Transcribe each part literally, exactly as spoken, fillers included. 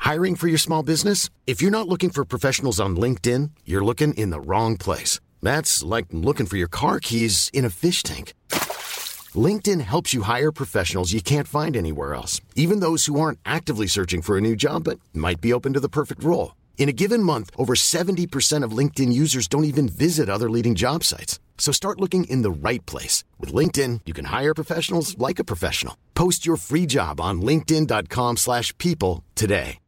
Hiring for your small business? If you're not looking for professionals on LinkedIn, you're looking in the wrong place. That's like looking for your car keys in a fish tank. LinkedIn helps you hire professionals you can't find anywhere else, even those who aren't actively searching for a new job but might be open to the perfect role. In a given month, over seventy percent of LinkedIn users don't even visit other leading job sites. So start looking in the right place. With LinkedIn, you can hire professionals like a professional. Post your free job on linkedin.com slash people today.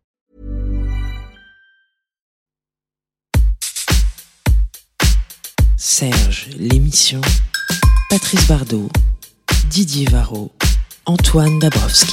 Serge, l'émission. Patrice Bardot, Didier Varro, Antoine Dabrowski.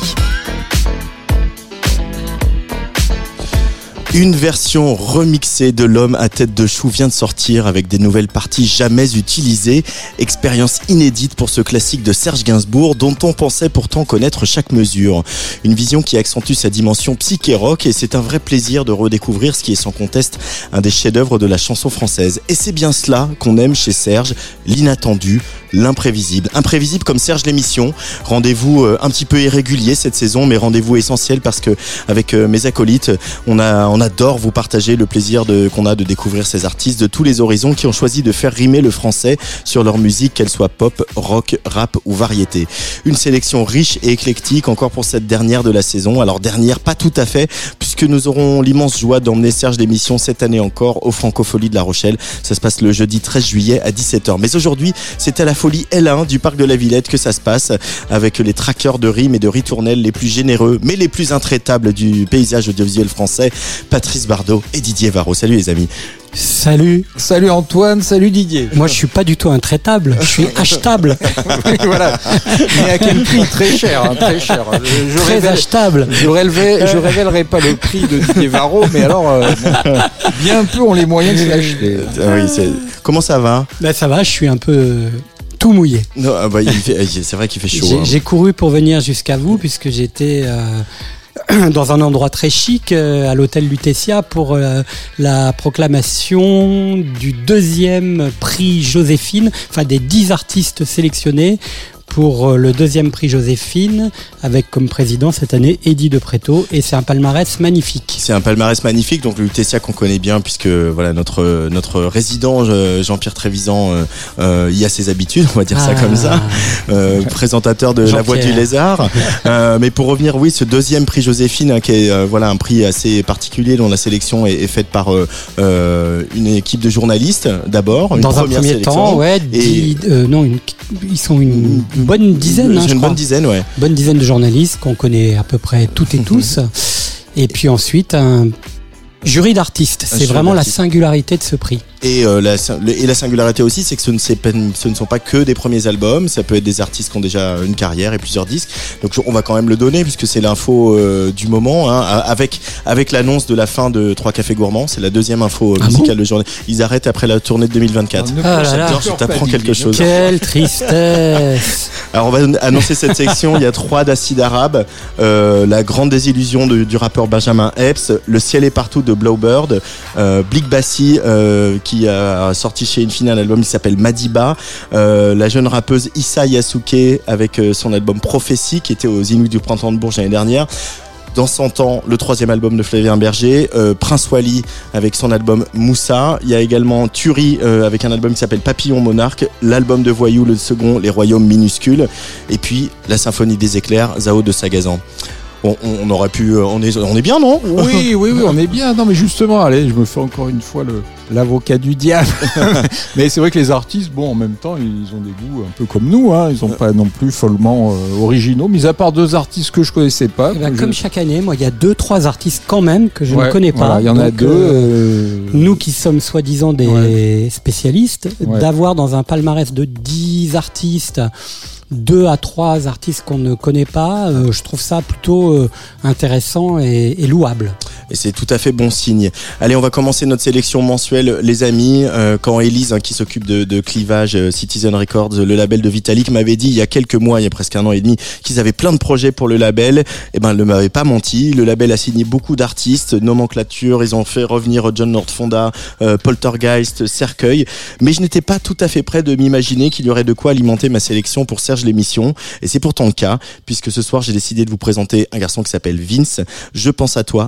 Une version remixée de L'Homme à tête de chou vient de sortir avec des nouvelles parties jamais utilisées. Expérience inédite pour ce classique de Serge Gainsbourg dont on pensait pourtant connaître chaque mesure. Une vision qui accentue sa dimension psyché rock et c'est un vrai plaisir de redécouvrir ce qui est sans conteste un des chefs-d'œuvre de la chanson française. Et c'est bien cela qu'on aime chez Serge, l'inattendu, l'imprévisible. Imprévisible comme Serge l'émission. Rendez-vous un petit peu irrégulier cette saison, mais rendez-vous essentiel parce que avec mes acolytes, on a on adore vous partager le plaisir de, qu'on a de découvrir ces artistes de tous les horizons qui ont choisi de faire rimer le français sur leur musique, qu'elle soit pop, rock, rap ou variété. Une sélection riche et éclectique encore pour cette dernière de la saison. Alors dernière, pas tout à fait, puisque nous aurons l'immense joie d'emmener Serge l'émission cette année encore au Francophonie de La Rochelle. Ça se passe le jeudi treize juillet à dix-sept heures. Mais aujourd'hui, c'est à la Folie L un du Parc de la Villette que ça se passe, avec les traqueurs de rimes et de ritournelles les plus généreux, mais les plus intraitables du paysage audiovisuel français. Patrice Bardot et Didier Varro. Salut les amis. Salut. Salut Antoine, salut Didier. Moi je suis pas du tout intraitable, je suis achetable. Oui, voilà. Mais à quel prix ? Très cher, hein, très cher. Je, je très révèle, achetable. Je révélerai, je révélerai pas le prix de Didier Varro, mais alors euh, bon, bien peu ont les moyens de se l'acheter. Ah oui, c'est... Comment ça va ? Ben, ça va, je suis un peu euh, tout mouillé. Non, ah bah, il fait, c'est vrai qu'il fait chaud. J'ai, hein. j'ai couru pour venir jusqu'à vous puisque j'étais euh, dans un endroit très chic euh, à l'hôtel Lutetia pour euh, la proclamation du deuxième prix Joséphine, enfin des dix artistes sélectionnés pour le deuxième prix Joséphine, avec comme président cette année Eddie de Pretto, et c'est un palmarès magnifique. C'est un palmarès magnifique, donc le Lutetia qu'on connaît bien, puisque voilà notre notre résident Jean-Pierre Trévisan euh, euh, y a ses habitudes, on va dire ah. ça comme ça, euh, présentateur de Jean-Pierre. La Voix du Lézard. euh, mais pour revenir, oui, ce deuxième prix Joséphine, hein, qui est euh, voilà un prix assez particulier, dont la sélection est, est faite par euh, euh, une équipe de journalistes d'abord. Une Dans un premier sélection, temps, ouais, dix, et... euh, non, une, ils sont une Une bonne dizaine, hein, c'est je une crois. bonne dizaine, ouais. Bonne dizaine de journalistes qu'on connaît à peu près toutes et tous. Et puis ensuite, un jury d'artistes. Un c'est vraiment d'artistes. La singularité de ce prix. Et, euh, la, et la singularité aussi, c'est que ce ne, c'est pas, ce ne sont pas que des premiers albums. Ça peut être des artistes qui ont déjà une carrière et plusieurs disques. Donc on va quand même le donner puisque c'est l'info euh, du moment. Hein, avec avec l'annonce de la fin de Trois Cafés Gourmands, c'est la deuxième info ah musicale bon de journée. Ils arrêtent après la tournée de deux mille vingt-quatre. Ah là là, je t'apprends quelque chose. Quelle tristesse. Alors on va annoncer cette section. Il y a trois d'acides arabes, euh, la grande désillusion de, du rappeur Benjamin Epps, Le ciel est partout de Blowbird, euh, Blick Bassi euh, qui a sorti chez Infini un album qui s'appelle Madiba, euh, la jeune rappeuse Issa Yasuke avec euh, son album Prophétie qui était aux Inuits du Printemps de Bourges l'année dernière. Dans cent ans, le troisième album de Flavien Berger, euh, Prince Wally avec son album Moussa. Il y a également Turi euh, avec un album qui s'appelle Papillon Monarque, l'album de Voyou, le second, Les Royaumes Minuscules, et puis la Symphonie des Éclairs, Zao de Sagazan. On, on aurait pu, on est, on est bien, non ? Oui, oui, oui, on est bien. Non, mais justement, allez, je me fais encore une fois le, l'avocat du diable. Mais c'est vrai que les artistes, bon, en même temps, ils ont des goûts un peu comme nous. Hein. Ils sont pas non plus follement euh, originaux. Mis à part deux artistes que je connaissais pas. Eh ben, je... Comme chaque année, moi, il y a deux, trois artistes quand même que je ouais, ne connais pas. Il voilà, y en a Donc, deux. Euh... Nous qui sommes soi-disant des ouais. spécialistes, ouais. d'avoir dans un palmarès de dix artistes deux à trois artistes qu'on ne connaît pas, euh, je trouve ça plutôt euh, intéressant et, et louable. Et c'est tout à fait bon signe. Allez, on va commencer notre sélection mensuelle, les amis. Euh, quand Élise, hein, qui s'occupe de, de Clivage, euh, Citizen Records, le label de Vitalik, m'avait dit il y a quelques mois, il y a presque un an et demi, qu'ils avaient plein de projets pour le label, et ben, elle ne m'avait pas menti. Le label a signé beaucoup d'artistes, nomenclature, ils ont fait revenir John Nordfonda, euh, Poltergeist, Cercueil, mais je n'étais pas tout à fait prêt de m'imaginer qu'il y aurait de quoi alimenter ma sélection pour Serge l'émission, et c'est pourtant le cas, puisque ce soir j'ai décidé de vous présenter un garçon qui s'appelle Vince. Je pense à toi sur la Tsugi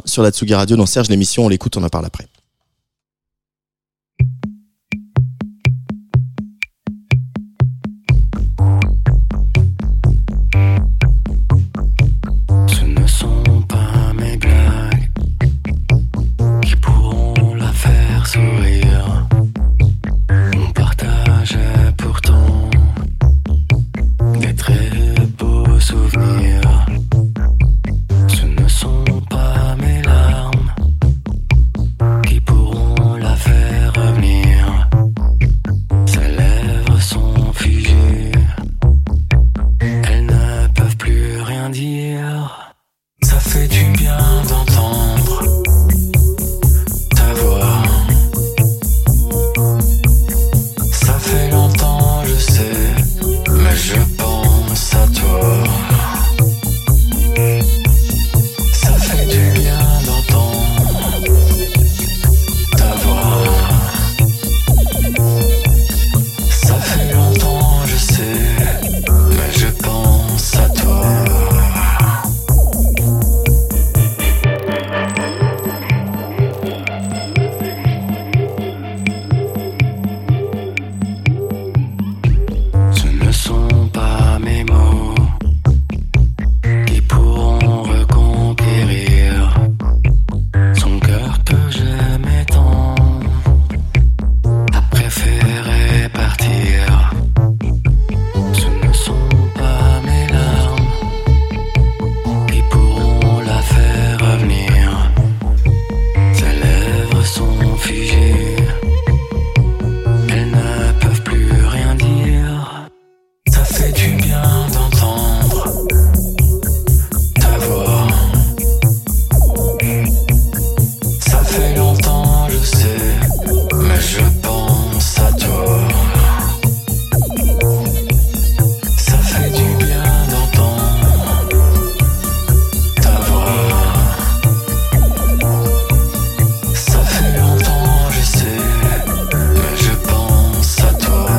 Tsugi Radio dans Serge l'émission. On l'écoute, on en parle après. Ce ne sont pas mes blagues qui pourront la faire sourire. On partageait pourtant des très beaux souvenirs. Ce ne sont pas mes larmes qui pourront la faire revenir. Ses lèvres sont figées, elles ne peuvent plus rien dire. Ça fait du bien d'entendre ta voix. Ça fait longtemps, je sais, mais je pense à toi. Ça fait du bien d'entendre ta voix. Ça fait longtemps, je sais, mais je pense à toi. Ce ne sont pas mes mots qui pourront reconquérir son cœur que j'aimais tant, a préféré partir. Ce ne sont pas mes larmes qui pourront la faire revenir. Ses lèvres sont figées, elles ne peuvent plus rien dire. Ça fait du bien d'entendre ta voix. Ça fait longtemps, je sais, mais je pense à toi. Ça fait du bien d'entendre ta voix. Ça fait longtemps, je sais, mais je pense à toi.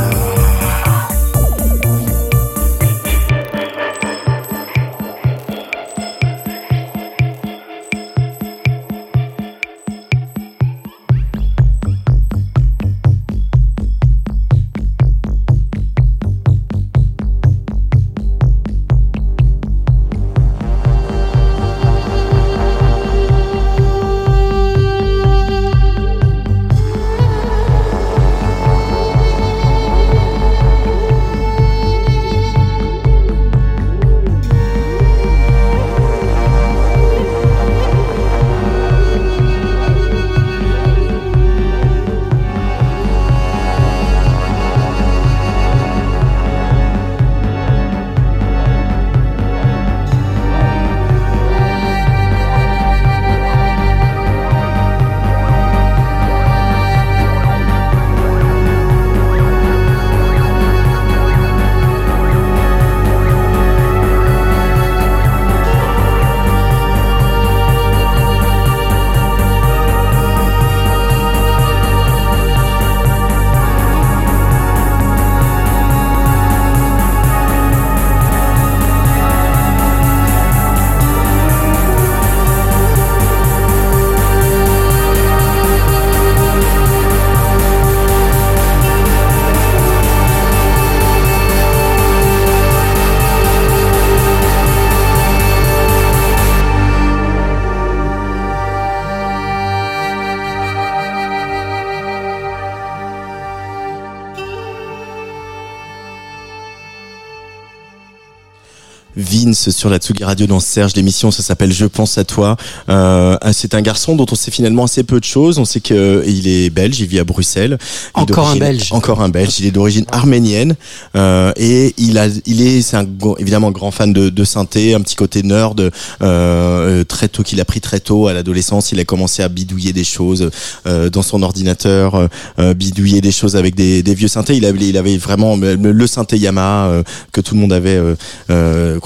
Vince sur la Tsugi Radio dans Serge l'émission, ça s'appelle Je pense à toi. Euh, c'est un garçon dont on sait finalement assez peu de choses. On sait qu'il est belge, il vit à Bruxelles. Encore un belge. Encore un belge. Il est d'origine arménienne euh, et il a, il est, c'est un, évidemment grand fan de, de synthé, un petit côté nerd. Euh, très tôt, qu'il a pris très tôt à l'adolescence, il a commencé à bidouiller des choses euh, dans son ordinateur, euh, bidouiller des choses avec des, des vieux synthés. Il avait, il avait vraiment le, le synthé Yamaha euh, que tout le monde avait. Euh, euh,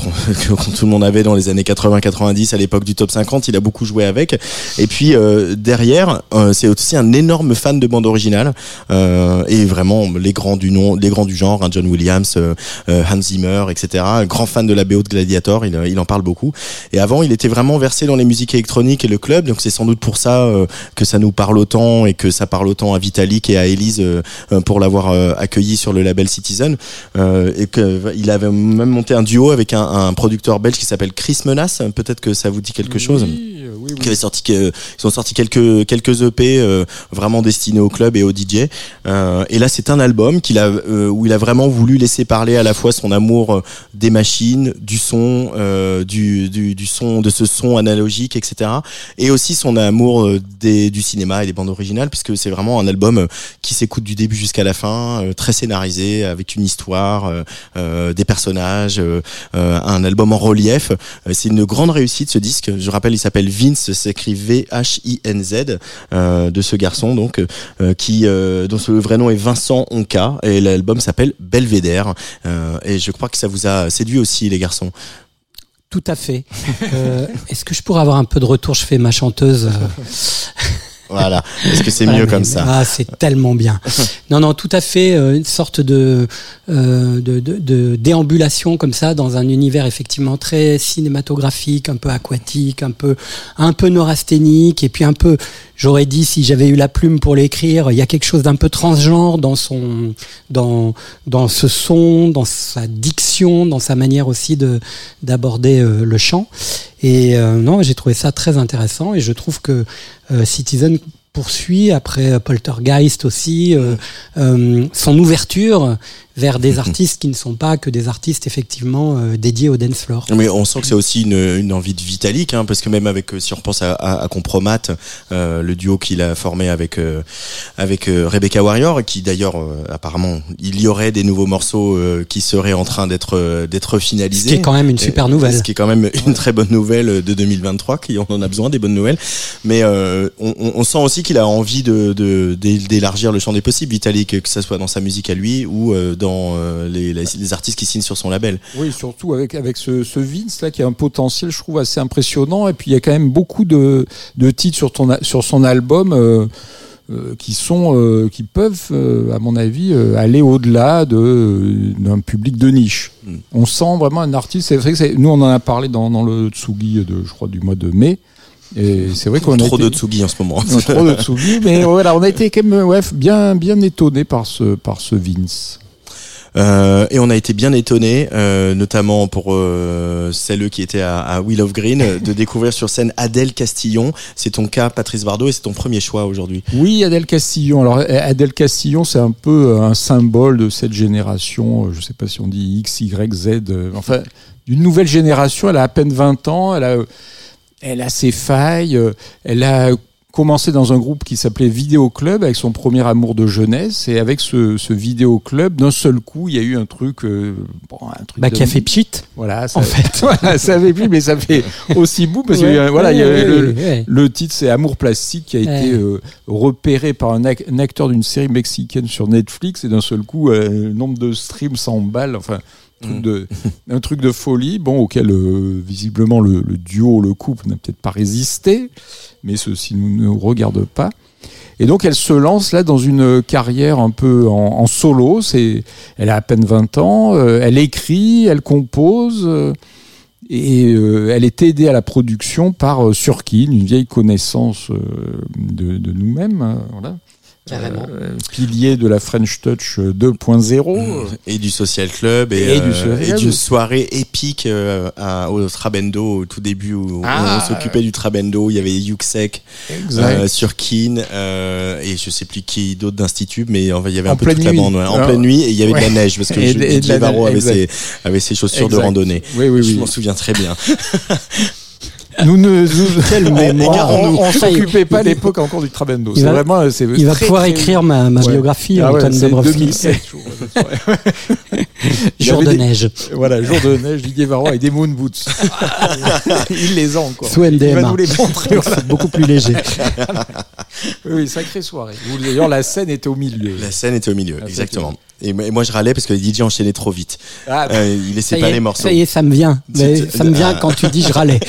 qu'on, que tout le monde avait dans les années quatre-vingts quatre-vingt-dix à l'époque du top cinquante. Il a beaucoup joué avec. Et puis euh, derrière, euh, c'est aussi un énorme fan de bande originale euh, et vraiment les grands du nom, les grands du genre, hein, John Williams, euh, Hans Zimmer, et cetera. Un grand fan de la B O de Gladiator. Il, il en parle beaucoup. Et avant, il était vraiment versé dans les musiques électroniques et le club. Donc c'est sans doute pour ça euh, que ça nous parle autant et que ça parle autant à Vitalik et à Élise euh, pour l'avoir euh, accueilli sur le label Citizen. Euh, et que il avait même monté un duo avec un, un producteur belge qui s'appelle Chris Menace. Peut-être que ça vous dit quelque chose. Oui, oui, oui. Qui avait sorti, que, ils ont sorti quelques quelques E P euh, vraiment destinés au club et aux D J. Euh, et là, c'est un album qu'il a euh, où il a vraiment voulu laisser parler à la fois son amour euh, des machines, du son, euh, du, du du son, de ce son analogique, et cetera. Et aussi son amour euh, des du cinéma et des bandes originales, puisque c'est vraiment un album euh, qui s'écoute du début jusqu'à la fin, euh, très scénarisé, avec une histoire, euh, euh, des personnages, euh, euh, un album en relief. Euh, c'est une grande réussite ce disque. Je rappelle, il s'appelle Vince, s'écrit V H I N Z, euh, de ce garçon donc euh, qui euh, dont le vrai nom est Vincent Onca, et l'album s'appelle Belvédère. Euh, et je crois que ça vous a séduit aussi, les garçons. Tout à fait. Euh, est-ce que je pourrais avoir un peu de retour? Je fais ma chanteuse. Voilà. Est-ce que c'est Voilà, mieux mais- comme ça? Ah, c'est tellement bien. Non, non, tout à fait. euh, Une sorte de, euh, de, de, de déambulation comme ça dans un univers effectivement très cinématographique, un peu aquatique, un peu, un peu neurasthénique, et puis un peu, j'aurais dit si j'avais eu la plume pour l'écrire, il y a quelque chose d'un peu transgenre dans son, dans, dans ce son, dans sa diction, dans sa manière aussi de d'aborder euh, le chant. Et euh, non, j'ai trouvé ça très intéressant, et je trouve que euh, Citizen poursuit après euh, Poltergeist aussi euh, euh, son ouverture vers des artistes qui ne sont pas que des artistes effectivement euh, dédiés au dance floor. Mais on sent que c'est aussi une, une envie de Vitalik, hein, parce que même avec, si on repense à, à, à Compromat, euh, le duo qu'il a formé avec euh, avec euh, Rebecca Warrior, qui d'ailleurs euh, apparemment il y aurait des nouveaux morceaux euh, qui seraient en train d'être euh, d'être finalisés. Ce qui est quand même une super Et, nouvelle. Ce qui est quand même une très bonne nouvelle de deux mille vingt-trois, qui on en a besoin des bonnes nouvelles. Mais euh, on, on sent aussi qu'il a envie de, de d'élargir le champ des possibles, Vitalik, que ça soit dans sa musique à lui ou euh, dans euh, les, les, les artistes qui signent sur son label. Oui, surtout avec, avec ce, ce Vince là qui a un potentiel, je trouve, assez impressionnant. Et puis il y a quand même beaucoup de, de titres sur, ton, sur son album euh, euh, qui sont, euh, qui peuvent, euh, à mon avis, euh, aller au-delà de, d'un public de niche. Mm. On sent vraiment un artiste. C'est vrai que c'est, nous on en a parlé dans, dans le Tsugi de, je crois, du mois de mai. Et c'est vrai qu'on a trop été... de Tsugi en ce moment. Non, trop de Tsugi, mais voilà, on a été quand même ouais, bien, bien étonné par ce, par ce Vince. Euh, et on a été bien étonnés, euh, notamment pour euh, celles qui étaient à, à Wheel of Green, de découvrir sur scène Adèle Castillon. C'est ton cas, Patrice Bardot, et c'est ton premier choix aujourd'hui. Oui, Adèle Castillon. Alors Adèle Castillon, c'est un peu un symbole de cette génération. Je sais pas si on dit X, Y, Z. Enfin, d'une nouvelle génération. Elle a à peine vingt ans. Elle a, elle a ses failles. Elle a commencé dans un groupe qui s'appelait Vidéo Club avec son premier amour de jeunesse, et avec ce, ce Vidéo Club, d'un seul coup, il y a eu un truc, euh, bon, un truc bah, de... qui a fait pchit. Voilà, ça, en fait. Voilà, ça fait pchit, mais ça fait aussi bout parce ouais, que voilà, ouais, il y a ouais, le, ouais. le titre, c'est Amour plastique, qui a ouais. été euh, repéré par un, ac- un acteur d'une série mexicaine sur Netflix, et d'un seul coup, euh, le nombre de streams s'emballe. Enfin. Truc de, un truc de folie, bon, auquel euh, visiblement le, le duo, le couple n'a peut-être pas résisté, mais ceci ne nous regarde pas. Et donc elle se lance là dans une carrière un peu en, en solo. C'est, elle a à peine vingt ans, euh, elle écrit, elle compose, euh, et euh, elle est aidée à la production par euh, Surkin, une vieille connaissance euh, de, de nous-mêmes. Hein, voilà. Carrément. Euh, pilier de la French Touch deux point zéro. Et du Social Club, et, Et du euh, Social et Club. d'une soirée épique euh, à, au Trabendo au tout début, où Ah. on s'occupait du Trabendo. Il y avait Yuxek, euh, Surkin, euh, et je sais plus qui d'autre d'Institut, mais enfin, il y avait En un peu pleine toute la nuit. bande, ouais. En Alors, pleine nuit, et il y avait ouais. de la neige, parce que Et je, de- et de Didier la Varro neige, avait ses, exact. avait ses chaussures Exact. de randonnée. Oui, oui, Je oui. m'en souviens très bien. Nous ne nous, Quel on, mémoire. on, on Ça, il- s'occupait pas à l'époque encore du Trabendo. Il C'est va- vraiment, c'est Il va très, pouvoir très- écrire ma, ma Ouais. biographie, Ah ouais, Antoine c'est Dabrowski. deux mille sept, je crois. Il Jour avait de des- neige. Voilà, jour de neige, Didier Varro avec des moon boots. Il les a encore. Sous Il va M D M A. nous les montrer. Voilà. C'est beaucoup plus léger. Oui, sacrée soirée. D'ailleurs, la scène était au milieu. La scène était au milieu, La exactement. Et moi, je râlais parce que les D J enchaînaient trop vite. Ah, bah. euh, ils laissaient Ça pas y est, les morceaux. Ça y est, ça me vient. Mais ça me vient quand tu dis je râlais.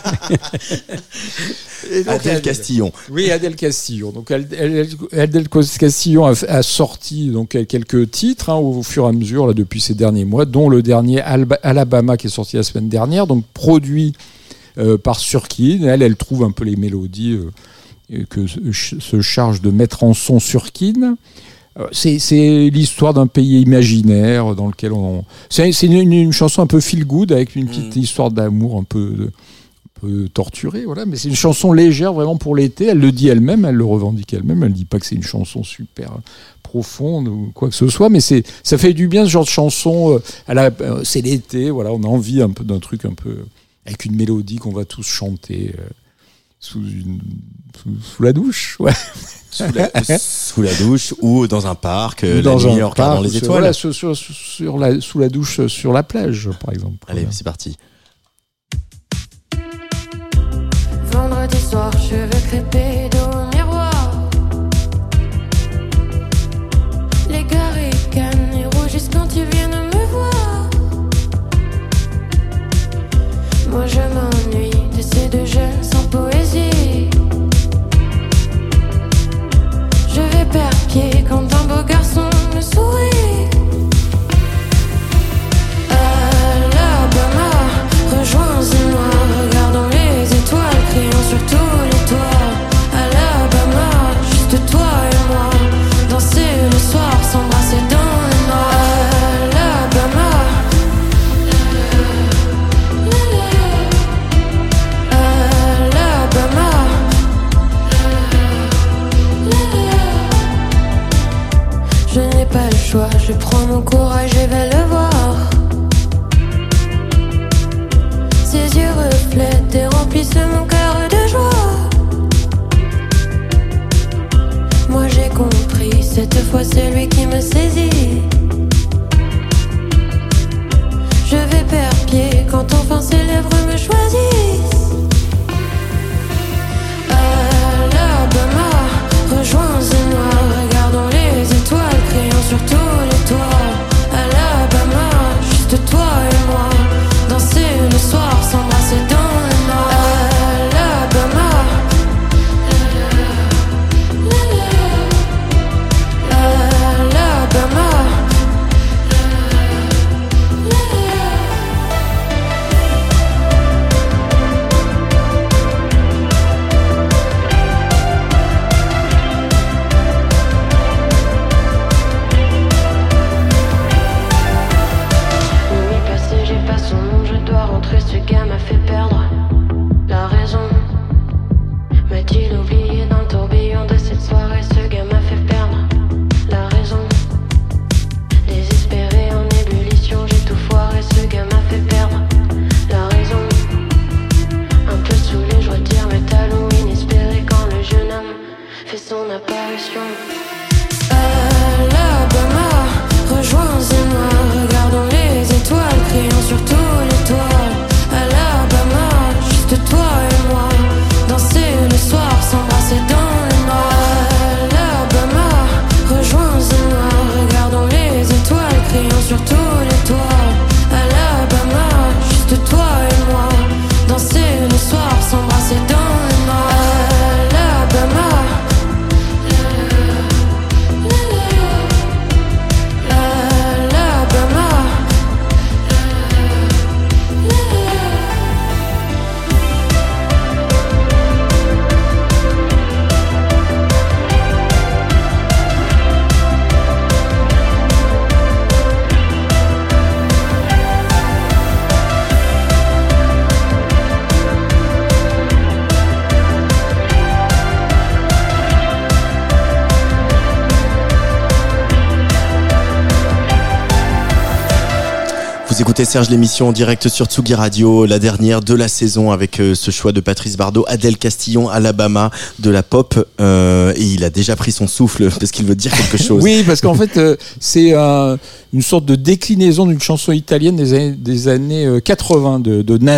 Et donc, Adèle Castillon. Oui, Adèle Castillon. Donc, Adèle, Adèle Castillon a, a sorti donc quelques titres hein, au fur et à mesure là depuis ces derniers mois, dont le dernier Alba, Alabama qui est sorti la semaine dernière, donc produit euh, par Surkin. Elle, elle trouve un peu les mélodies euh, que se charge de mettre en son Surkin. C'est, c'est l'histoire d'un pays imaginaire dans lequel on. C'est, c'est une, une chanson un peu feel good avec une petite mmh. histoire d'amour un peu. De, torturée, voilà, mais c'est une chanson légère vraiment pour l'été. Elle le dit elle-même, elle le revendique elle-même. Elle dit pas que c'est une chanson super profonde ou quoi que ce soit, mais c'est ça fait du bien ce genre de chanson. Euh, à la, euh, c'est l'été, voilà, on a envie un peu d'un truc un peu avec une mélodie qu'on va tous chanter euh, sous une sous, sous la douche, ouais. Sous la, sous la douche ou dans un parc, ou dans la nuit un en regardant parc, les étoiles. Voilà, sur, sur, sur la, sous la douche, sur la plage, par exemple. Allez, voilà. C'est parti. Vendredi soir, je veux crêper au miroir. Les gars ricanent et rougissent quand ils viennent me voir. Moi je m'ennuie de ces deux jeunes sans poésie. Je vais perdre pied quand un beau garçon me sourit. Alabama, rejoins-moi, regardons les étoiles, crions sur tous les toits. Alabama, juste toi et moi, danser le soir, s'embrasser dans le noir. Alabama, Alabama, je n'ai pas le choix, je prends mon courage et vais le voir. Ses yeux reflètent et remplissent mon cœur de joie. Moi j'ai compris, cette fois c'est lui qui me saisit. Je vais perdre pied quand enfin ses lèvres me choisissent. Alabama, rejoins-moi, regardons les étoiles, crions sur tous les toits. Alabama, juste toi et moi, danser le soir, s'embrasser dans le noir. Alabama, Alabama, nuit passée, j'ai pas son nom, je dois rentrer, ce gars m'a fait perdre la raison. M'a-t-il oublié dans le tourbillon de cette soirée, ce gars m'a fait perdre la raison. Désespéré en ébullition, j'ai tout foiré, ce gars m'a fait perdre la raison. Un peu saoulé, je retire mes talons, inespéré quand le jeune homme fait son apparition. Alabama, rejoins-moi, regardons les étoiles, crions sur tous les toits. Alabama, juste toi et moi, danser le soir, s'embrasser dans le noir. Alabama, rejoins-moi, regardons les étoiles, crions sur tous les toits. Alabama, juste toi et moi, danser le soir, s'embrasser dans le noir. Alabama, Alabama, Vous écoutez Serge l'émission en direct sur Tsugi Radio, la dernière de la saison avec euh, ce choix de Patrice Bardot, Adèle Castillon, Alabama, de la pop. Euh, et il a déjà pris son souffle parce qu'il veut dire quelque chose. Oui, parce qu'en fait, euh, c'est euh, une sorte de déclinaison d'une chanson italienne des années, des années quatre-vingts de, de Nada.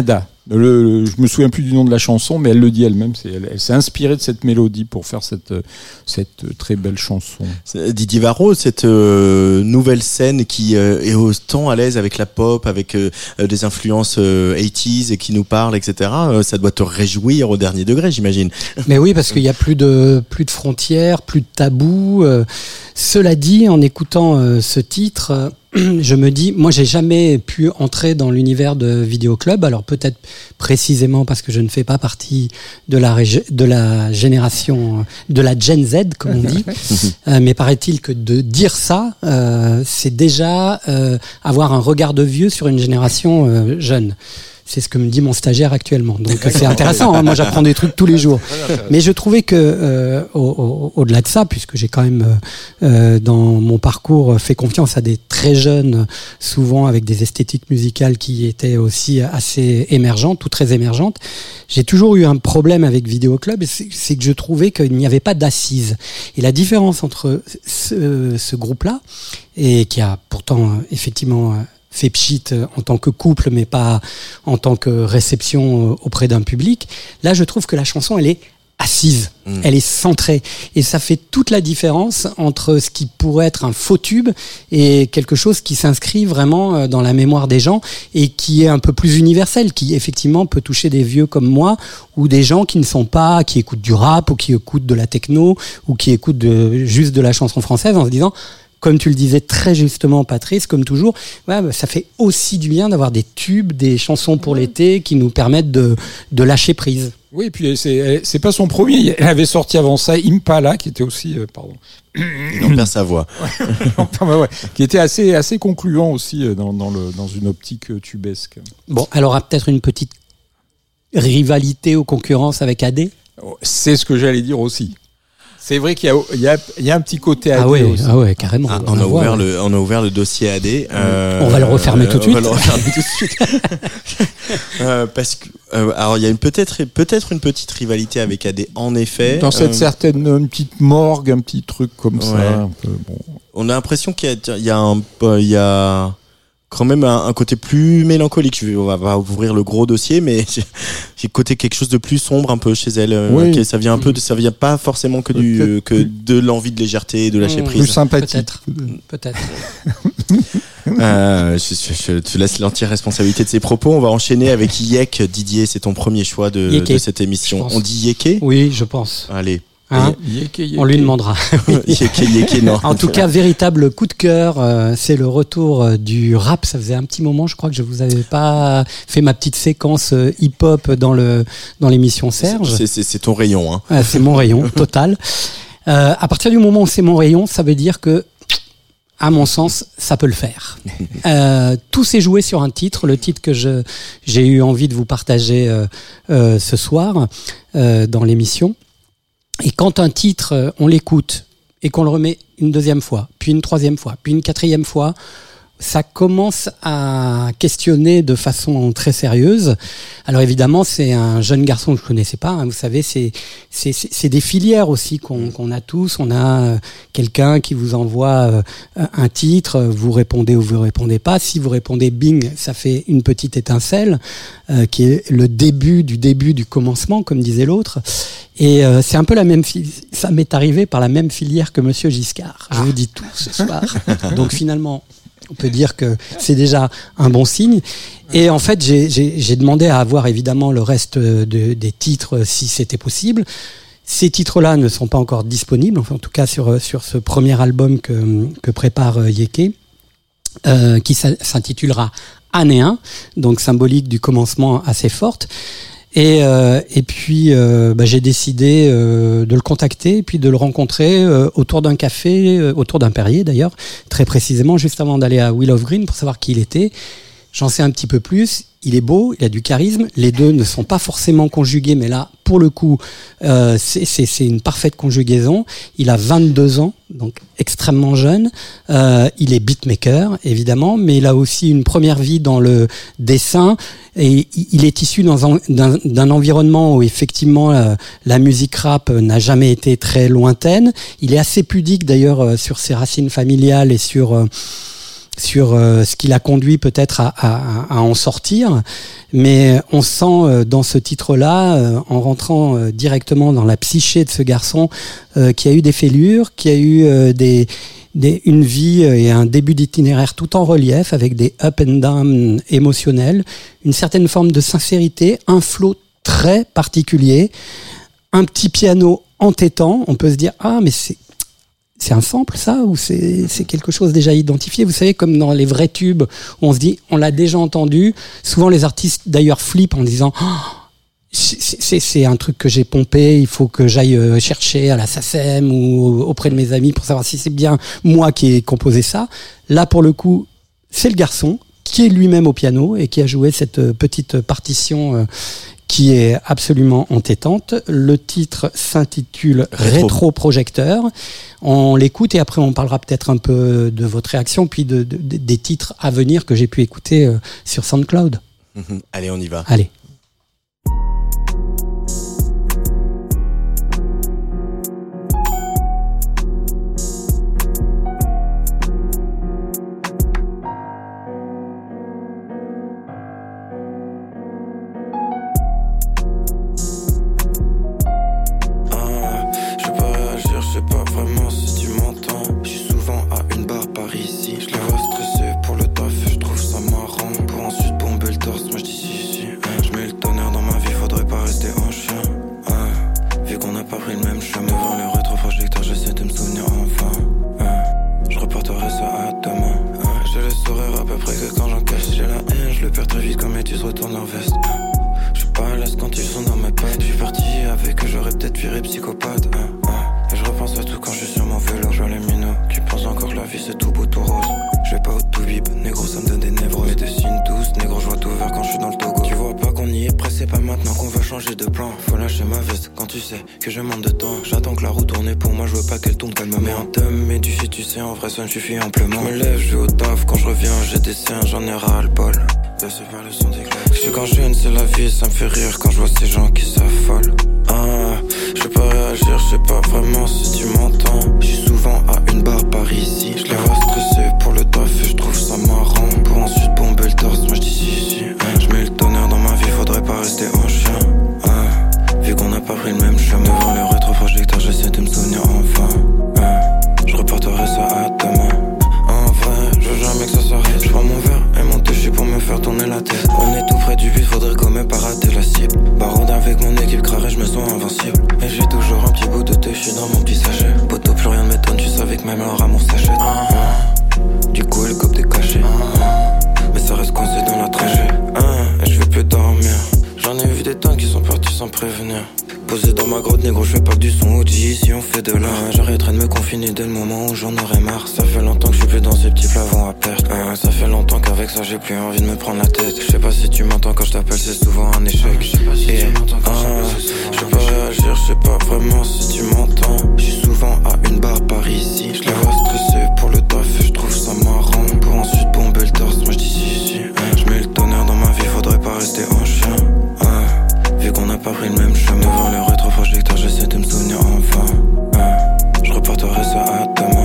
Le, le, je me souviens plus du nom de la chanson, mais elle le dit elle-même. C'est, elle, elle s'est inspirée de cette mélodie pour faire cette, cette très belle chanson. Didier Varro, cette euh, nouvelle scène qui euh, est autant à l'aise avec la pop, avec euh, des influences euh, quatre-vingt-dix et qui nous parle, et cetera. Euh, ça doit te réjouir au dernier degré, j'imagine. Mais oui, parce qu'il y a plus de plus de frontières, plus de tabous. Euh, cela dit, en écoutant euh, ce titre. Euh, je me dis, moi j'ai jamais pu entrer dans l'univers de Vidéo Club, alors peut-être précisément parce que je ne fais pas partie de la, régi- de la génération, de la Gen Z comme on dit, euh, mais paraît-il que de dire ça, euh, c'est déjà euh, avoir un regard de vieux sur une génération euh, jeune. C'est ce que me dit mon stagiaire actuellement. Donc c'est intéressant, hein, moi j'apprends des trucs tous les jours. Mais je trouvais que euh, au, au, au-delà de ça, puisque j'ai quand même euh, dans mon parcours fait confiance à des très jeunes, souvent avec des esthétiques musicales qui étaient aussi assez émergentes ou très émergentes, j'ai toujours eu un problème avec Vidéo Club, c'est, c'est que je trouvais qu'il n'y avait pas d'assises. Et la différence entre ce, ce groupe-là, et qui a pourtant effectivement fait pchit en tant que couple, mais pas en tant que réception auprès d'un public. Là, je trouve que la chanson, elle est assise, mmh. elle est centrée. Et ça fait toute la différence entre ce qui pourrait être un faux tube et quelque chose qui s'inscrit vraiment dans la mémoire des gens et qui est un peu plus universel, qui effectivement peut toucher des vieux comme moi ou des gens qui ne sont pas, qui écoutent du rap ou qui écoutent de la techno ou qui écoutent de, juste de la chanson française en se disant... Comme tu le disais très justement, Patrice, comme toujours, ouais, bah, ça fait aussi du bien d'avoir des tubes, des chansons pour l'été qui nous permettent de, de lâcher prise. Oui, et puis c'est, c'est pas son premier. Elle avait sorti avant ça Impala, qui était aussi, euh, pardon. On perd sa voix. ouais, ouais, qui était assez, assez concluant aussi dans, dans, le, dans une optique tubesque. Bon, elle aura peut-être une petite rivalité ou concurrence avec A D. C'est ce que j'allais dire aussi. C'est vrai qu'il y a, il y a, il y a un petit côté A D ah ouais, aussi. Ah ouais, carrément. Ah, on, a voit, ouvert ouais. le, on a ouvert le dossier A D. Euh, on va le refermer tout de suite. On va le refermer tout de suite. euh, parce que, euh, alors il y a une, peut-être, peut-être une petite rivalité avec A D, en effet. Dans cette euh, certaine, une petite morgue, un petit truc comme ouais. ça. Un peu, bon. On a l'impression qu'il y a, il y a un, il y a quand même un, un côté plus mélancolique. Je vais, on va, va ouvrir le gros dossier, mais j'ai, j'ai côté quelque chose de plus sombre un peu chez elle. Oui. Okay, ça vient un peu, de, ça vient pas forcément que du, euh, que de l'envie de légèreté, de lâcher mmh, prise. Plus sympathique. Peut-être. Peut-être. euh, je, je, je te laisse l'entière responsabilité de ses propos. On va enchaîner avec Yek. Didier, c'est ton premier choix de, de cette émission. On dit Yeke ? Oui, je pense. Allez. Hein yeke, yeke. On lui demandera. Yeke, yeke, non. En tout cas, véritable coup de cœur, euh, c'est le retour euh, du rap. Ça faisait un petit moment, je crois que je vous avais pas fait ma petite séquence euh, hip-hop dans le dans l'émission Serge. C'est, c'est, c'est ton rayon, hein. Ah, c'est mon rayon total. Euh, à partir du moment où c'est mon rayon, ça veut dire que, à mon sens, ça peut le faire. Euh, tout s'est joué sur un titre, le titre que je j'ai eu envie de vous partager euh, euh, ce soir euh, dans l'émission. Et quand un titre, on l'écoute et qu'on le remet une deuxième fois, puis une troisième fois, puis une quatrième fois, ça commence à questionner de façon très sérieuse. Alors évidemment, c'est un jeune garçon que je connaissais pas. Hein, vous savez, c'est c'est c'est, c'est des filières aussi qu'on qu'on a tous. On a quelqu'un qui vous envoie un titre, vous répondez ou vous répondez pas. Si vous répondez bing, ça fait une petite étincelle euh, qui est le début du début du commencement, comme disait l'autre. Et euh, c'est un peu la même filière. Ça m'est arrivé par la même filière que Monsieur Giscard. Je vous dis tout ce soir. Donc finalement, on peut dire que c'est déjà un bon signe. Et en fait, j'ai, j'ai, j'ai demandé à avoir évidemment le reste de, des titres si c'était possible. Ces titres-là ne sont pas encore disponibles, enfin en tout cas sur sur ce premier album que que prépare Yeke, euh, qui s'intitulera Année un, donc symbolique du commencement assez forte. Et, euh, et puis euh, bah, j'ai décidé euh, de le contacter et puis de le rencontrer euh, autour d'un café, euh, autour d'un Perrier d'ailleurs, très précisément juste avant d'aller à Wheel of Green pour savoir qui il était. J'en sais un petit peu plus. Il est beau, il a du charisme. Les deux ne sont pas forcément conjugués, mais là, pour le coup, euh, c'est, c'est, c'est une parfaite conjugaison. Il a vingt-deux ans, donc extrêmement jeune. Euh, il est beatmaker, évidemment, mais il a aussi une première vie dans le dessin. Et il est issu dans un, d'un, d'un environnement où, effectivement, la, la musique rap n'a jamais été très lointaine. Il est assez pudique, d'ailleurs, sur ses racines familiales et sur... Euh, sur euh, ce qui l'a conduit peut-être à, à, à en sortir, mais on sent euh, dans ce titre-là, euh, en rentrant euh, directement dans la psyché de ce garçon, euh, qui a eu des fêlures, qui a eu euh, des, des, une vie et un début d'itinéraire tout en relief, avec des up and down émotionnels, une certaine forme de sincérité, un flow très particulier, un petit piano entêtant. On peut se dire, ah mais c'est C'est un sample, ça, ou c'est, c'est quelque chose déjà identifié? Vous savez, comme dans les vrais tubes, où on se dit, on l'a déjà entendu. Souvent, les artistes, d'ailleurs, flippent en disant, oh, c'est, c'est, c'est un truc que j'ai pompé, il faut que j'aille chercher à la S A C E M ou auprès de mes amis pour savoir si c'est bien moi qui ai composé ça. Là, pour le coup, c'est le garçon qui est lui-même au piano et qui a joué cette petite partition euh, qui est absolument entêtante. Le titre s'intitule Rétroprojecteur. On l'écoute et après on parlera peut-être un peu de votre réaction, puis de, de, de, des titres à venir que j'ai pu écouter euh, sur SoundCloud. Mmh, allez, on y va. Allez. Ça me suffit amplement. Je me lève, je vais au taf, quand je reviens, j'ai des siens, j'en ai ras-le-bol. Bercé par le son des claques. Je suis quand jeune, c'est la vie, ça me fait rire quand je vois ces gens qui s'affolent. Ah, je peux pas réagir, je sais pas vraiment si tu m'entends. Je suis souvent à une barre par ici. Je les vois stressés pour le taf et je trouve ça marrant. Pour ensuite bomber le torse, moi je dis si si. Ah, je mets le tonnerre dans ma vie, faudrait pas rester en chien. Ah, vu qu'on n'a pas pris le même chemin. Devant le rétroprojecteur, j'essaie de me souvenir enfin. Ah, je reporterai ça à demain. En vrai, je veux jamais que ça s'arrête. Je prends mon verre et mon toucher pour me faire tourner la tête. On est tout près du but, faudrait quand même pas rater la cible. Baronde avec mon équipe carrée, je me sens invincible. Et j'ai toujours un petit bout de toucher dans mon petit sachet. Poteau, plus rien ne m'étonne, tu savais que même un rameau s'achète. Ah, ah. Du coup, le cop décaché. Ah, ah. Mais ça reste coincé dans la trajet. Ah, et je vais plus dormir. J'en ai vu des temps qui sont partis sans prévenir. Posé dans ma grotte, négro, je fais pas que du son O G. Si on fait de l'art, j'arrêterai de me confiner dès le moment où j'en aurai marre. Ça fait longtemps que je suis plus dans ces petits plavons à perte. euh, Ça fait longtemps qu'avec ça j'ai plus envie de me prendre la tête. Je sais pas si tu m'entends quand je t'appelle, c'est souvent un échec. Je sais pas si tu m'entends quand je t'appelle, c'est souvent un échec. Je peux pas réagir, je sais pas vraiment si tu m'entends. Je suis souvent à une barre par ici. Je les vois stressés pour le taf et je trouve ça marrant. Pour ensuite bomber le torse, moi je dis si si. Je mets le tonnerre dans ma vie, faudrait pas rester en chien. Vu qu'on n'a pas pris le même chemin. Devant le rétroprojecteur, j'essaie de me souvenir enfin. Ah, je reporterai ça à demain.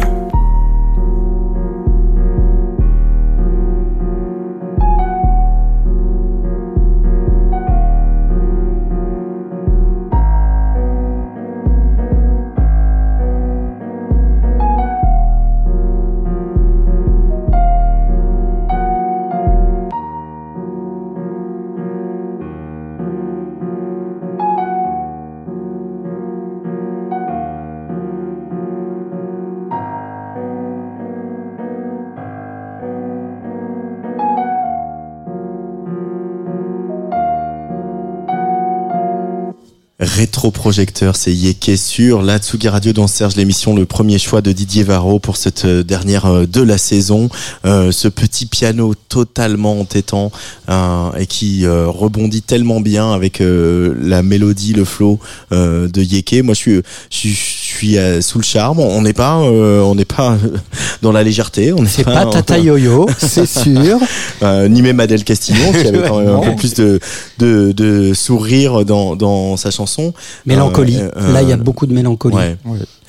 Rétroprojecteur, c'est Yéké sur la Tsugi Radio dans Serge l'émission, le premier choix de Didier Varro pour cette dernière de la saison. Euh, ce petit piano totalement entêtant euh, et qui euh, rebondit tellement bien avec euh, la mélodie, le flow euh, de Yéké. Moi, je suis, je suis, je suis euh, sous le charme. On n'est pas, euh, on n'est pas dans la légèreté. On c'est pas, pas Tata Yo-Yo, c'est sûr. Euh, ni même Adèle Castillon qui avait quand même un peu plus de, de, de sourire dans, dans sa chanson. Mélancolie. Euh, euh, Là, il y a beaucoup de mélancolie. Ouais. Ouais.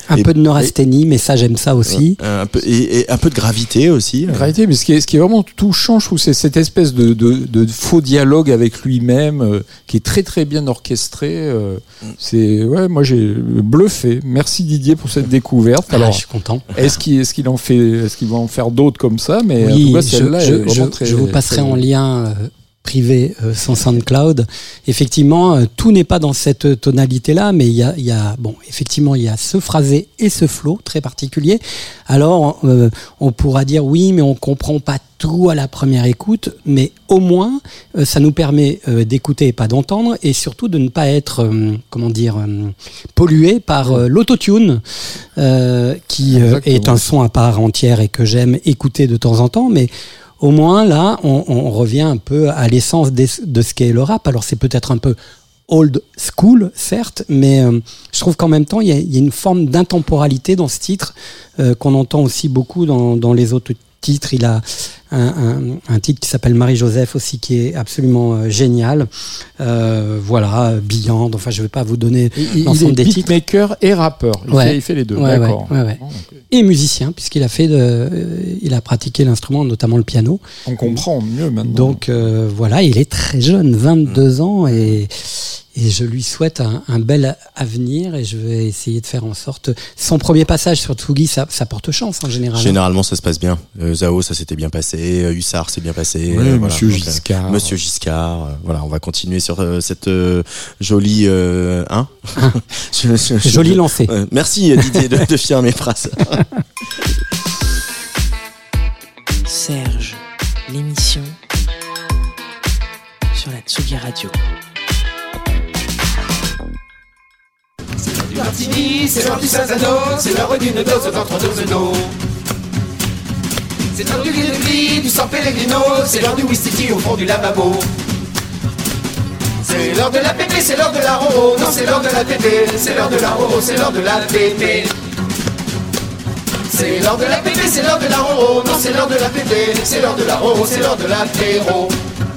Un et, peu de neurasthénie, et, mais ça j'aime ça aussi. Un peu, et, et un peu de gravité aussi. Gravité, mais ce qui est, ce qui est vraiment touchant, je trouve, c'est cette espèce de, de, de faux dialogue avec lui-même euh, qui est très très bien orchestré. Euh, c'est ouais, moi j'ai bluffé. Merci Didier pour cette découverte. Alors, ah, je suis content. Est-ce qu'il, est-ce qu'il en fait, est-ce qu'il va en faire d'autres comme ça? Mais oui, en tout cas, je, celle-là je, est vraiment je, très. Je vous passerai très en lien. Euh, privé euh, sans SoundCloud. Effectivement, euh, tout n'est pas dans cette tonalité-là, mais il y a, il y a, bon, effectivement, il y a ce phrasé et ce flow très particulier. Alors, euh, on pourra dire oui, mais on comprend pas tout à la première écoute, mais au moins, euh, ça nous permet euh, d'écouter et pas d'entendre, et surtout de ne pas être, euh, comment dire, euh, pollué par euh, l'autotune, euh, qui euh, est un son à part entière et que j'aime écouter de temps en temps, mais au moins, là, on, on revient un peu à l'essence des, de ce qu'est le rap. Alors, c'est peut-être un peu old school, certes, mais euh, je trouve qu'en même temps, il y a, il y a une forme d'intemporalité dans ce titre euh, qu'on entend aussi beaucoup dans, dans les autres titres. Il a un, un, un titre qui s'appelle Marie-Joseph aussi, qui est absolument euh, génial. Euh, voilà, Beyond, enfin, je ne vais pas vous donner il, l'ensemble il est des titres. Beatmaker et rappeur. Il, ouais. fait, il fait les deux, ouais, d'accord. Ouais, ouais, ouais. Oh, okay. Et musicien, puisqu'il a fait de, euh, il a pratiqué l'instrument, notamment le piano. On comprend mieux maintenant. Donc euh, voilà, il est très jeune, vingt-deux mmh. ans, et, et je lui souhaite un, un bel avenir, et je vais essayer de faire en sorte. Son premier passage sur Tsugi, ça, ça porte chance en général. Généralement, ça se passe bien. Euh, Zao, ça s'était bien passé. Euh, Hussard, c'est bien passé. Ouais, euh, Monsieur voilà. Giscard. Donc, euh, Monsieur Giscard. Euh, voilà, on va continuer sur euh, cette euh, jolie, euh, hein, je, je, je, Joli lancé. Euh, merci Didier de, de fier mes phrases. Serge, l'émission sur la Tsugi Radio. C'est l'heure du martini, c'est l'heure du Sazano, c'est l'heure d'une dose d'entre-deux d'eau. C'est l'heure du gris, du San Pellegrino, c'est l'heure du whisky au fond du lavabo. C'est l'heure de la pépé, c'est l'heure de la roro, non c'est l'heure de la pépé, c'est l'heure de la roro, c'est l'heure de la pépé. C'est l'heure de la pépé, c'est l'heure de la roro, non c'est l'heure de la pépé, c'est l'heure de la roro, c'est l'heure de l'apéro.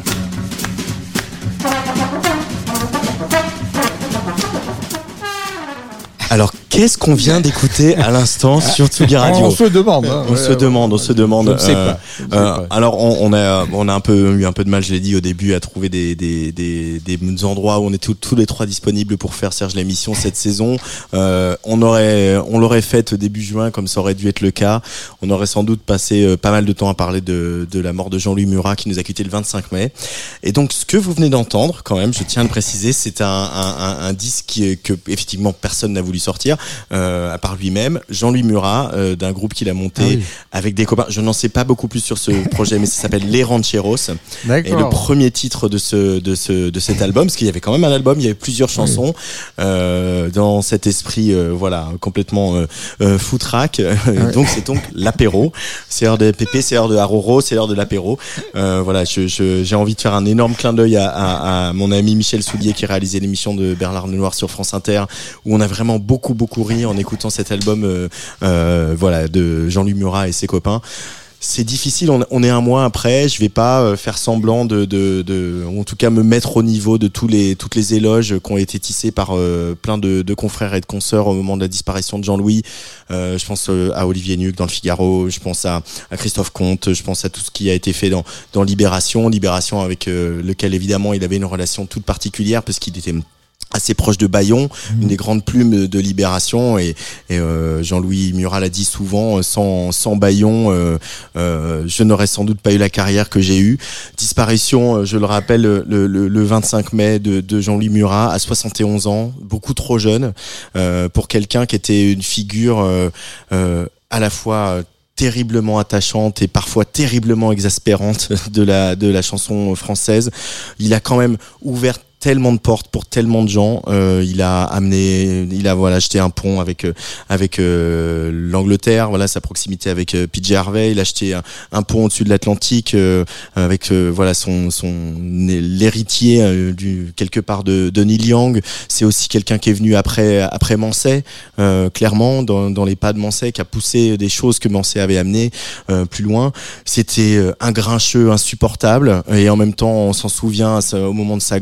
Alors, qu'est-ce qu'on vient d'écouter à l'instant sur Tsugi Radio ? On se demande. Hein, on ouais, se ouais, demande, on se demande. Je ne sais euh, pas. Je ne sais euh, pas. Alors, on, on a, on a un peu eu un peu de mal, je l'ai dit au début, à trouver des des des, des endroits où on est tous, tous les trois disponibles pour faire Serge l'émission cette saison. Euh, on aurait, on l'aurait faite début juin, comme ça aurait dû être le cas. On aurait sans doute passé euh, pas mal de temps à parler de de la mort de Jean-Louis Murat, qui nous a quitté le vingt-cinq mai. Et donc, ce que vous venez d'entendre, quand même, je tiens à le préciser, c'est un un, un, un disque qui, que effectivement personne n'a voulu sortir. Euh, à part lui-même, Jean-Louis Murat, euh, d'un groupe qu'il a monté ah oui. avec des copains. Je n'en sais pas beaucoup plus sur ce projet, mais ça s'appelle Les Rancheros. D'accord. Et le premier titre de ce de ce de cet album, parce qu'il y avait quand même un album, il y avait plusieurs chansons oui. euh, dans cet esprit, euh, voilà, complètement euh, euh, foutraque. Oui. Donc c'est donc l'apéro. C'est l'heure de pépé, c'est l'heure de Haroro, c'est l'heure de l'apéro. Euh, voilà, je, je j'ai envie de faire un énorme clin d'œil à, à, à mon ami Michel Soulier qui réalisait l'émission de Bernard Lenoir sur France Inter, où on a vraiment beaucoup beaucoup ri en écoutant cet album euh, euh, voilà, de Jean-Louis Murat et ses copains. C'est difficile, on, on est un mois après, je vais pas euh, faire semblant de, de, de, ou en tout cas me mettre au niveau de tous les, toutes les éloges qui ont été tissés par euh, plein de, de confrères et de consoeurs au moment de la disparition de Jean-Louis. Euh, je pense euh, à Olivier Nuc dans le Figaro, je pense à, à Christophe Comte, je pense à tout ce qui a été fait dans, dans Libération, Libération avec euh, lequel évidemment il avait une relation toute particulière parce qu'il était assez proche de Bayon, mmh. une des grandes plumes de Libération, et, et euh, Jean-Louis Murat l'a dit souvent, sans, sans Bayon, euh, euh, je n'aurais sans doute pas eu la carrière que j'ai eue. Disparition, je le rappelle, le, le, le vingt-cinq mai de, de Jean-Louis Murat, à soixante et onze ans, beaucoup trop jeune, euh, pour quelqu'un qui était une figure euh, euh, à la fois terriblement attachante et parfois terriblement exaspérante de la, de la chanson française. Il a quand même ouvert tellement de portes pour tellement de gens. Euh, il a amené, il a voilà jeté un pont avec euh, avec euh, l'Angleterre, voilà sa proximité avec euh, P J Harvey. Il a jeté un, un pont au-dessus de l'Atlantique euh, avec euh, voilà son son l'héritier euh, du quelque part de, de Neil Young. C'est aussi quelqu'un qui est venu après après Manset, euh, clairement dans dans les pas de Manset, qui a poussé des choses que Manset avait amenées euh, plus loin. C'était un grincheux insupportable et en même temps on s'en souvient au moment de sa gloire.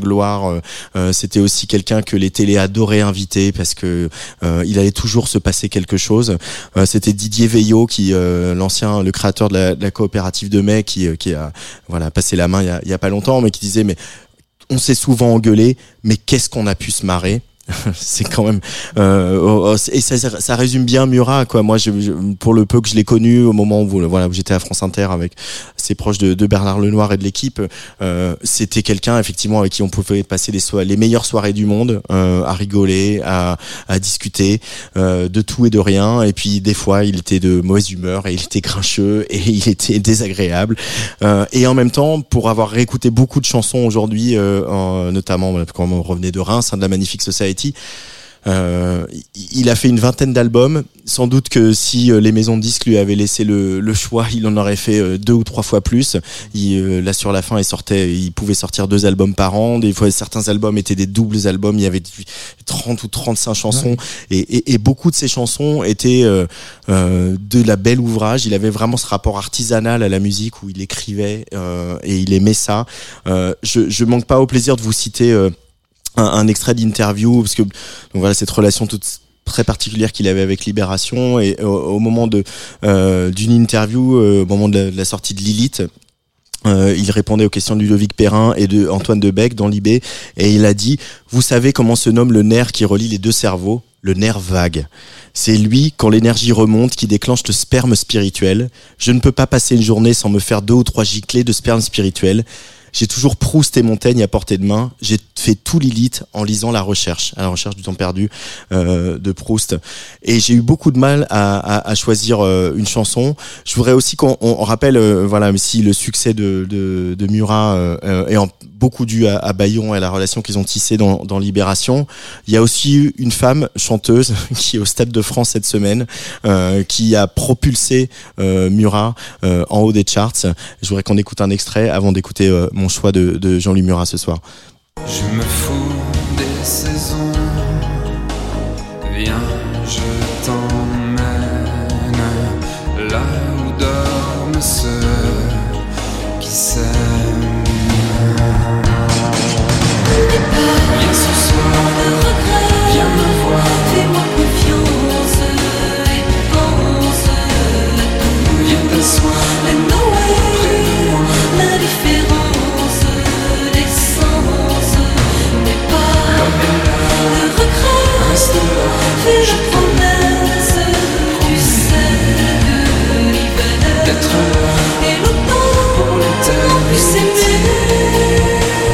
Euh, euh, c'était aussi quelqu'un que les télés adoraient inviter parce que euh, il allait toujours se passer quelque chose. Euh, c'était Didier Veillot, qui euh, l'ancien, le créateur de la, de la coopérative de mai, qui euh, qui a voilà passé la main il y a, il y a pas longtemps, mais qui disait mais on s'est souvent engueulé, mais qu'est-ce qu'on a pu se marrer. C'est quand même euh, oh, oh, et ça, ça résume bien Murat, quoi. Moi, je, je, pour le peu que je l'ai connu au moment où voilà où j'étais à France Inter avec assez proche de, de Bernard Lenoir et de l'équipe, euh, c'était quelqu'un effectivement avec qui on pouvait passer les soirées, les meilleures soirées du monde, euh, à rigoler, à, à discuter euh, de tout et de rien. Et puis des fois, il était de mauvaise humeur et il était grincheux et il était désagréable. Euh, et en même temps, pour avoir réécouté beaucoup de chansons aujourd'hui, euh, en, notamment quand on revenait de Reims, hein, de la Magnifique Society. Euh, il a fait une vingtaine d'albums. Sans doute que si euh, les maisons de disques lui avaient laissé le, le choix, il en aurait fait euh, deux ou trois fois plus. Il, euh, là sur la fin, il sortait, il pouvait sortir deux albums par an. Des fois, certains albums étaient des doubles albums. Il y avait trente ou trente-cinq chansons, ouais. et, et, et beaucoup de ces chansons étaient euh, euh, de la belle ouvrage. Il avait vraiment ce rapport artisanal à la musique où il écrivait euh, et il aimait ça. Euh, je, je manque pas au plaisir de vous citer. Euh, Un, un extrait d'interview, parce que donc voilà cette relation toute très particulière qu'il avait avec Libération, et au, au moment de euh, d'une interview, euh, au moment de la, de la sortie de Lilith, euh, il répondait aux questions de Ludovic Perrin et de Antoine Debec dans Libé, et il a dit: vous savez comment se nomme le nerf qui relie les deux cerveaux? Le nerf vague. C'est lui, quand l'énergie remonte, qui déclenche le sperme spirituel. Je ne peux pas passer une journée sans me faire deux ou trois giclées de sperme spirituel. J'ai toujours Proust et Montaigne à portée de main. J'ai fait tout Lilith en lisant La Recherche, à la recherche du temps perdu euh, de Proust. Et j'ai eu beaucoup de mal à, à, à choisir euh, une chanson. Je voudrais aussi qu'on on rappelle, euh, voilà, si le succès de, de, de Murat euh, est en beaucoup dû à, à Bayon et à la relation qu'ils ont tissée dans, dans Libération. Il y a aussi eu une femme chanteuse qui est au Stade de France cette semaine, euh, qui a propulsé euh, Murat euh, en haut des charts. Je voudrais qu'on écoute un extrait avant d'écouter euh, mon choix de, de Jean-Louis Murat ce soir. Je me fous des saisons, viens, je t'emmène là où dorment ceux qui s'aiment. Viens ce soir, viens me voir, fais-moi confiance et pense à tout. Viens t'asseoir, près de moi, l'indifférence des sens n'est pas de regret. Reste là, fais la promesse, tu sais de l'hiver, d'être là et longtemps pour l'éternité, non plus s'aimer.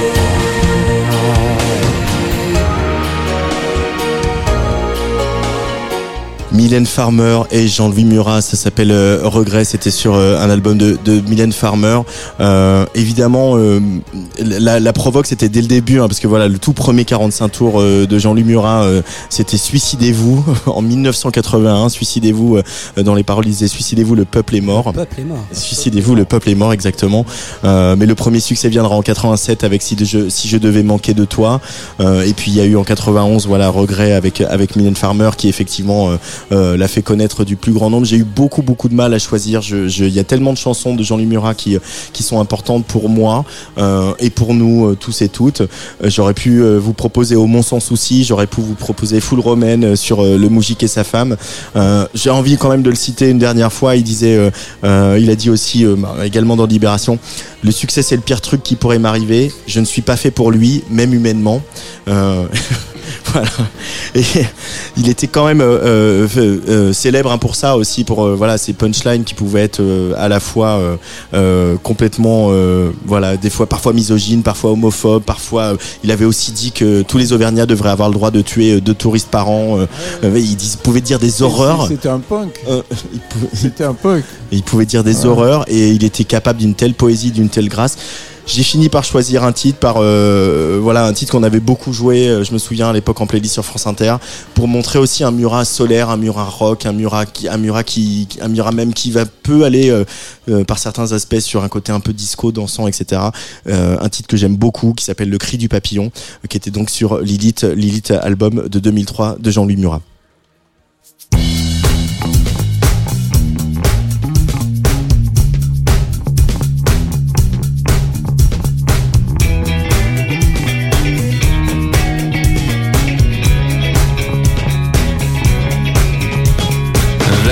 Mylène Farmer et Jean-Louis Murat, ça s'appelle euh, Regret, c'était sur euh, un album de, de Mylène Farmer. Euh, évidemment, euh, la, la provoque c'était dès le début, hein, parce que voilà, le tout premier quarante-cinq tours euh, de Jean-Louis Murat, euh, c'était Suicidez-vous en mille neuf cent quatre-vingt-un. Suicidez-vous, euh, dans les paroles il disait Suicidez-vous, le peuple est mort. Le peuple est mort. Suicidez-vous, le peuple est mort, exactement. Euh, mais le premier succès viendra en quatre-vingt-sept avec Si, de, je, si je devais manquer de toi. Euh, et puis il y a eu en quatre-vingt-onze, voilà, Regret avec avec Mylène Farmer qui effectivement euh, Euh, l'a fait connaître du plus grand nombre. J'ai eu beaucoup beaucoup de mal à choisir. Je, je, il y a tellement de chansons de Jean-Louis Murat qui qui sont importantes pour moi euh, et pour nous euh, tous et toutes. Euh, j'aurais pu euh, vous proposer Au Mont Sans Souci. J'aurais pu vous proposer Full Romaine sur euh, le Moujik et sa femme. Euh, j'ai envie quand même de le citer une dernière fois. Il disait, euh, euh, il a dit aussi euh, également dans Libération: le succès c'est le pire truc qui pourrait m'arriver. Je ne suis pas fait pour lui, même humainement. Euh, Voilà. Et il était quand même euh, euh, euh, célèbre hein, pour ça aussi, pour euh, voilà ces punchlines qui pouvaient être euh, à la fois euh, euh, complètement euh, voilà, des fois parfois misogynes, parfois homophobes, parfois euh, il avait aussi dit que tous les Auvergnats devraient avoir le droit de tuer euh, deux touristes par an. Euh, euh, il, dis, il pouvait dire des horreurs. C'était un punk. Euh, il pouvait, C'était un punk. Il pouvait dire des ouais. horreurs et il était capable d'une telle poésie, d'une telle grâce. J'ai fini par choisir un titre par euh, voilà un titre qu'on avait beaucoup joué, je me souviens à l'époque en playlist sur France Inter, pour montrer aussi un Murat solaire, un Murat rock, un Murat qui, un Murat qui, un Murat même qui va peut aller euh, euh, par certains aspects sur un côté un peu disco, dansant, et cetera. Euh, un titre que j'aime beaucoup qui s'appelle Le Cri du Papillon, euh, qui était donc sur Lilith, Lilith album de deux mille trois de Jean-Louis Murat.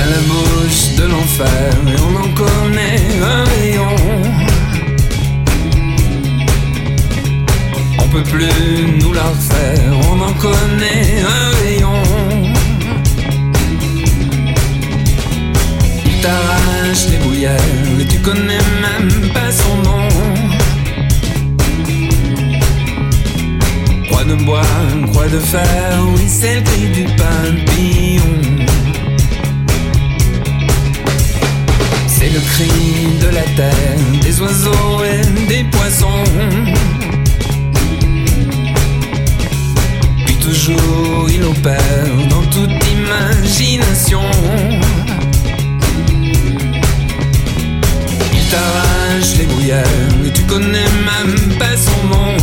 à la bouche de l'enfer et on en connaît un rayon. On peut plus nous la refaire, on en connaît un rayon. Il t'arrache les bruyères et tu connais même pas son nom. Croix de bois, croix de fer, oui c'est le cri du papillon. C'est le cri de la terre, des oiseaux et des poissons. Puis toujours il opère dans toute imagination. Il t'arrache les bruyères et tu connais même pas son nom.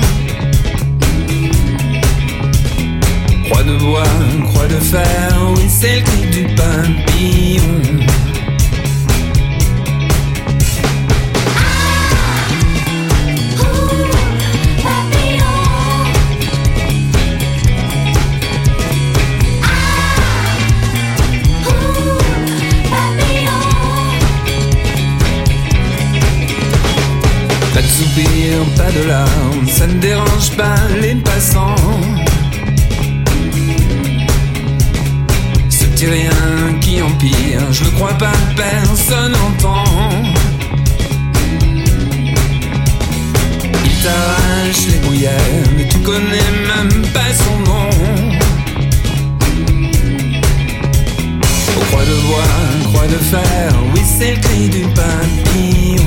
Croix de bois, croix de fer, oui c'est le cri du papillon. Pas de soupir, pas de larmes, ça ne dérange pas les passants. Ce petit rien qui empire, je ne crois pas que personne entend. Il t'arrache les bruyères, mais tu connais même pas son nom. Aux croix de bois, croix de fer, oui c'est le cri du papillon.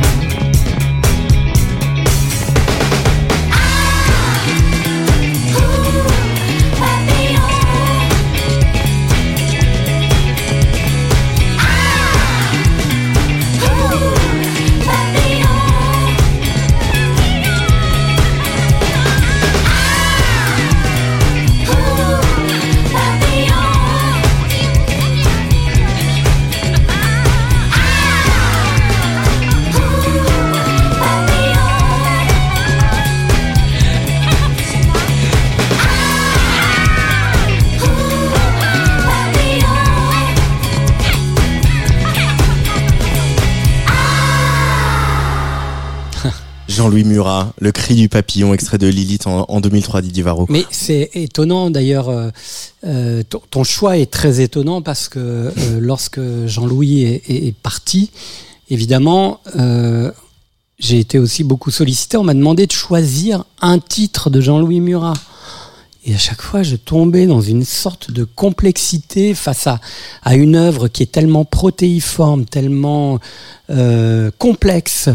Jean-Louis Murat, le cri du papillon, extrait de Lilith en, en deux mille trois, Didier Varro. Mais c'est étonnant d'ailleurs, euh, euh, ton, ton choix est très étonnant parce que euh, lorsque Jean-Louis est, est, est parti, évidemment, euh, j'ai été aussi beaucoup sollicité. On m'a demandé de choisir un titre de Jean-Louis Murat. Et à chaque fois, je tombais dans une sorte de complexité face à, à une œuvre qui est tellement protéiforme, tellement euh, complexe,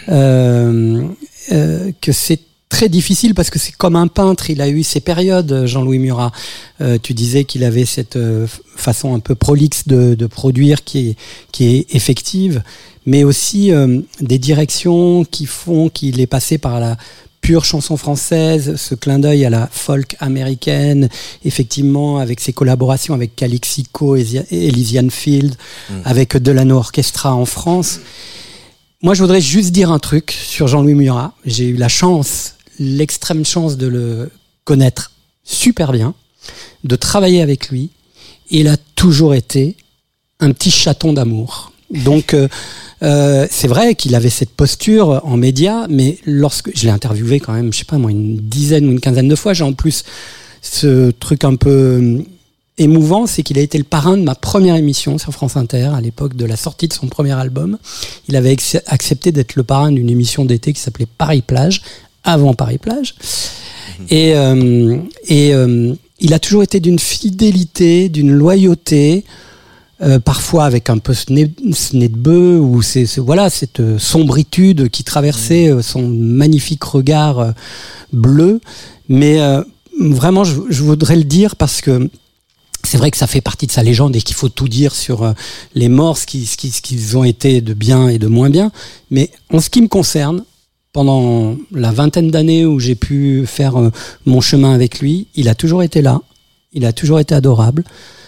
euh, euh, que c'est très difficile parce que c'est comme un peintre. Il a eu ses périodes, Jean-Louis Murat. Euh, tu disais qu'il avait cette euh, façon un peu prolixe de, de produire qui est, qui est effective, mais aussi euh, des directions qui font qu'il est passé par la pure chanson française, ce clin d'œil à la folk américaine, effectivement, avec ses collaborations avec Calixico et Elysian Field, mmh. avec Delano Orchestra en France. Moi, je voudrais juste dire un truc sur Jean-Louis Murat. J'ai eu la chance, l'extrême chance de le connaître super bien, de travailler avec lui. Et il a toujours été un petit chaton d'amour. Donc, euh, euh, c'est vrai qu'il avait cette posture en médias, mais lorsque je l'ai interviewé quand même, je sais pas moi, une dizaine ou une quinzaine de fois, j'ai en plus ce truc un peu émouvant, c'est qu'il a été le parrain de ma première émission sur France Inter à l'époque de la sortie de son premier album. Il avait ex- accepté d'être le parrain d'une émission d'été qui s'appelait Paris Plage, avant Paris Plage, mmh. et euh, et euh, il a toujours été d'une fidélité, d'une loyauté. Euh, parfois avec un peu ce nez, ce nez de bœuf ou c'est, c'est voilà cette euh, sombritude qui traversait euh, son magnifique regard euh, bleu, mais euh, vraiment je, je voudrais le dire parce que c'est vrai que ça fait partie de sa légende et qu'il faut tout dire sur euh, les morts, ce, qui, ce, qui, ce qu'ils ont été de bien et de moins bien, mais en ce qui me concerne, pendant la vingtaine d'années où j'ai pu faire euh, mon chemin avec lui, il a toujours été là, il a toujours été adorable.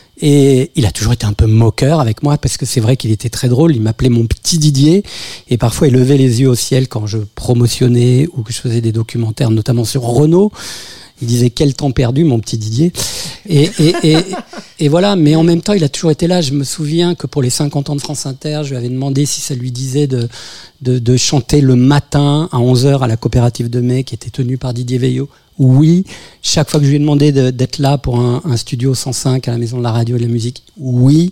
Et il a toujours été un peu moqueur avec moi parce que c'est vrai qu'il était très drôle. Il m'appelait mon petit Didier et parfois il levait les yeux au ciel quand je promotionnais ou que je faisais des documentaires, notamment sur Renault. il disait quel temps perdu, mon petit Didier. Et, et, et, et voilà, mais en même temps, il a toujours été là. Je me souviens que pour les cinquante ans de France Inter, je lui avais demandé si ça lui disait de, de, de chanter le matin à onze heures à la coopérative de mai qui était tenue par Didier Veillot. Oui. Chaque fois que je lui ai demandé de, d'être là pour un, un studio cent cinq à la Maison de la Radio et de la Musique, oui.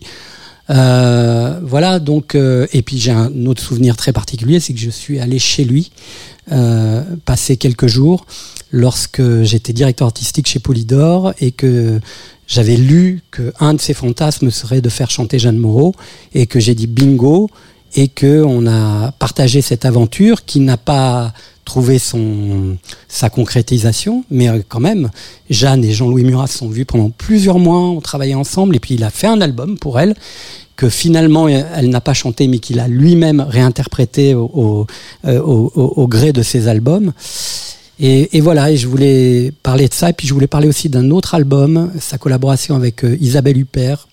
Euh, voilà, donc, euh, et puis j'ai un autre souvenir très particulier, c'est que je suis allé chez lui, euh, passer quelques jours, lorsque j'étais directeur artistique chez Polydor et que j'avais lu que un de ses fantasmes serait de faire chanter Jeanne Moreau, et que j'ai dit bingo, et que on a partagé cette aventure qui n'a pas trouvé son sa concrétisation, mais quand même Jeanne et Jean-Louis Murat se sont vus pendant plusieurs mois, on travaillait ensemble, et puis il a fait un album pour elle que finalement elle n'a pas chanté, mais qu'il a lui-même réinterprété au, au, au, au, au gré de ses albums. Et, et voilà, et je voulais parler de ça, et puis je voulais parler aussi d'un autre album, sa collaboration avec euh, Isabelle Huppert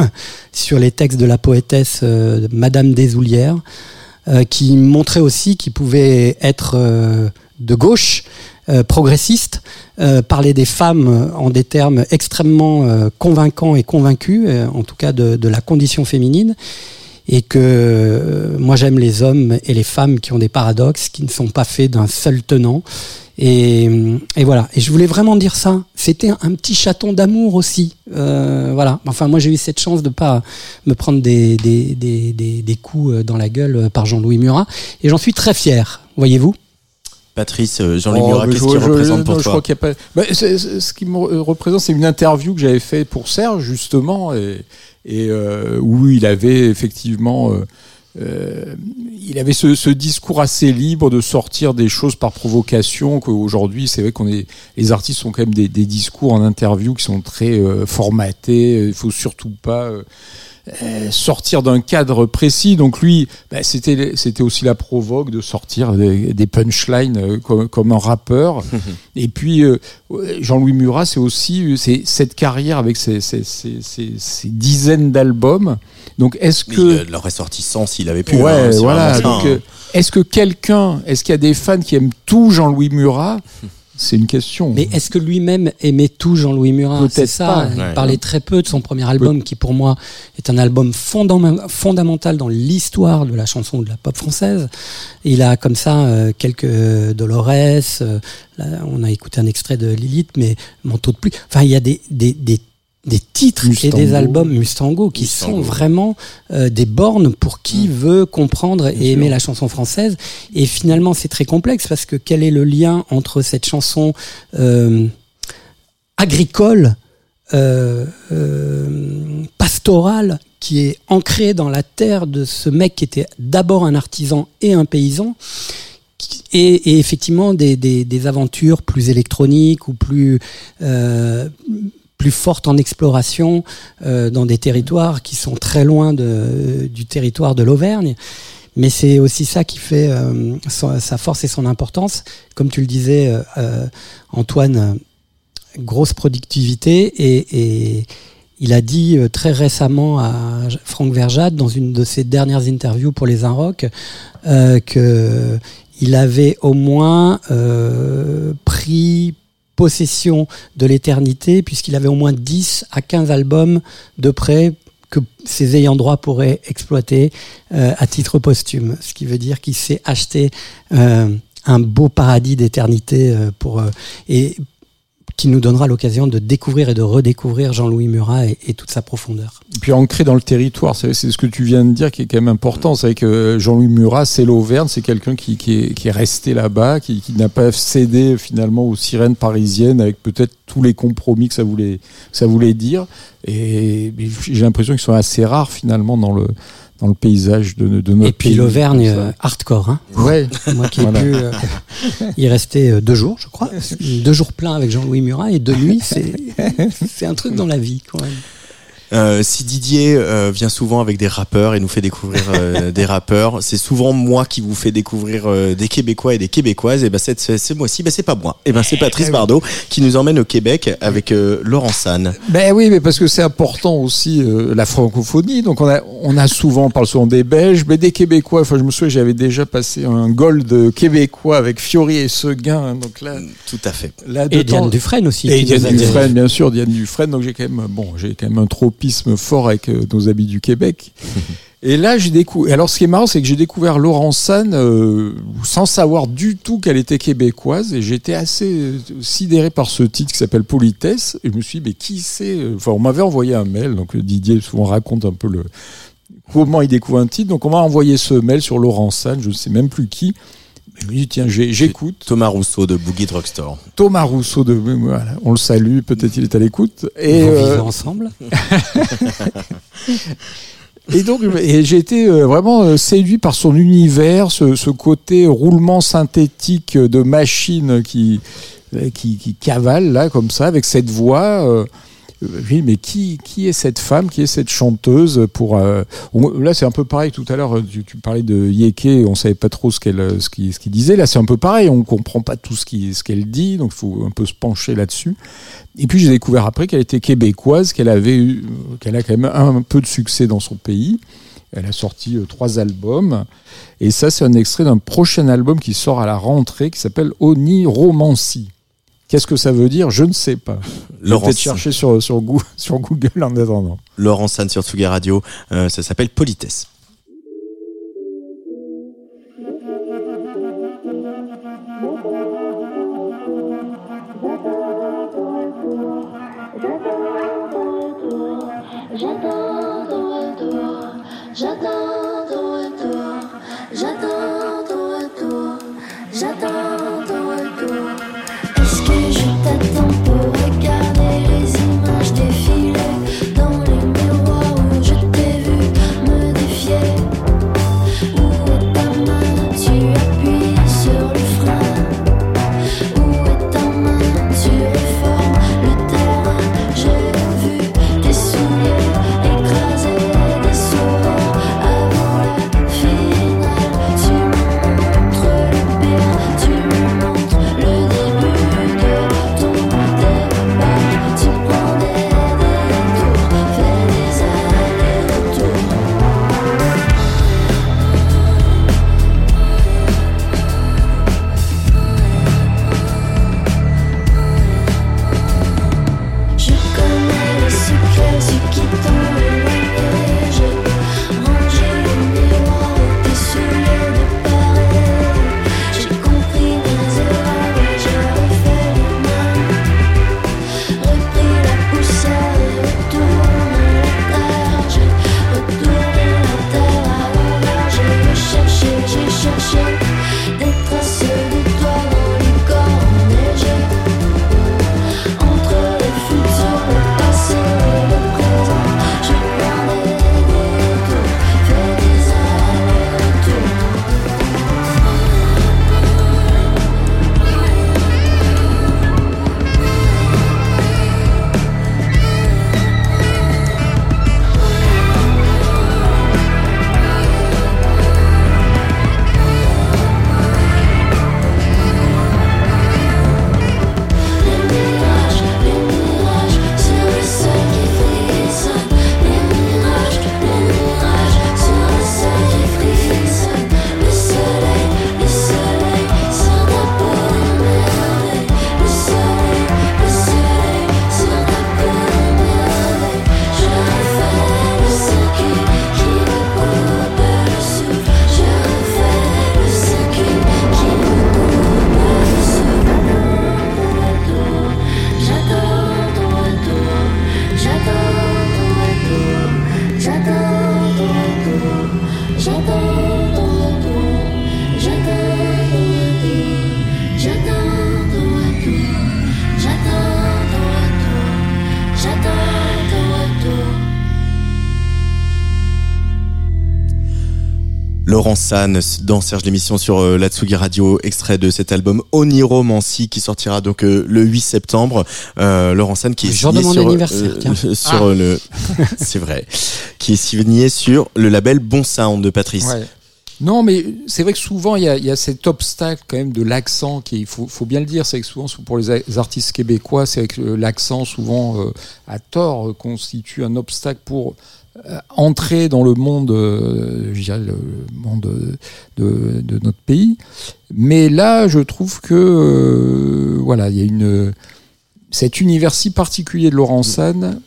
sur les textes de la poétesse euh, Madame Desoulières, euh, qui montrait aussi qu'il pouvait être euh, de gauche, euh, progressiste, euh, parler des femmes en des termes extrêmement euh, convaincants et convaincus, euh, en tout cas de, de la condition féminine. Et que euh, moi j'aime les hommes et les femmes qui ont des paradoxes, qui ne sont pas faits d'un seul tenant. Et, et voilà. Et je voulais vraiment dire ça. C'était un, un petit chaton d'amour aussi. Euh, voilà. Enfin, moi j'ai eu cette chance de pas me prendre des des des des, des coups dans la gueule par Jean-Louis Murat. Et j'en suis très fier. Voyez-vous. Patrice, Jean-Louis oh, Murat, qu'est-ce qu'il représente pour non, toi? Je crois qu'il y a pas. Bah, c'est, c'est, ce qui me représente, c'est une interview que j'avais faite pour Serge justement, et, et euh, où il avait effectivement, euh, euh, il avait ce, ce discours assez libre de sortir des choses par provocation. Qu'aujourd'hui, c'est vrai qu'on est, les artistes ont quand même des, des discours en interview qui sont très euh, formatés. Il faut surtout pas euh, Euh, sortir d'un cadre précis. Donc lui, bah, c'était c'était aussi la provoque de sortir des, des punchlines euh, comme, comme un rappeur. Et puis euh, Jean-Louis Murat, c'est aussi c'est cette carrière avec ses, ses, ses, ses, ses dizaines d'albums. Donc est-ce Mais que il l'aurait sorti cent s'il avait pu. ouais, hein, voilà. Ça, Donc hein. euh, est-ce que quelqu'un, est-ce qu'il y a des fans qui aiment tout Jean-Louis Murat? C'est une question. Mais est-ce que lui-même aimait tout Jean-Louis Murat? Peut-être C'est ça. pas. Il Ouais. parlait très peu de son premier album, qui pour moi est un album fondam- fondamental dans l'histoire de la chanson ou de la pop française. Il a comme ça euh, quelques euh, Dolores. Euh, là, on a écouté un extrait de Lilith, mais Manteau de pluie. Enfin, il y a des des des des titres Mustango. et des albums Mustango qui Mustango. sont vraiment euh, des bornes pour qui mmh. veut comprendre et Bien aimer sûr. la chanson française. Et finalement, c'est très complexe parce que quel est le lien entre cette chanson euh, agricole, euh, euh, pastorale, qui est ancrée dans la terre de ce mec qui était d'abord un artisan et un paysan, et, et effectivement des, des, des aventures plus électroniques ou plus euh, plus forte en exploration euh, dans des territoires qui sont très loin de, du territoire de l'Auvergne. Mais c'est aussi ça qui fait euh, sa, sa force et son importance. Comme tu le disais, euh, euh, Antoine, euh, grosse productivité. Et, et il a dit euh, très récemment à Franck Verjade, dans une de ses dernières interviews pour les Inrock, euh, que il avait au moins euh, pris possession de l'éternité, puisqu'il avait au moins dix à quinze albums de près que ses ayants droit pourraient exploiter euh, à titre posthume. Ce qui veut dire qu'il s'est acheté euh, un beau paradis d'éternité euh, pour euh, et qui nous donnera l'occasion de découvrir et de redécouvrir Jean-Louis Murat et, et toute sa profondeur. Et puis ancré dans le territoire, c'est, c'est ce que tu viens de dire qui est quand même important. C'est vrai que Jean-Louis Murat, c'est l'Auvergne, c'est quelqu'un qui, qui, est, qui est resté là-bas, qui, qui n'a pas cédé finalement aux sirènes parisiennes avec peut-être tous les compromis que ça voulait, que ça voulait dire. Et j'ai l'impression qu'ils sont assez rares finalement dans le dans le paysage de, de notre Et puis pays, l'Auvergne euh, hardcore, hein. Ouais. Moi qui ai Voilà. pu euh, y rester euh, deux jours, je crois. Deux jours pleins avec Jean-Louis Murat et deux nuits, c'est, c'est un truc dans la vie quand même. Euh, si Didier euh, vient souvent avec des rappeurs et nous fait découvrir euh, des rappeurs, c'est souvent moi qui vous fais découvrir euh, des Québécois et des Québécoises. Et ben cette, ce mois-ci, ben c'est pas moi. Et ben c'est Patrice Bardot qui nous emmène au Québec avec euh, Laurent San. Ben oui, mais parce que c'est important aussi euh, la francophonie. Donc on a, on a souvent, on parle souvent des Belges, mais des Québécois. Enfin, je me souviens, j'avais déjà passé un gold québécois avec Fiori et Seguin. Donc là, tout à fait. Là, et Diane Dufresne aussi. Et Diane Dufresne, bien sûr, Diane Dufresne. Donc j'ai quand même, bon, j'ai quand même un tropisme fort avec euh, nos amis du Québec. Et là, j'ai découvert. Alors, ce qui est marrant, c'est que j'ai découvert Laurent San euh, sans savoir du tout qu'elle était québécoise, et j'étais assez euh, sidéré par ce titre qui s'appelle Politesse. Et je me suis dit, mais qui c'est ? Enfin, on m'avait envoyé un mail. Donc, Didier souvent raconte un peu le comment il découvre un titre. Donc, on m'a envoyé ce mail sur Laurent San. Je ne sais même plus qui. Je me dis, tiens, j'écoute. Thomas Rousseau de Boogie Drugstore. Thomas Rousseau de, voilà, on le salue, peut-être il est à l'écoute. Et vous euh... vivez ensemble. Et donc, et j'ai été vraiment séduit par son univers, ce, ce côté roulement synthétique de machine qui, qui, qui cavale là comme ça, avec cette voix. Euh, Oui, mais qui, qui est cette femme, qui est cette chanteuse pour euh, on, là c'est un peu pareil. Tout à l'heure tu, tu parlais de Yéké, on savait pas trop ce qu'elle, ce qu'il, ce qu'il disait. Là c'est un peu pareil, on comprend pas tout ce qui, ce qu'elle dit, donc il faut un peu se pencher là-dessus. Et puis j'ai découvert après qu'elle était québécoise, qu'elle avait eu, qu'elle a quand même un, un peu de succès dans son pays. Elle a sorti euh, trois albums, et ça c'est un extrait d'un prochain album qui sort à la rentrée qui s'appelle Oniromancie. Qu'est-ce que ça veut dire ? Je ne sais pas. Laurent peut-être chercher sur, sur, Google, sur Google en attendant. Laurent San sur Tsugi Radio, euh, ça s'appelle Politesse. J'attends ton retour, j'attends ton retour, j'attends ton retour, j'attends ton retour. Est-ce que je t'attends pour regarder les images défiler dans les miroirs où je t'ai vu me défier? Où est ta main? Tu appuies sur le frein. Où est ta main? Tu réformes le terrain. J'ai vu tes souliers écraser des sourires avant Laurent San dans Serge l'émission sur euh, la Tsugi Radio, extrait de cet album Oniromancy qui sortira donc euh, le huit septembre. Euh, Laurent San qui est jour signé de mon sur, anniversaire, tiens. euh, sur ah. le c'est vrai, qui est signé sur le label Bon Sound de Patrice. Ouais. Non, mais c'est vrai que souvent il y a, il y a cet obstacle quand même de l'accent qui, il faut, faut bien le dire, c'est que souvent pour les artistes québécois, c'est que l'accent souvent euh, à tort constitue un obstacle pour euh, entrer dans le monde, euh, je dirais le monde de, de notre pays. Mais là, je trouve que euh, voilà, il y a une cet univers si particulier de Laurent San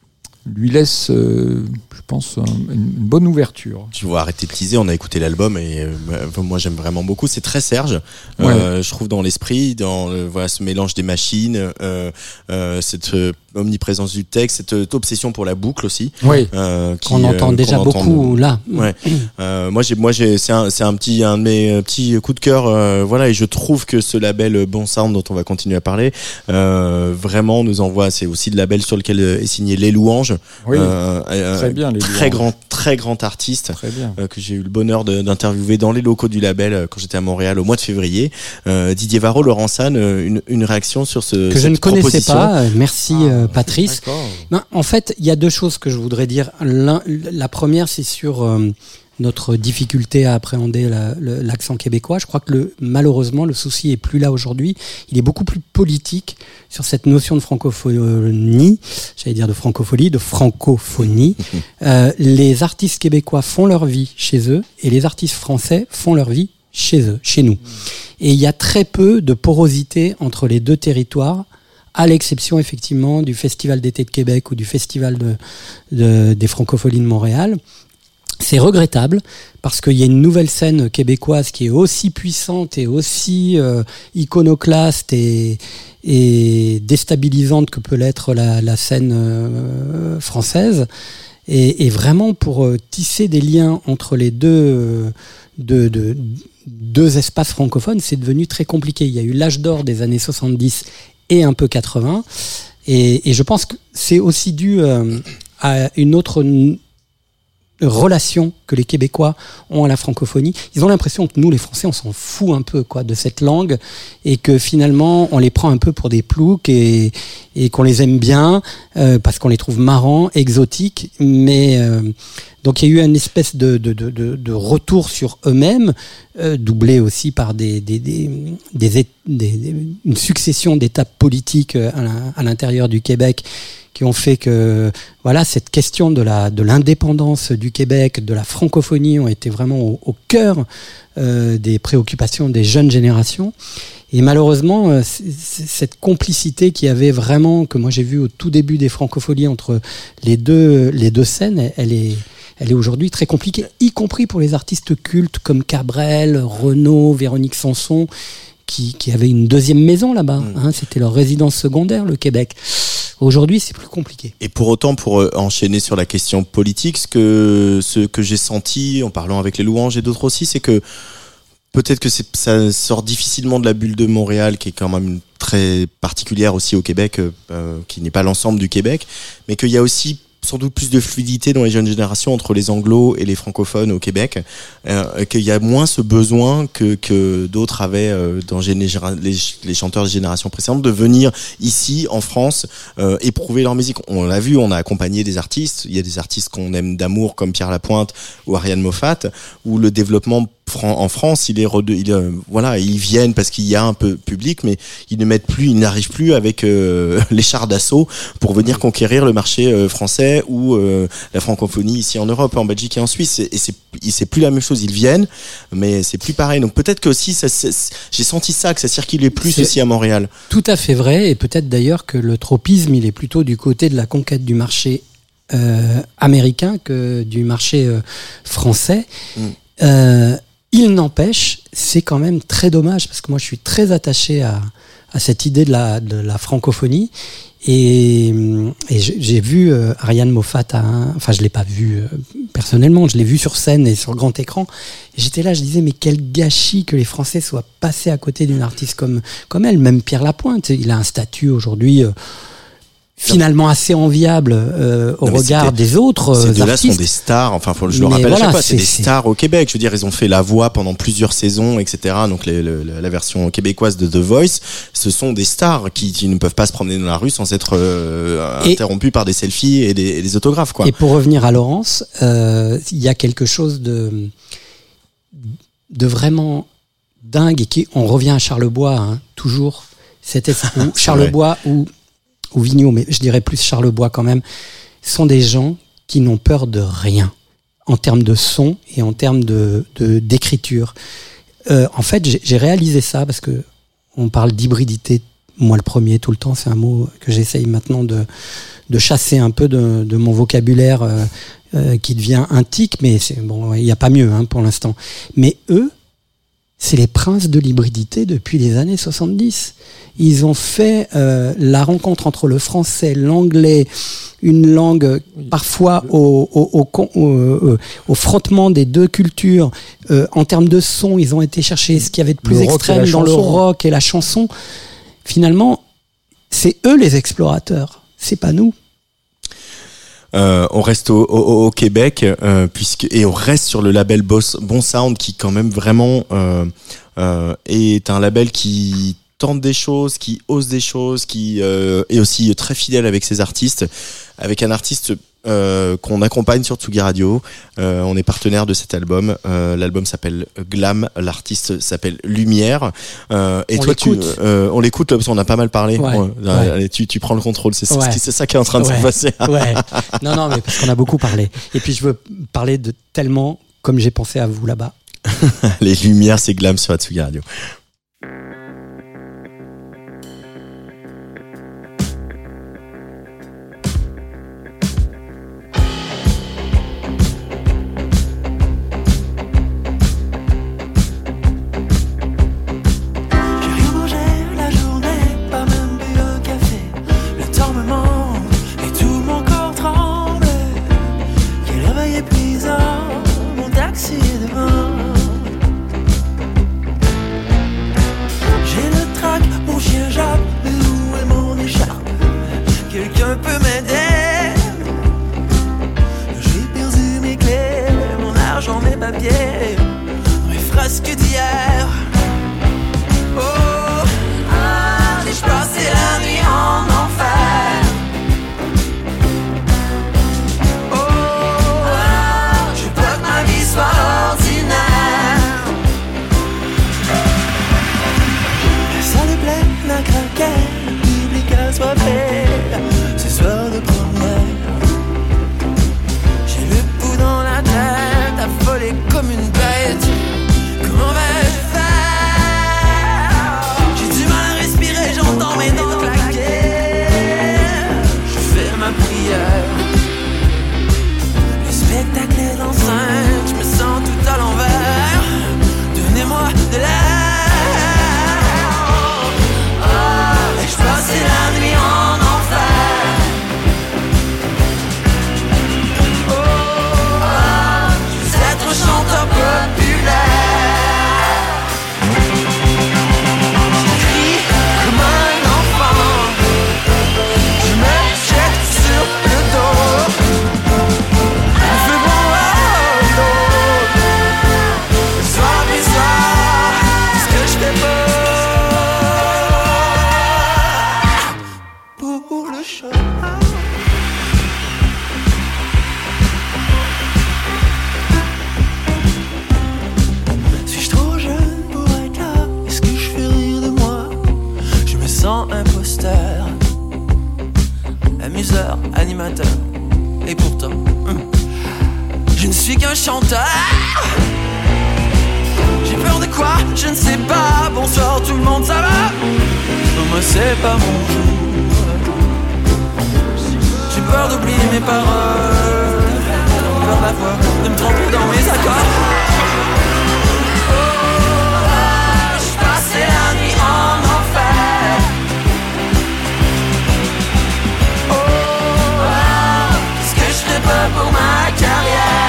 lui laisse, euh, je pense, un, une, une bonne ouverture. Tu vois, arrêter de teaser, on a écouté l'album et euh, moi j'aime vraiment beaucoup. C'est très Serge, ouais. euh, je trouve, dans l'esprit, dans euh, voilà, ce mélange des machines, euh, euh, cette euh, omniprésence du texte, cette euh, obsession pour la boucle aussi. Oui. Euh, qui, qu'on entend euh, déjà qu'on entend beaucoup de... là. Ouais. euh, moi j'ai, moi j'ai, c'est un, c'est un petit, un de mes petits coups de cœur. Euh, voilà, et je trouve que ce label Bon Sound dont on va continuer à parler, euh, vraiment nous envoie. C'est aussi le label sur lequel est signé Les Louanges. Oui, euh, très bien, les très grand, très grand artiste euh, que j'ai eu le bonheur de, d'interviewer dans les locaux du label euh, quand j'étais à Montréal au mois de février. Euh, Didier Varro, Laurent San, euh, une, une réaction sur ce que je ne connaissais pas. Merci ah, euh, Patrice. Ben, en fait, il y a deux choses que je voudrais dire. L'un, la première, c'est sur euh, notre difficulté à appréhender la, le, l'accent québécois. Je crois que le, malheureusement, le souci est plus là aujourd'hui. Il est beaucoup plus politique sur cette notion de francophonie, j'allais dire de francophonie, de francophonie. Euh, les artistes québécois font leur vie chez eux et les artistes français font leur vie chez eux, chez nous. Et il y a très peu de porosité entre les deux territoires, à l'exception effectivement du Festival d'été de Québec ou du Festival de, de, des Francopholies de Montréal. C'est regrettable parce qu'il y a une nouvelle scène québécoise qui est aussi puissante et aussi euh, iconoclaste et, et déstabilisante que peut l'être la, la scène euh, française. Et, et vraiment pour euh, tisser des liens entre les deux, euh, deux, deux, deux espaces francophones, c'est devenu très compliqué. Il y a eu l'âge d'or des années soixante-dix et un peu quatre-vingts. Et, et je pense que c'est aussi dû euh, à une autre n- relation que les Québécois ont à la francophonie. Ils ont l'impression que nous, les Français, on s'en fout un peu quoi de cette langue et que finalement, on les prend un peu pour des ploucs et, et qu'on les aime bien euh, parce qu'on les trouve marrants, exotiques. Mais euh, donc, il y a eu une espèce de, de, de, de, de retour sur eux-mêmes, euh, doublé aussi par des, des, des, des, des, des, une succession d'étapes politiques à l'intérieur du Québec qui ont fait que voilà cette question de la de l'indépendance du Québec, de la francophonie ont été vraiment au, au cœur euh, des préoccupations des jeunes générations. Et malheureusement, euh, c- c- cette complicité qu'il y avait vraiment, que moi j'ai vu au tout début des francopholies entre les deux les deux scènes, elle est elle est aujourd'hui très compliquée, y compris pour les artistes cultes comme Cabrel, Renaud, Véronique Sanson, qui qui avaient une deuxième maison là-bas. Mmh. Hein, c'était leur résidence secondaire, le Québec. Aujourd'hui, c'est plus compliqué. Et pour autant, pour euh, enchaîner sur la question politique, ce que, ce que j'ai senti en parlant avec les Louanges et d'autres aussi, c'est que peut-être que c'est, ça sort difficilement de la bulle de Montréal, qui est quand même très particulière aussi au Québec, euh, qui n'est pas l'ensemble du Québec, mais qu'il y a aussi sans doute plus de fluidité dans les jeunes générations entre les anglos et les francophones au Québec, euh, qu'il y a moins ce besoin que, que d'autres avaient euh, dans les, les chanteurs des générations précédentes de venir ici en France euh, éprouver leur musique. On l'a vu, on a accompagné des artistes, il y a des artistes qu'on aime d'amour comme Pierre Lapointe ou Ariane Moffat, où le développement en France, il est, il, euh, voilà, ils viennent parce qu'il y a un peu public, mais ils ne mettent plus, ils n'arrivent plus avec euh, les chars d'assaut pour venir conquérir le marché euh, français ou euh, la francophonie ici en Europe, en Belgique et en Suisse. Et c'est, c'est plus la même chose. Ils viennent, mais c'est plus pareil. Donc peut-être que aussi, ça, j'ai senti ça, que ça circulait plus c'est aussi à Montréal. Tout à fait vrai, et peut-être d'ailleurs que le tropisme, il est plutôt du côté de la conquête du marché euh, américain que du marché euh, français. Mm. Euh, Il n'empêche, c'est quand même très dommage parce que moi je suis très attaché à, à cette idée de la, de la francophonie et, et j'ai vu euh, Ariane Moffat, à un, enfin je l'ai pas vu euh, personnellement, je l'ai vu sur scène et sur grand écran. Et j'étais là, je disais mais quel gâchis que les Français soient passés à côté d'une artiste comme comme elle, même Pierre Lapointe, il a un statut aujourd'hui. Euh, finalement assez enviable euh, au Non, mais regard c'était- des autres Ces euh, deux-là artistes. sont des stars. Enfin, faut, je le Mais rappelle à voilà, chaque fois, c'est c'est- des c'est- stars au Québec. Je veux dire, ils ont fait la voix pendant plusieurs saisons, et cetera. Donc, les, le- la version québécoise de The Voice, ce sont des stars qui, qui ne peuvent pas se promener dans la rue sans être euh, Et- interrompus par des selfies et des, et des autographes, quoi. Et pour revenir à Laurence, euh, il y a quelque chose de, de vraiment dingue et qui, on revient à Charlebois, hein, toujours. C'était ou Charlebois ou, ou Vigneault, mais je dirais plus Charlebois quand même, sont des gens qui n'ont peur de rien en termes de son et en termes de, de d'écriture. Euh, en fait, j'ai, j'ai réalisé ça parce que on parle d'hybridité, moi le premier tout le temps, c'est un mot que j'essaye maintenant de de chasser un peu de, de mon vocabulaire euh, euh, qui devient un tic, mais c'est bon, il n'y a pas mieux hein, pour l'instant. Mais eux, c'est les princes de l'hybridité depuis les années soixante-dix. Ils ont fait euh, la rencontre entre le français, l'anglais, une langue parfois au, au, au, au, au, au frottement des deux cultures. Euh, en termes de son, ils ont été chercher ce qu'il y avait de plus Le rock et extrême la dans le chanson. rock et la chanson. Finalement, c'est eux les explorateurs, c'est pas nous. Euh, on reste au, au, au Québec euh, puisque et on reste sur le label Boss, Bon Sound qui quand même vraiment euh, euh, est un label qui tente des choses, qui ose des choses, qui euh, est aussi très fidèle avec ses artistes, avec un artiste euh, qu'on accompagne sur Tsugi Radio. Euh, on est partenaire de cet album. Euh, l'album s'appelle Glam, l'artiste s'appelle Lumière. Euh, et On toi, tu, l'écoute. euh, on l'écoute là, parce qu'on a pas mal parlé. Ouais, Ouais, ouais. allez, tu, tu prends le contrôle. C'est, Ouais. c'est, c'est ça qui est en train de Ouais, se passer. ouais. Non, non, mais parce qu'on a beaucoup parlé. Et puis je veux parler de tellement comme j'ai pensé à vous là-bas. Les Lumières, c'est Glam sur Atsugi Radio. J'ai rien mangé la journée, pas même bu un café. Le temps me manque et tout mon corps tremble. Quel réveil épuisant, mon taxi est devant. J'ai le trac, mon chien jappe, mais où est mon écharpe? Quelqu'un peut m'aider? J'ai perdu mes clés, mon argent, mes papiers, mes frasques d'hier. Oh, ah, j'ai passé la nuit en enfer. Oh, ah, je veux pas que ma vie soit ordinaire. Ça lui plaît, la craquette, le public a soifé. Ce soir de première, j'ai le pouls dans la tête, affolé comme une bête. Comment vais-je faire? J'ai du mal à respirer, j'entends mes dents claquer. Je fais ma prière. Le spectacle est enceinte, je me sens tout à l'envers. Donnez-moi de l'air. Oh, et je passais la nuit en enfer. Oh, oh, je veux être un chanteur populaire. J'écris comme un enfant, je me jette sur le dos. Il fait bon à l'eau, soir et soir, ce que je fais pas pour le show. Suis-je trop jeune pour être là? Est-ce que je fais rire de moi? Je me sens imposteur, amuseur, animateur. Et pourtant, hum, je ne suis qu'un chanteur. J'ai peur de quoi? Je ne sais pas. Bonsoir tout le monde, ça va? Non, moi c'est pas mon jour. J'ai peur d'oublier mes paroles, peur d'avoir, de me tromper dans mes accords. Oh, je passais la nuit en enfer. Oh, qu'est-ce que je ferais pas pour ma carrière?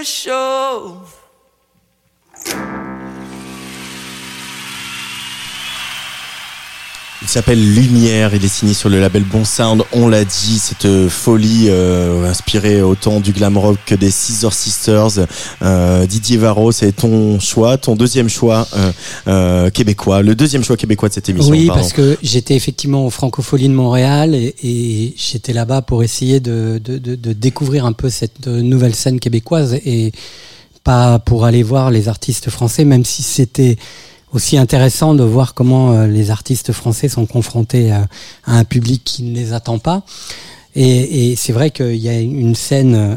le show. Il s'appelle Lumière, il est signé sur le label Bon Sound, on l'a dit, cette folie euh, inspirée autant du glam rock que des Scissor Sisters. Euh, Didier Varro, c'est ton choix, ton deuxième choix euh, euh, québécois, le deuxième choix québécois de cette émission. Oui, pardon. Parce que j'étais effectivement aux Francopholies de Montréal et, et j'étais là-bas pour essayer de, de, de, de découvrir un peu cette nouvelle scène québécoise et pas pour aller voir les artistes français, même si c'était aussi intéressant de voir comment euh, les artistes français sont confrontés à, à un public qui ne les attend pas. Et, et c'est vrai qu'il y a une scène euh,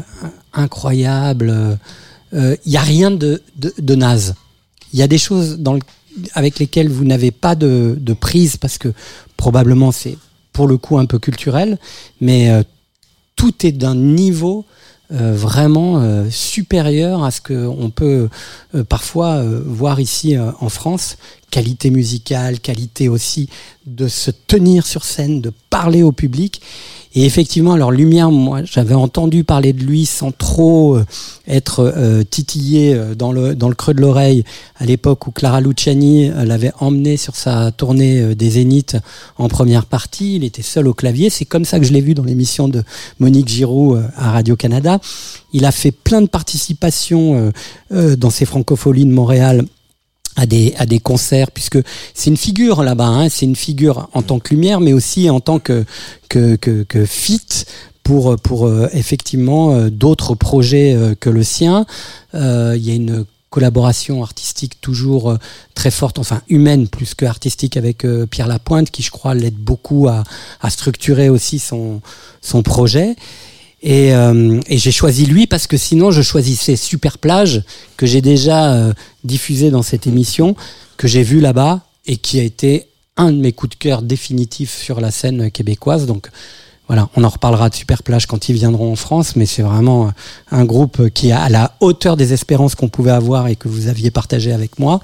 incroyable. Il euh, y a rien de, de, de naze. Il y a des choses dans le, avec lesquelles vous n'avez pas de, de prise parce que probablement c'est pour le coup un peu culturel, mais euh, tout est d'un niveau Euh, vraiment euh, supérieur à ce que on peut euh, parfois euh, voir ici euh, en France. Qualité musicale, qualité aussi de se tenir sur scène, de parler au public. Et effectivement, alors Lumière, moi j'avais entendu parler de lui sans trop euh, être euh, titillé euh, dans le dans le creux de l'oreille à l'époque où Clara Luciani euh, l'avait emmené sur sa tournée euh, des Zéniths en première partie. Il était seul au clavier. C'est comme ça que je l'ai vu dans l'émission de Monique Giroux euh, à Radio-Canada. Il a fait plein de participations euh, euh, dans ces Francopholies de Montréal à des à des concerts, puisque c'est une figure là-bas, hein, c'est une figure en tant que Lumière, mais aussi en tant que que que, que fit pour pour euh, effectivement euh, d'autres projets euh, que le sien. Euh, il y a une collaboration artistique toujours euh, très forte, enfin humaine plus que artistique, avec euh, Pierre Lapointe, qui je crois l'aide beaucoup à à structurer aussi son son projet. Et, euh, et j'ai choisi lui parce que sinon je choisissais Super Plage, que j'ai déjà euh, diffusé dans cette émission, que j'ai vu là-bas et qui a été un de mes coups de cœur définitifs sur la scène québécoise. Donc voilà, on en reparlera de Super Plage quand ils viendront en France, mais c'est vraiment un groupe qui est à la hauteur des espérances qu'on pouvait avoir et que vous aviez partagé avec moi.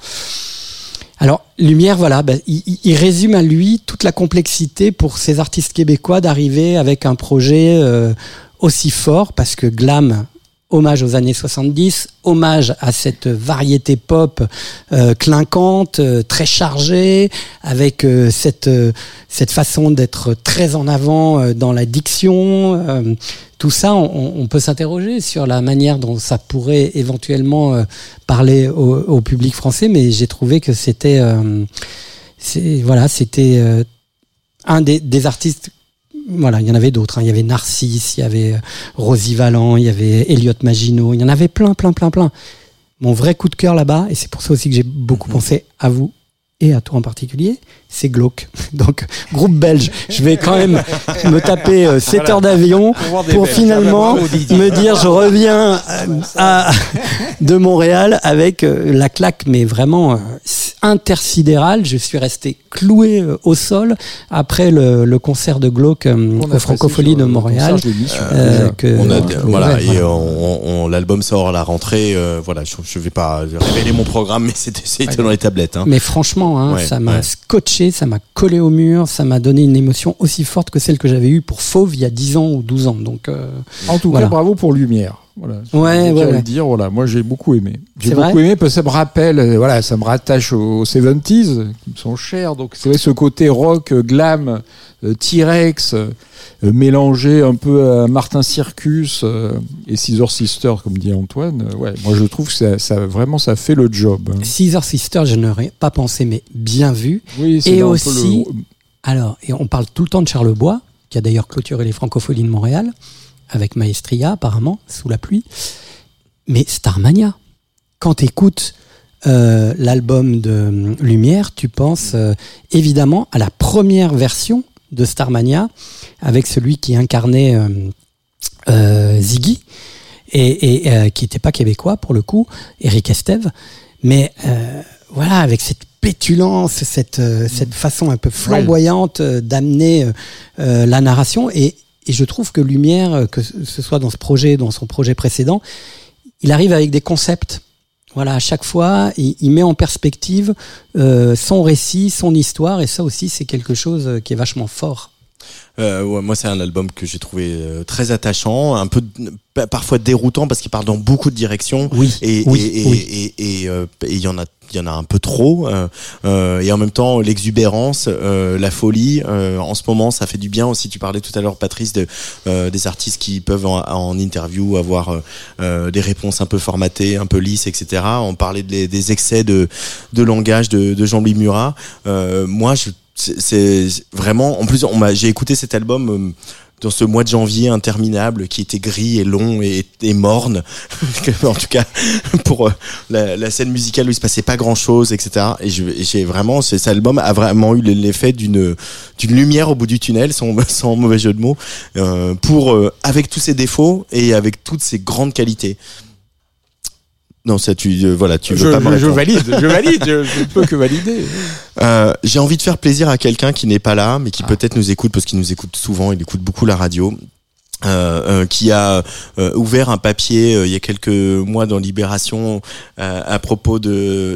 Alors, Lumière, voilà, ben, il, il résume à lui toute la complexité pour ces artistes québécois d'arriver avec un projet euh, aussi fort, parce que glam, hommage aux années soixante-dix, hommage à cette variété pop euh, clinquante, euh, très chargée, avec euh, cette euh, cette façon d'être très en avant euh, dans la diction. Euh, tout ça, on, on peut s'interroger sur la manière dont ça pourrait éventuellement euh, parler au, au public français, mais j'ai trouvé que c'était euh, c'est, voilà, c'était euh, un des, des artistes. Voilà, il y en avait d'autres, hein. Il y avait Narcisse, il y avait Rosie Valland, il y avait Elliot Maginot, il y en avait plein, plein, plein, plein. Mon vrai coup de cœur là-bas, et c'est pour ça aussi que j'ai beaucoup mmh. pensé à vous et à toi en particulier, c'est Glauque. Donc, groupe belge. Je vais quand même me taper euh, sept heures d'avion pour finalement me dire je reviens à, à, de Montréal avec euh, la claque, mais vraiment euh, intersidérale. Je suis resté cloué euh, au sol après le, le concert de Glauque euh, aux Francopholies de Montréal. Euh, que, on a, que, voilà, ouais, et voilà. On, on, l'album sort à la rentrée. Euh, voilà, je, je vais pas révéler mon programme, mais c'était, c'était ouais. dans les tablettes. Hein. Mais franchement, hein, ouais, ça m'a ouais. scotché, ça m'a collé au mur, ça m'a donné une émotion aussi forte que celle que j'avais eue pour Fauve il y a dix ans ou douze ans. Donc, euh, en tout voilà. cas, bravo pour Lumière. Voilà, ouais, ouais, ouais. dire, voilà, moi j'ai beaucoup aimé. J'ai c'est beaucoup vrai aimé parce que ça me rappelle, voilà, ça me rattache aux soixante-dix qui me sont chers. Donc c'est vrai ce côté rock, glam, euh, T-Rex, euh, mélangé un peu à Martin Circus euh, et Scissor Sisters, comme dit Antoine. Euh, ouais, moi je trouve que ça, ça vraiment ça fait le job. Hein. Scissor Sisters, je n'aurais pas pensé, mais bien vu. Oui, c'est et aussi, le... alors, et on parle tout le temps de Charlebois, qui a d'ailleurs clôturé les Francopholies de Montréal. Avec Maestria, apparemment, sous la pluie. Mais Starmania, quand tu écoutes euh, l'album de Lumière, tu penses euh, évidemment à la première version de Starmania, avec celui qui incarnait euh, euh, Ziggy, et, et euh, qui n'était pas québécois pour le coup, Eric Estève. Mais euh, voilà, avec cette pétulance, cette, euh, cette façon un peu flamboyante euh, d'amener euh, la narration. Et Et je trouve que Lumière, que ce soit dans ce projet, dans son projet précédent, il arrive avec des concepts. Voilà, à chaque fois, il, il met en perspective euh, son récit, son histoire, et ça aussi, c'est quelque chose qui est vachement fort. Euh, ouais, moi, c'est un album que j'ai trouvé euh, très attachant, un peu d- parfois déroutant parce qu'il part dans beaucoup de directions. Oui. Et oui, et oui. et et euh, et il y en a il y en a un peu trop. Euh, euh, et en même temps, l'exubérance, euh, la folie. Euh, en ce moment, ça fait du bien aussi. Tu parlais tout à l'heure, Patrice, de euh, des artistes qui peuvent en, en interview avoir euh, des réponses un peu formatées, un peu lisses, et cetera. On parlait des, des excès de de langage de, de Jean-Louis Murat. Euh, moi, je C'est, c'est vraiment. En plus, on m'a, j'ai écouté cet album euh, dans ce mois de janvier interminable qui était gris et long et, et morne. En tout cas, pour euh, la, la scène musicale où il se passait pas grand-chose, et cetera. Et, je, et j'ai vraiment, cet album a vraiment eu l'effet d'une d'une lumière au bout du tunnel, sans, sans mauvais jeu de mots, euh, pour euh, avec tous ses défauts et avec toutes ses grandes qualités. Non, ça, tu, euh, voilà, tu veux je, pas me je, je répondre. valide, je valide, je, je ne peux que valider. Euh, j'ai envie de faire plaisir à quelqu'un qui n'est pas là, mais qui Ah. peut-être nous écoute parce qu'il nous écoute souvent, il écoute beaucoup la radio. Euh, euh, qui a euh, ouvert un papier euh, il y a quelques mois dans Libération euh, à propos de,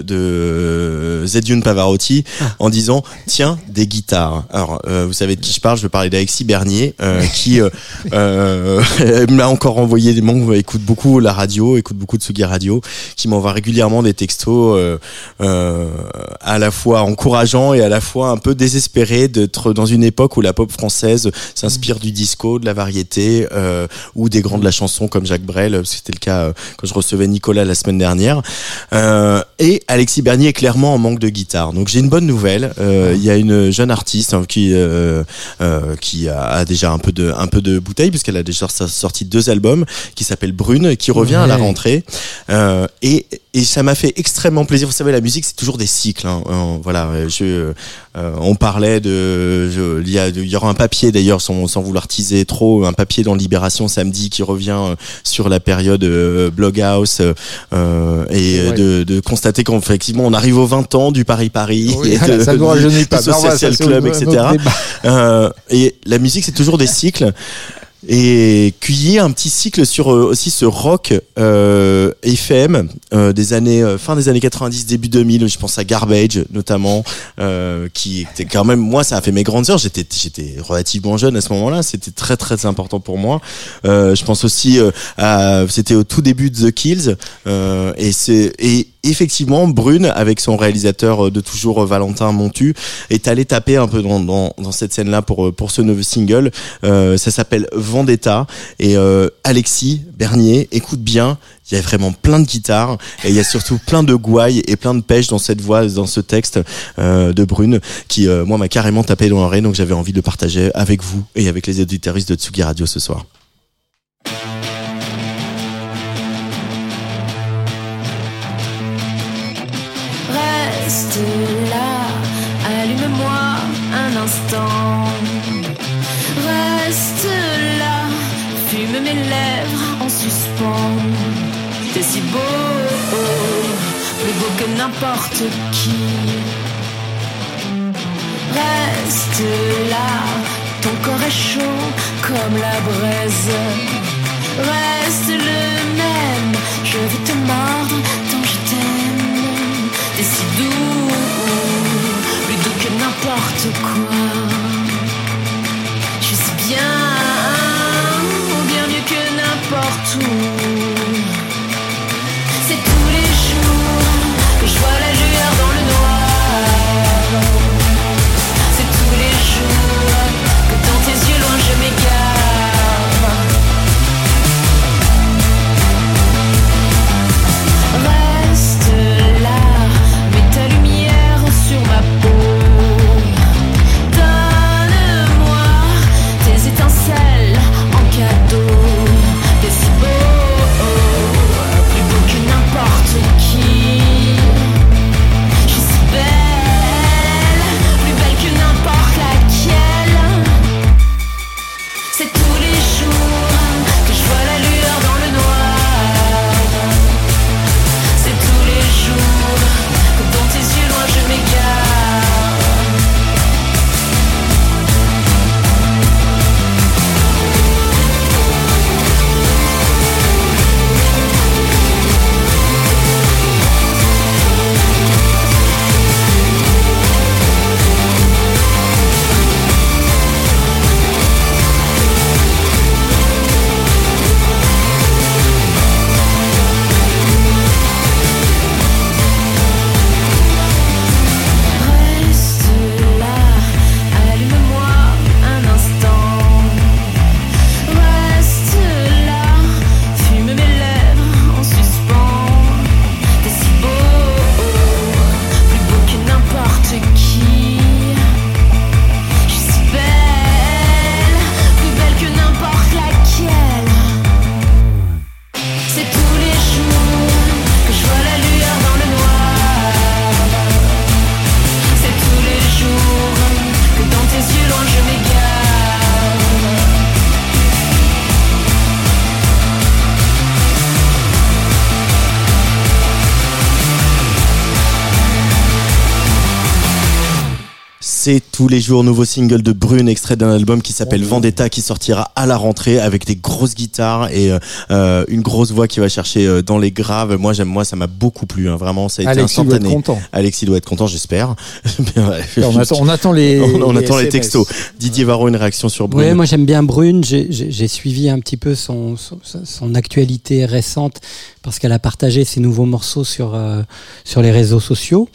de Zedioun Pavarotti Ah. en disant tiens des guitares. Alors euh, vous savez de qui je parle, je veux parler d'Alexis Bernier euh, qui euh, euh, m'a encore envoyé des mots, écoute beaucoup la radio, écoute beaucoup de Tsugi Radio, qui m'envoie régulièrement des textos euh, euh, à la fois encourageants et à la fois un peu désespérés d'être dans une époque où la pop française s'inspire du disco, de la variété Euh, ou des grands de la chanson comme Jacques Brel, c'était le cas euh, quand je recevais Nicolas la semaine dernière. Euh, et Alexis Bernier est clairement en manque de guitare. Donc j'ai une bonne nouvelle. Euh, il y a une jeune artiste hein, qui euh, euh, qui a, a déjà un peu de un peu de bouteille puisqu'elle a déjà sorti deux albums, qui s'appelle Brune, qui revient ouais. à la rentrée. Euh, et et ça m'a fait extrêmement plaisir. Vous savez, la musique c'est toujours des cycles. Hein. Euh, voilà, je euh, on parlait de je, il y a il y aura un papier d'ailleurs sans sans vouloir teaser trop, un papier dans Libération samedi qui revient sur la période euh, Bloghouse euh, et ouais. de, de constater qu'effectivement on arrive aux vingt ans du Paris-Paris oui, et de, ça nous rajeunit pas. du Social ça, Club, et cetera. Euh, et la musique c'est toujours des cycles. Et qu'il y ait un petit cycle sur euh, aussi ce rock euh, F M euh, des années euh, fin des années quatre-vingt-dix début deux mille, je pense à Garbage notamment euh, qui était quand même, moi ça a fait mes grandes heures, j'étais j'étais relativement jeune à ce moment-là, c'était très très important pour moi. Euh, je pense aussi euh, à c'était au tout début de The Kills euh, et c'est et effectivement, Brune, avec son réalisateur de toujours, Valentin Montu, est allé taper un peu dans, dans, dans cette scène-là pour, pour ce nouveau single. Euh, ça s'appelle Vendetta. Et euh, Alexis Bernier, écoute bien, il y a vraiment plein de guitares et il y a surtout plein de gouailles et plein de pêche dans cette voix, dans ce texte euh, de Brune, qui, euh, moi, m'a carrément tapé dans l'oreille. Donc j'avais envie de le partager avec vous et avec les auditeuristes de Tsugi Radio ce soir. Reste là, allume-moi un instant. Reste là, fume mes lèvres en suspens. T'es si beau, plus beau que n'importe qui. Reste là, ton corps est chaud comme la braise. Reste le même, je veux te mordre tant je t'aime. T'es si doux, plus doux que n'importe quoi. Je suis si bien, ou bien mieux que n'importe où. C'est tous les jours que je vois la lueur dans le noir. C'est tous les jours que dans tes yeux loin je m'égare. Reste là, mets ta lumière sur ma peau. C'est tous les jours, nouveau single de Brune, extrait d'un album qui s'appelle Vendetta, qui sortira à la rentrée avec des grosses guitares et euh, une grosse voix qui va chercher euh, dans les graves. Moi, j'aime, moi, ça m'a beaucoup plu, hein, vraiment, ça a été Alexis instantané. doit être content. Alexis doit être content, j'espère. on, attend, on attend les, on, on les attend S M S. les textos. Didier Varro, une réaction sur Brune? Oui, moi j'aime bien Brune. J'ai, j'ai, j'ai suivi un petit peu son, son, son actualité récente parce qu'elle a partagé ses nouveaux morceaux sur euh, sur les réseaux sociaux.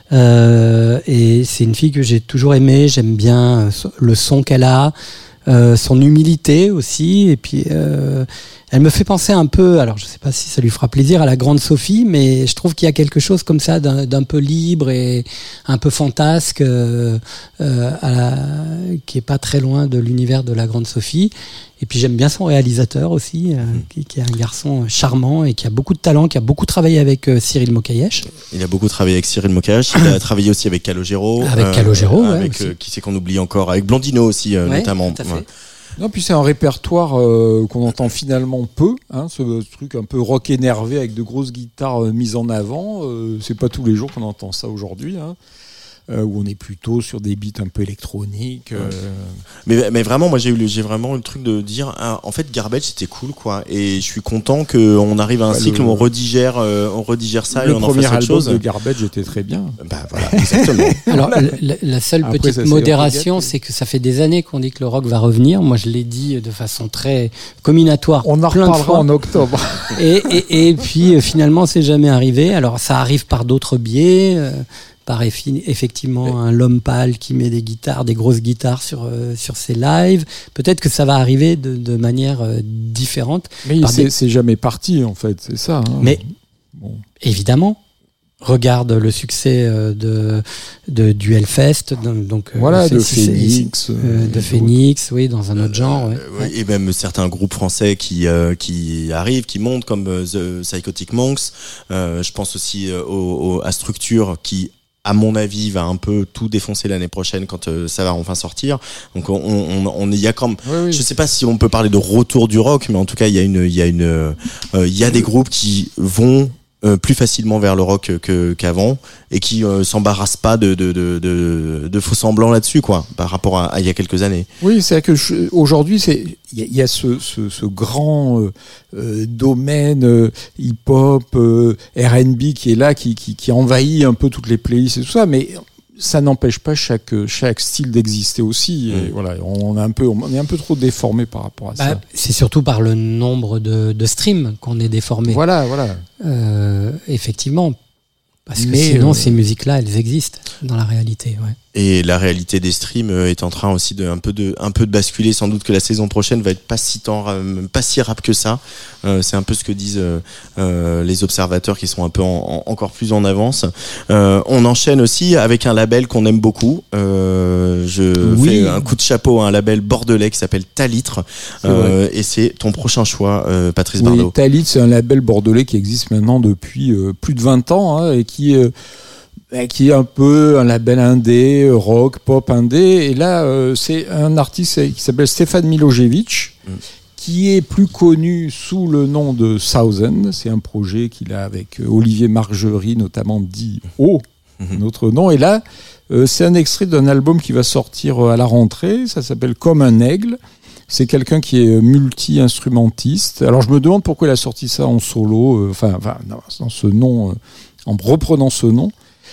Euh, et c'est une fille que j'ai toujours aimée. J'aime bien le son qu'elle a, euh, son humilité aussi. Et puis euh, elle me fait penser un peu, alors je sais pas si ça lui fera plaisir, à la grande Sophie, mais je trouve qu'il y a quelque chose comme ça d'un, d'un peu libre et un peu fantasque, euh, euh, à la, qui est pas très loin de l'univers de la grande Sophie. Et puis j'aime bien son réalisateur aussi, euh, qui, qui est un garçon charmant et qui a beaucoup de talent, qui a beaucoup travaillé avec euh, Cyril Mokayesh. Il a beaucoup travaillé avec Cyril Mokayesh, il a travaillé aussi avec Calogero. Avec euh, Calogero, ouais, avec euh, qui c'est qu'on oublie encore, avec Blondino aussi, euh, ouais, notamment. tout à fait. Ouais. Non, puis c'est un répertoire euh, qu'on entend finalement peu, hein, ce, ce truc un peu rock énervé avec de grosses guitares euh, mises en avant. Euh, c'est pas tous les jours qu'on entend ça aujourd'hui, hein, euh, où on est plutôt sur des beats un peu électroniques. Euh... Mais, mais vraiment, moi j'ai eu, le, j'ai vraiment eu le truc de dire, ah, en fait, Garbage c'était cool, quoi. Et je suis content qu'on arrive à un Bah, cycle le, où on redigère, euh, on redigère ça le et on en premier fasse autre album chose. de Garbage était très bien. Bah voilà, exactement. Alors la, la seule Après, petite ça, c'est modération, gâté. c'est que ça fait des années qu'on dit que le rock va revenir. Moi, je l'ai dit de façon très comminatoire. On en plein de reparlera fois. en octobre. Et, et, et puis euh, finalement, c'est jamais arrivé. Alors ça arrive par d'autres biais. Euh, par effi- effectivement un L'Homme Pâle qui met des guitares, des grosses guitares sur euh, sur ses lives. Peut-être que ça va arriver de, de manière euh, différente. Mais Par c'est, des- c'est jamais parti, en fait, c'est ça. Hein. Mais Bon. évidemment, regarde le succès euh, de, de du Hellfest, donc euh, Voilà, c'est- de c'est- Phoenix. euh, euh, de Phoenix, oui, dans un autre genre. Ouais. Euh, ouais, et même certains groupes français qui euh, qui arrivent, qui montent comme euh, The Psychotic Monks. Euh, je pense aussi euh, au, au, à Structure qui, à mon avis, va un peu tout défoncer l'année prochaine quand euh, ça va enfin sortir. Donc on on on il y a comme Oui, oui. je sais pas si on peut parler de retour du rock, mais en tout cas il y a une il y a une euh, il y a des groupes qui vont euh, plus facilement vers le rock que qu'avant et qui euh, s'embarrassent pas de de de de, de faux semblants là-dessus, quoi, par rapport à, à il y a quelques années. Oui, c'est que je, aujourd'hui, c'est il y, a- il y a ce, ce, ce grand euh, euh, domaine euh, hip-hop, euh, R and B qui est là, qui, qui, qui envahit un peu toutes les playlists et tout ça, mais ça n'empêche pas chaque chaque style d'exister aussi. Et Mm. voilà, on est un peu on est un peu trop déformé par rapport à Bah, ça. c'est surtout par le nombre de, de streams qu'on est déformé. Voilà, voilà. Euh, effectivement. Parce que Mais, sinon, euh, ces musiques-là, elles existent dans la réalité. Ouais. Et la réalité des streams euh, est en train aussi de un peu de un peu de basculer. Sans doute que la saison prochaine va être pas si tant euh, pas si rap que ça. Euh, c'est un peu ce que disent euh, euh, les observateurs qui sont un peu en, en- encore plus en avance. Euh, on enchaîne aussi avec un label qu'on aime beaucoup. Euh, je Oui. fais un coup de chapeau à un label bordelais qui s'appelle Talitre. C'est Euh, et c'est ton prochain choix, euh, Patrice Oui, Bardot. Talit, c'est un label bordelais qui existe maintenant depuis euh, plus de vingt ans, hein, et qui euh, bah, qui est un peu un label indé, euh, rock, pop indé. Et là, euh, c'est un artiste qui s'appelle Stefan Milojevic, Mm. qui est plus connu sous le nom de Thousand. C'est un projet qu'il a avec euh, Olivier Margerie, notamment dit O, Mhm. notre nom. Et là, euh, c'est un extrait d'un album qui va sortir euh, à la rentrée. Ça s'appelle Comme un aigle. C'est quelqu'un qui est multi-instrumentiste. Alors je me demande pourquoi il a sorti ça en solo, euh, enfin, enfin non, dans ce nom, euh, en reprenant ce nom.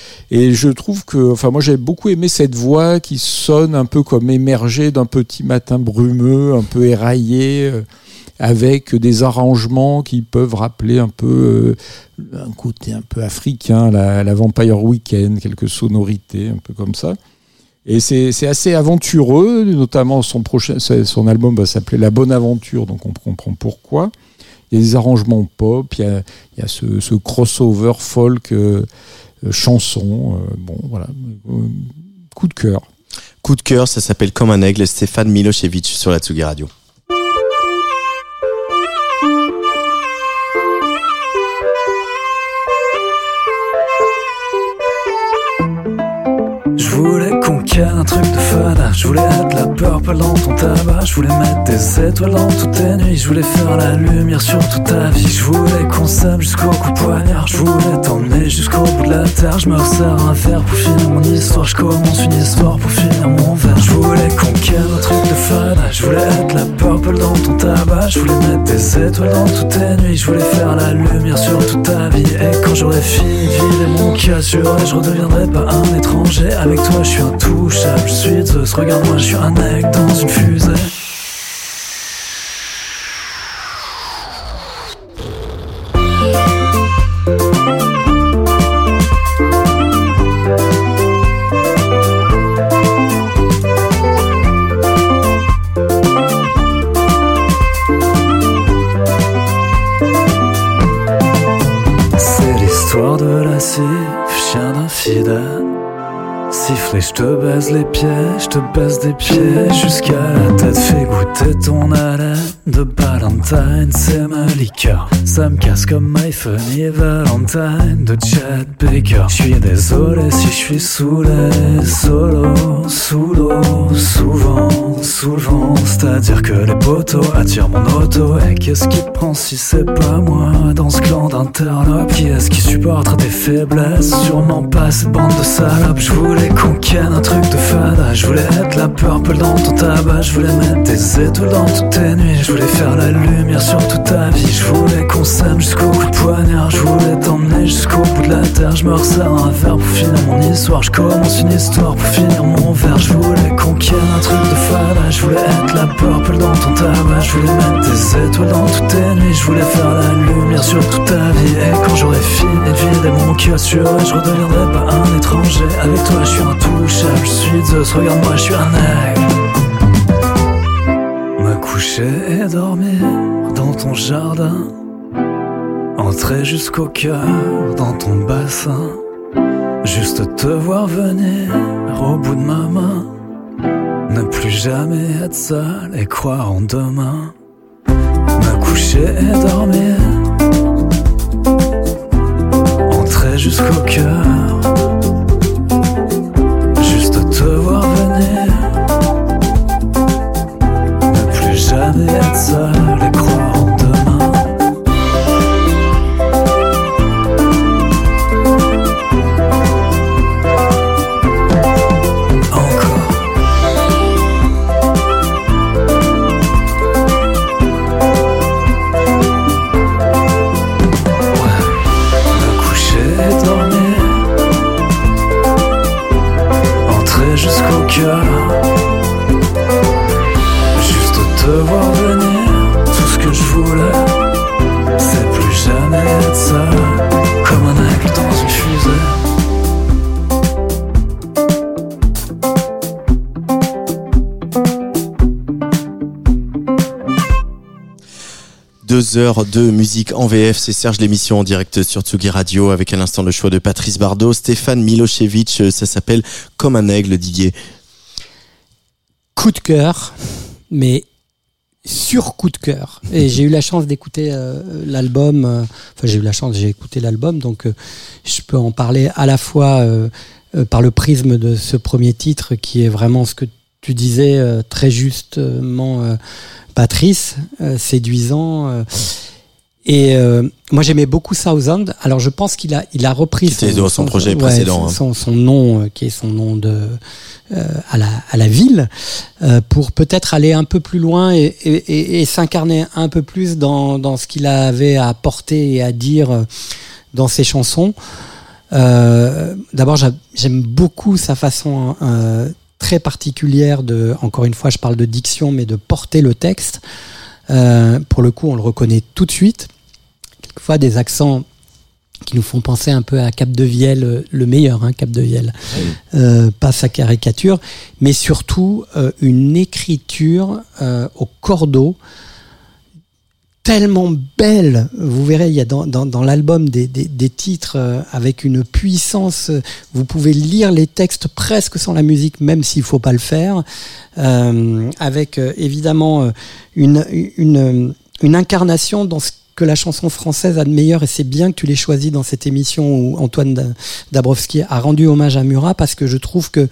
Et je trouve que, enfin moi j'ai beaucoup aimé cette voix qui sonne un peu comme émergée d'un petit matin brumeux, un peu éraillé, euh, avec des arrangements qui peuvent rappeler un peu euh, un côté un peu africain, la, la Vampire Weekend, quelques sonorités, un peu comme ça. Et c'est, c'est assez aventureux, notamment son prochain, son album va s'appeler La Bonne Aventure, donc on comprend pourquoi. Il y a des arrangements pop, il y a, il y a ce, ce crossover folk euh, euh, chanson. Euh, bon, voilà, euh, coup de cœur. Coup de cœur, ça s'appelle Comme un aigle. Stéphane Milošević sur la Tsugi Radio. Je voulais qu'on ken, un truc de fada. Je voulais être la purple dans ton tabac. Je voulais mettre des étoiles dans toutes tes nuits. Je voulais faire la lumière sur toute ta vie. Je voulais qu'on s'aime jusqu'au coup de poignard. Je voulais t'emmener jusqu'au bout de la terre. Je me resserre un verre pour finir mon histoire. Je commence une histoire pour finir mon verre. Je voulais qu'on ken, un truc de fada. Je voulais être la purple dans ton tabac. Je voulais mettre des étoiles dans toutes tes nuits. Je voulais faire la lumière sur toute ta vie. Et quand j'aurais fini de vider mon cassure, je redeviendrai pas un étranger. Avec toi je suis intouchable, je suis Zeus. Regarde-moi, je suis un mec dans une fusée. Chien d'infidèle, siffler, je te baise les pieds, je te baise des pieds jusqu'à la tête. Fais goûter ton haleine de Valentine, c'est ma liqueur. Ça me casse comme My Funny Valentine de Chet Baker. Je suis désolé si je suis saoulé, solo, sous l'eau, souvent, sous le vent. C'est-à-dire que les poteaux attirent mon auto. Et qu'est-ce qui te prend si c'est pas moi dans ce clan d'interlopes? Qui est-ce qui supportera tes faiblesses? Sûrement pas cette bande de salopes. Je voulais qu'on ken, un truc de fada. Je voulais être la purple dans ton tabac. Je voulais mettre des étoiles dans toutes tes nuits. Je voulais faire la lumière sur toute ta vie. Je voulais qu'on s'aime jusqu'au coup de poignard. Je voulais t'emmener jusqu'au bout de la terre. Je me resserre un verre pour finir mon histoire. Je commence une histoire pour finir mon verre. Je voulais qu'on ken, un truc de fada. Je voulais être la purple dans ton tabac. Je voulais mettre des étoiles dans toutes tes nuits. Je voulais faire la lumière sur toute ta vie. Et quand j'aurais fini de vider mon cœur sur eux, je redeviendrai pas un étranger. Avec toi je suis intouchable, je suis Zeus. Regarde-moi, je suis un aigle. Me coucher et dormir dans ton jardin, entrer jusqu'au cœur dans ton bassin. Juste te voir venir au bout de ma main. Ne plus jamais être seul et croire en demain. Me coucher et dormir, entrer jusqu'au cœur. Juste te voir venir. Ne plus jamais être seul et croire en demain. Jusqu'au cœur, juste te voir venir. Tout ce que je voulais, c'est plus jamais être seul, comme un aigle dans une fusée. Deux heures de musique en V F, c'est Serge l'émission en direct sur Tsugi Radio avec à l'instant le choix de Patrice Bardot, Stéphane Milošević, ça s'appelle Comme un aigle, Didier. Coup de cœur, mais sur coup de cœur. Et j'ai eu la chance d'écouter euh, l'album, euh, enfin j'ai eu la chance, j'ai écouté l'album, donc euh, je peux en parler à la fois euh, euh, par le prisme de ce premier titre qui est vraiment ce que tu disais euh, très justement, euh, Patrice, euh, séduisant. Euh, et euh, moi j'aimais beaucoup Thousand. Alors je pense qu'il a il a repris son, son, son projet son, précédent, ouais, hein. son, son nom euh, qui est son nom de euh, à la à la ville euh, pour peut-être aller un peu plus loin et, et, et, et s'incarner un peu plus dans dans ce qu'il avait à apporter et à dire euh, dans ses chansons. Euh, d'abord j'aime beaucoup sa façon euh, très particulière de, encore une fois je parle de diction, mais de porter le texte. Euh, pour le coup on le reconnaît tout de suite, quelquefois des accents qui nous font penser un peu à Capdevielle, le meilleur hein, Capdevielle, oui. euh, pas sa caricature, mais surtout euh, une écriture euh, au cordeau tellement belle. Vous verrez, il y a dans, dans, dans l'album des, des, des titres euh, avec une puissance. Vous pouvez lire les textes presque sans la musique, même s'il faut pas le faire. Euh, avec euh, évidemment une, une, une incarnation dans ce que la chanson française a de meilleur, et c'est bien que tu l'aies choisi dans cette émission où Antoine Dabrowski a rendu hommage à Murat, parce que je trouve que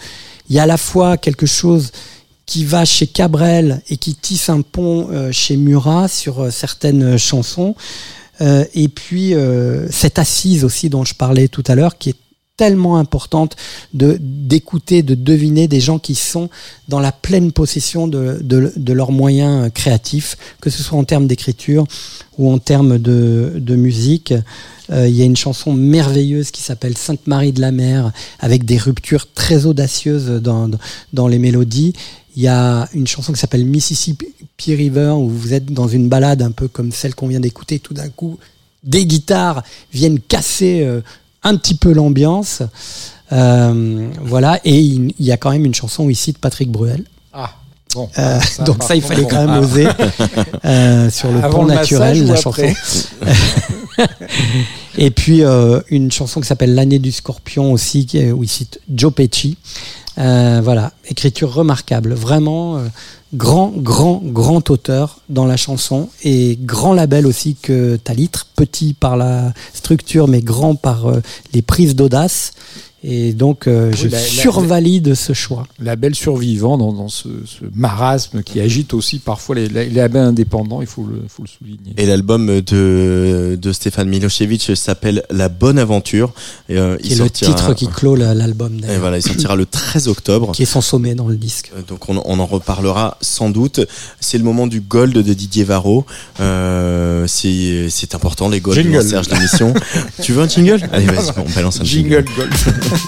il y a à la fois quelque chose qui va chez Cabrel et qui tisse un pont euh, chez Murat sur euh, certaines chansons. Euh, et puis euh, cette assise aussi dont je parlais tout à l'heure, qui est tellement importante de d'écouter, de deviner des gens qui sont dans la pleine possession de de, de leurs moyens créatifs, que ce soit en termes d'écriture ou en termes de de musique. Euh, il y a une chanson merveilleuse qui s'appelle Sainte Marie de la Mer, avec des ruptures très audacieuses dans dans les mélodies. Il y a une chanson qui s'appelle Mississippi River, où vous êtes dans une balade un peu comme celle qu'on vient d'écouter. Tout d'un coup, des guitares viennent casser euh, un petit peu l'ambiance. Euh, voilà. Et il, il y a quand même une chanson où il cite Patrick Bruel. Ah, bon. Euh, ça, donc ça, il fallait bon, quand même ah. oser euh, sur le Avant pont le naturel, la après. chanson. Et puis euh, une chanson qui s'appelle L'année du Scorpion aussi, qui est, où il cite Joe Pesci. Euh, voilà, écriture remarquable, vraiment euh, grand, grand, grand auteur dans la chanson et grand label aussi que Talitre, petit par la structure mais grand par euh, les prises d'audace. Et donc euh, Oui, je la- la- survalide ce choix. Label survivant dans, dans ce, ce marasme qui agite aussi parfois les, les labels indépendants, il faut le, faut le souligner. Et l'album de, de Stéphane Milošević s'appelle La Bonne Aventure. Et, euh, Qui il est le sortira- titre qui clôt la- l'album Et d'ailleurs. voilà, il sortira le treize octobre. Qui est son sommet dans le disque. Euh, Donc on, on en reparlera sans doute. C'est le moment du gold de Didier Varro. Euh, c'est, c'est important les golds Jingle. dans Serge l'émission. Tu veux un jingle? Allez vas-y, on balance un jingle. Jingle Gold.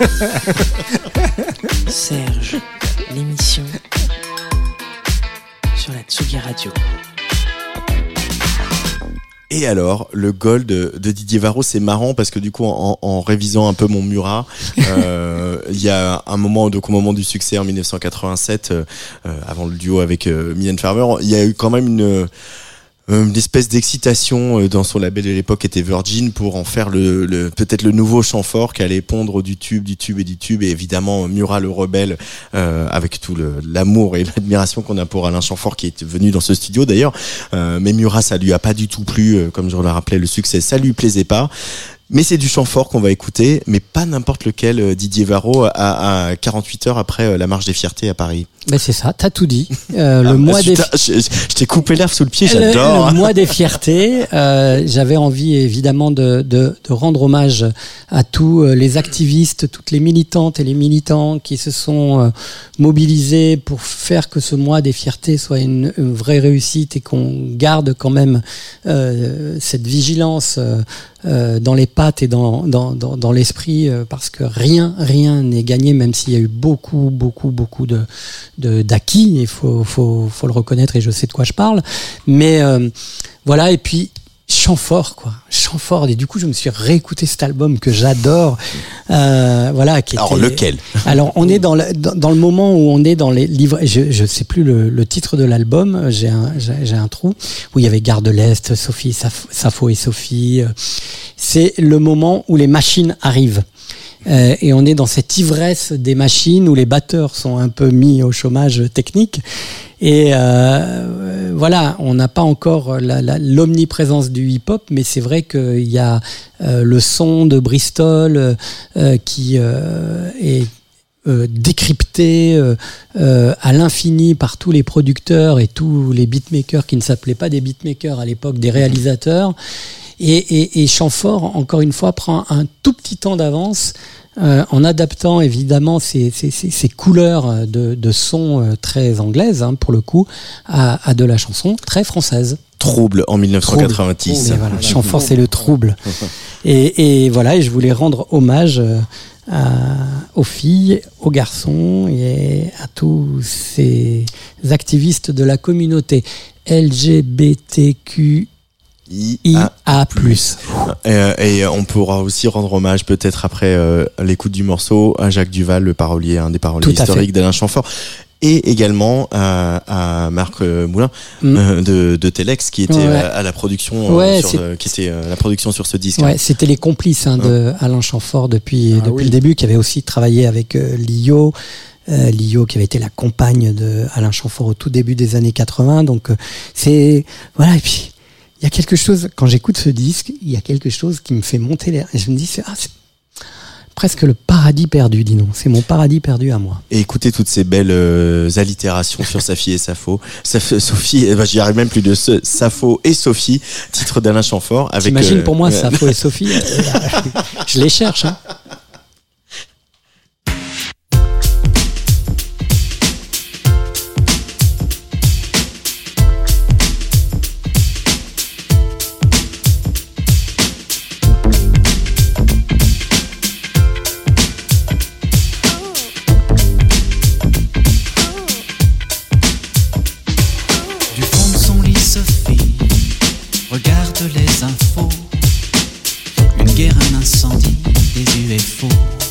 Serge, l'émission sur la Tsugi Radio. Et alors, le gold de, de Didier Varro, c'est marrant parce que du coup, en, en révisant un peu mon Murat, euh, il y a un moment, donc au moment du succès en dix-neuf cent quatre-vingt-sept, euh, avant le duo avec euh, Mylène Farmer, il y a eu quand même une une espèce d'excitation dans son label de l'époque qui était Virgin pour en faire le, le peut-être le nouveau chant fort qui allait pondre du tube, du tube et du tube. Et évidemment Murat le rebelle, euh, avec tout le, l'amour et l'admiration qu'on a pour Alain Chamfort qui est venu dans ce studio d'ailleurs. Euh, mais Murat, ça lui a pas du tout plu, comme je le rappelais, le succès, ça lui plaisait pas. Mais c'est du chant fort qu'on va écouter, mais pas n'importe lequel. Didier Varro à, à quarante-huit heures après la marche des fiertés à Paris. Ben c'est ça, t'as tout dit. Euh, Ah, le mois putain, des je, je t'ai coupé l'herbe sous le pied, Le- j'adore. Le, mois des fiertés, euh, j'avais envie évidemment de, de, de rendre hommage à tous euh, les activistes, toutes les militantes et les militants qui se sont euh, mobilisés pour faire que ce mois des fiertés soit une, une vraie réussite et qu'on garde quand même euh, cette vigilance euh, euh, dans les pattes et dans, dans, dans, dans l'esprit, euh, parce que rien, rien n'est gagné, même s'il y a eu beaucoup, beaucoup, beaucoup de de d'acquis, il faut faut faut le reconnaître et je sais de quoi je parle, mais euh, voilà. Et puis chant fort, quoi, chant fort, et du coup je me suis réécouté cet album que j'adore, euh, voilà, qui Alors était... lequel? Alors on est dans le dans, dans le moment où on est dans les livres, je je sais plus le, le titre de l'album, j'ai un j'ai, j'ai un trou, où il y avait Gare de l'Est, Sophie Saf- Sappho et Sophie, c'est le moment où les machines arrivent. Euh, et on est dans cette ivresse des machines où les batteurs sont un peu mis au chômage technique. Et euh, voilà, on n'a pas encore la, la, l'omniprésence du hip-hop, mais c'est vrai qu'il y a euh, le son de Bristol euh, qui euh, est euh, décrypté euh, euh, à l'infini par tous les producteurs et tous les beatmakers qui ne s'appelaient pas des beatmakers à l'époque, des réalisateurs. Et, et, et Chamfort, encore une fois, prend un tout petit temps d'avance euh, en adaptant évidemment ces, ces, ces, ces couleurs de, de son euh, très anglaises, hein, pour le coup, à, à de la chanson très française. Trouble en dix-neuf cent quatre-vingt-dix. Trouble. Et voilà, Chamfort, c'est le trouble. Et, et voilà, et je voulais rendre hommage euh, à, aux filles, aux garçons et à tous ces activistes de la communauté L G B T Q I A plus. Et, et on pourra aussi rendre hommage peut-être après euh, l'écoute du morceau à Jacques Duval, le parolier, un des paroliers historiques d'Alain Chamfort, et également à, à Marc Moulin mm. euh, de, de Telex qui était ouais. à, à la production, ouais, euh, sur, euh, qui était euh, la production sur ce disque. Ouais, c'était les complices hein, de ah. Alain Chamfort depuis ah, depuis oui. le début, qui avait aussi travaillé avec euh, Lio. Euh, Lio qui avait été la compagne de Alain Chamfort au tout début des années quatre-vingts. Donc euh, c'est voilà, et puis il y a quelque chose, quand j'écoute ce disque, il y a quelque chose qui me fait monter les... Et je me dis, c'est, ah, c'est presque le paradis perdu, dis donc. C'est mon paradis perdu à moi. Et écoutez toutes ces belles euh, allitérations sur Safi et Sappho. Saf- Sophie, eh ben, j'y arrive même plus de ce Sappho et Sophie, titre d'Alain Chamfort. Avec, T'imagines euh, pour moi, euh, Sappho et Sophie, euh, je les cherche. Hein. Les infos, une guerre, un incendie, des U F O.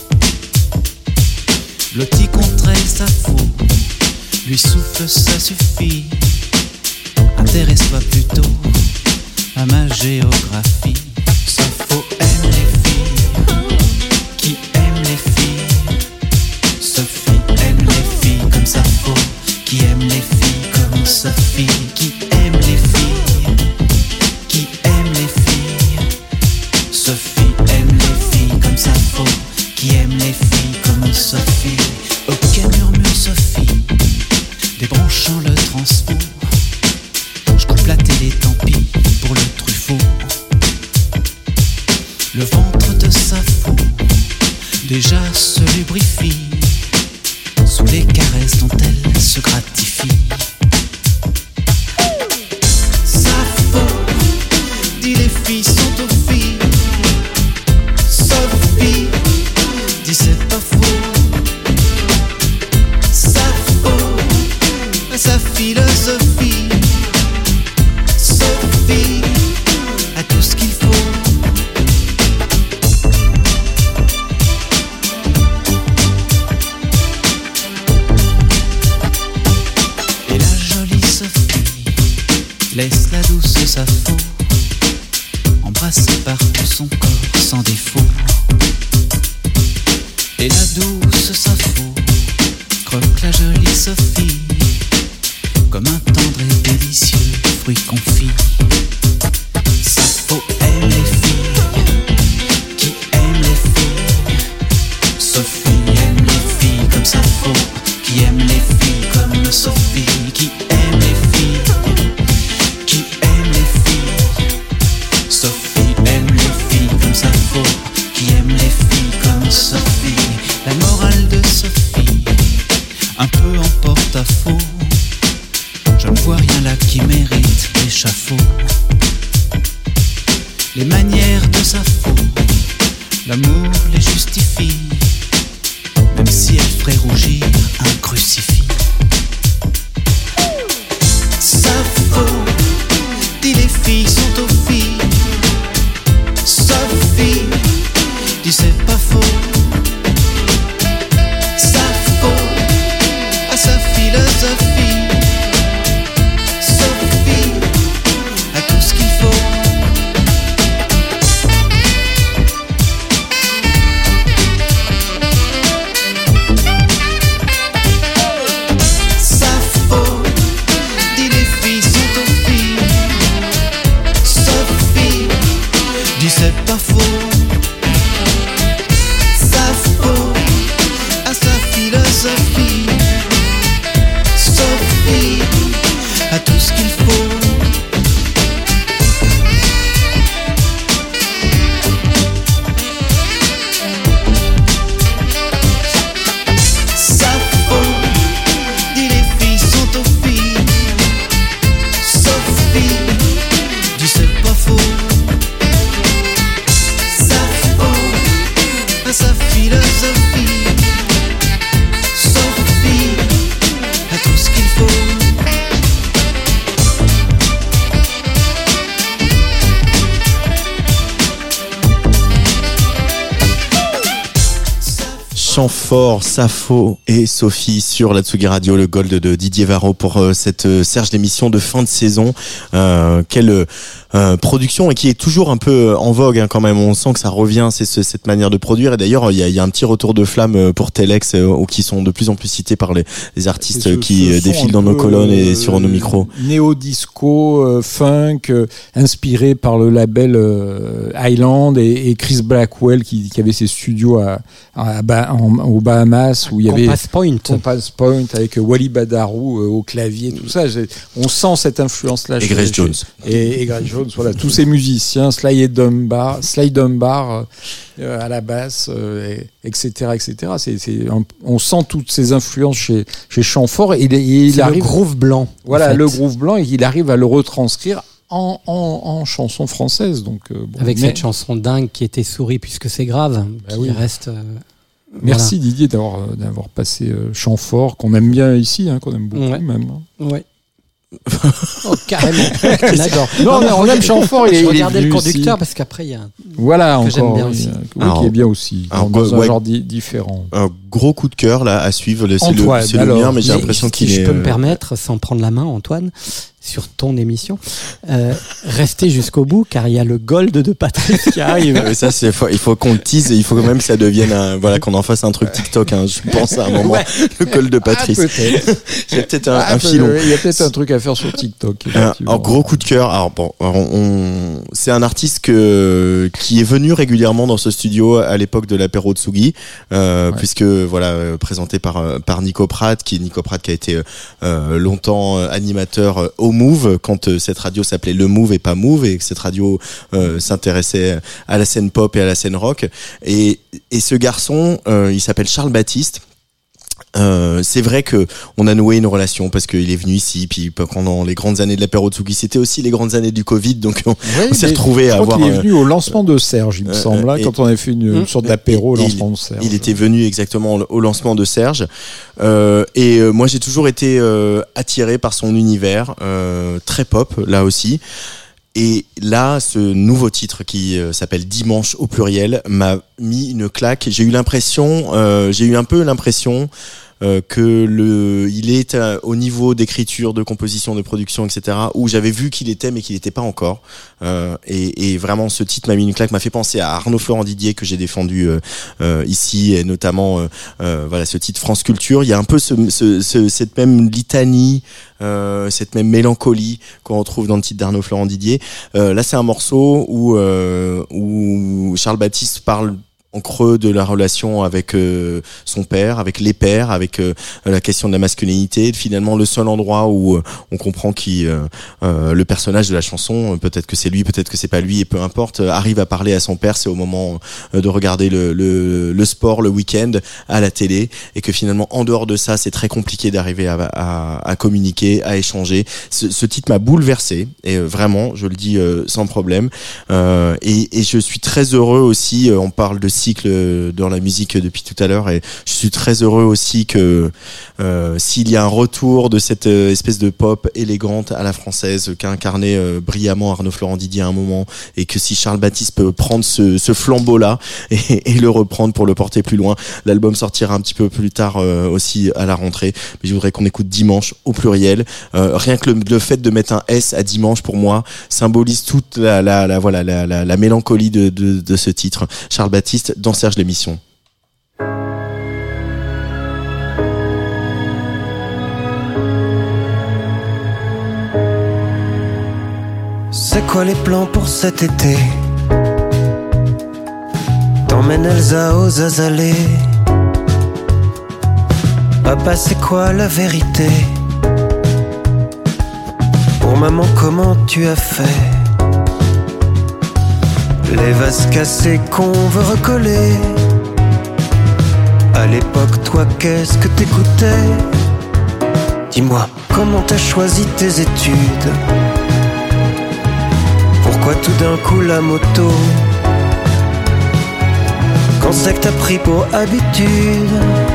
Loti contre elle, ça faut, lui souffle, ça suffit. Intéresse-toi plutôt à ma géographie. Sappho aime les filles, qui aime les filles. Sophie aime les filles comme Sappho, qui aime les filles comme Sophie, qui aime les filles. Sophie aime les filles comme Sappho, qui aime les filles comme Sophie. Ok, murmure Sophie, débranchant le transfo. Je coupe la télé, tant pis pour le Truffaut. Le ventre de Sappho déjà se lubrifie sous les caresses dont elle se gratifie. Sappho dit les filles sont aux filles. Sophie dit c'est pas faux. Sappho a sa philosophie. Sophie a tout ce qu'il faut. Et la jolie Sophie laisse la douce Sappho embrassée par tout son corps sans défaut. Et la douce Sappho croque la jolie Sophie comme un tendre et délicieux fruit confit. Sappho aime les filles, qui aime les filles. Sophie aime les filles comme Sappho, qui aime les filles comme Sophie, qui aime les filles, qui aime les filles. Sophie aime les filles comme Sappho, qui aime les filles comme Sophie. La morale de Sophie, un peu en porte-à-faux. Je ne vois rien là qui mérite l'échafaud. Les manières de Sappho, l'amour les justifie, même si elle ferait rougir un crucifix. Sappho dit les filles sont aux filles. Sophie dit c'est pas faux. Sappho a sa philosophie. Sophie a tout ce qu'il faut. Sappho dit les filles sont aux filles. Sophie dit c'est pas faux. Sappho a sa philosophie. Sophie a tout ce qu'il faut. Sappho dit les filles sont aux filles. Sophie dit c'est pas faux. Sappho a sa philosophie. Sophie a tout ce qu'il faut. Chamfort, Sappho et Sophie sur la Tsugi Radio, le Gold de Didier Varro pour euh, cette euh, Serge d'émission de fin de saison. Euh, quelle euh, production et qui est toujours un peu en vogue hein, quand même. On sent que ça revient, c'est ce, cette manière de produire. Et d'ailleurs, il y a, y a un petit retour de flamme pour Telex, euh, qui sont de plus en plus cités par les, les artistes ce, qui ce défilent dans nos colonnes et sur euh, nos micros. Néo-disco, euh, funk, euh, inspiré par le label euh, Island et, et Chris Blackwell qui, qui avait ses studios à, à, à, en, aux Bahamas où il y avait Compass Point, Compass Point avec Wally Badarou euh, au clavier, tout ça. On sent cette influence-là. Et Grace Jones. Et, et Grace Jones, voilà, tous ces musiciens, Sly Dunbar, Sly Dunbar euh, à la basse, euh, et, etc., et cetera. C'est, c'est, on, on sent toutes ces influences chez chez Chamfort et, et il c'est arrive. Le groove blanc. Voilà, en fait. le groove blanc, et il arrive à le retranscrire. En, en, en chanson française, donc euh, bon, avec mais... cette chanson dingue qui était Souris puisque c'est grave, bah qui oui. reste. Euh, Merci voilà. Didier d'avoir d'avoir passé euh, Chamfort qu'on aime bien ici, hein, qu'on aime beaucoup ouais. même. Ouais. Oh, carrément. On adore. Non, non, on aime Chamfort. Il, je il regardais est le conducteur ici. Parce qu'après il y a un voilà que encore j'aime bien oui, aussi. Oui, alors, qui est bien aussi alors, dans, dans ouais, un genre di- différent. Un gros coup de cœur là à suivre. C'est Antoine, le, c'est alors, le mien, mais j'ai mais l'impression si qu'il je est. peux me permettre, sans prendre la main, Antoine, sur ton émission, euh, restez jusqu'au bout car il y a le gold de Patrice qui arrive. Mais ça, c'est, il faut qu'on le tease et il faut quand même que ça devienne un, voilà, qu'on en fasse un truc TikTok, hein, je pense à un moment. Ouais. Le gold de Patrice. Ah, peut-être. Il y a peut-être un, ah, un filon. Il y a peut-être un truc à faire sur TikTok. Un, un gros coup de cœur. Alors bon, on, on, c'est un artiste que, qui est venu régulièrement dans ce studio à l'époque de l'apéro Tsugi, euh, ouais. puisque voilà, euh, présenté par, par Nico Pratt, qui est Nico Pratt qui a été euh, longtemps animateur au Move, quand euh, cette radio s'appelait Le Move et pas Move, et que cette radio euh, s'intéressait à la scène pop et à la scène rock. Et, et ce garçon, euh, il s'appelle Charles Baptiste. Euh, c'est vrai que on a noué une relation parce qu'il est venu ici, puis pendant les grandes années de l'apéro Tsugi, c'était aussi les grandes années du Covid, donc on, oui, on s'est retrouvés à avoir. Il est venu au lancement de Serge, il me euh, semble, là, quand on avait fait une, une sorte d'apéro au lancement il, de Serge. Il était venu exactement au lancement de Serge, euh, et euh, moi j'ai toujours été euh, attiré par son univers, euh, très pop là aussi. Et là, ce nouveau titre qui euh, s'appelle Dimanche au pluriel m'a mis une claque. J'ai eu l'impression, euh, j'ai eu un peu l'impression euh, que le, il est à, au niveau d'écriture, de composition, de production, et cetera. Où j'avais vu qu'il était, mais qu'il n'était pas encore. Euh, et, et vraiment, ce titre m'a mis une claque, m'a fait penser à Arnaud Florent Didier que j'ai défendu euh, euh, ici, et notamment, euh, euh, voilà, ce titre France Culture. Il y a un peu ce, ce, ce, cette même litanie. Euh, cette même mélancolie qu'on retrouve dans le titre d'Arnaud Florent Didier. Euh, là, c'est un morceau où, euh, où Charles Baptiste parle en creux de la relation avec euh, son père, avec les pères, avec euh, la question de la masculinité. Finalement, le seul endroit où euh, on comprend qui euh, euh, le personnage de la chanson, euh, peut-être que c'est lui, peut-être que c'est pas lui, et peu importe, euh, arrive à parler à son père. C'est au moment euh, de regarder le, le, le sport le week-end à la télé, et que finalement, en dehors de ça, c'est très compliqué d'arriver à, à, à communiquer, à échanger. Ce, ce titre m'a bouleversé, et euh, vraiment, je le dis euh, sans problème. Euh, et, et je suis très heureux aussi. Euh, on parle de cycle dans la musique depuis tout à l'heure, et je suis très heureux aussi que euh, s'il y a un retour de cette euh, espèce de pop élégante à la française qu'a incarné euh, brillamment Arnaud Florent Didier à un moment, et que si Charles Baptiste peut prendre ce, ce flambeau là et, et le reprendre pour le porter plus loin, l'album sortira un petit peu plus tard euh, aussi à la rentrée, mais je voudrais qu'on écoute Dimanche au pluriel. Euh, rien que le, le fait de mettre un S à dimanche, pour moi, symbolise toute la, la, la voilà la, la, la mélancolie de, de, de ce titre. Charles Baptiste dans Serge l'émission. C'est quoi les plans pour cet été? T'emmènes Elsa aux Azalées. Papa, c'est quoi la vérité? Pour maman, comment tu as fait? Les vases cassés qu'on veut recoller. À l'époque, toi, qu'est-ce que t'écoutais? Dis-moi, comment t'as choisi tes études? Pourquoi tout d'un coup la moto? Quand c'est que t'as pris pour habitude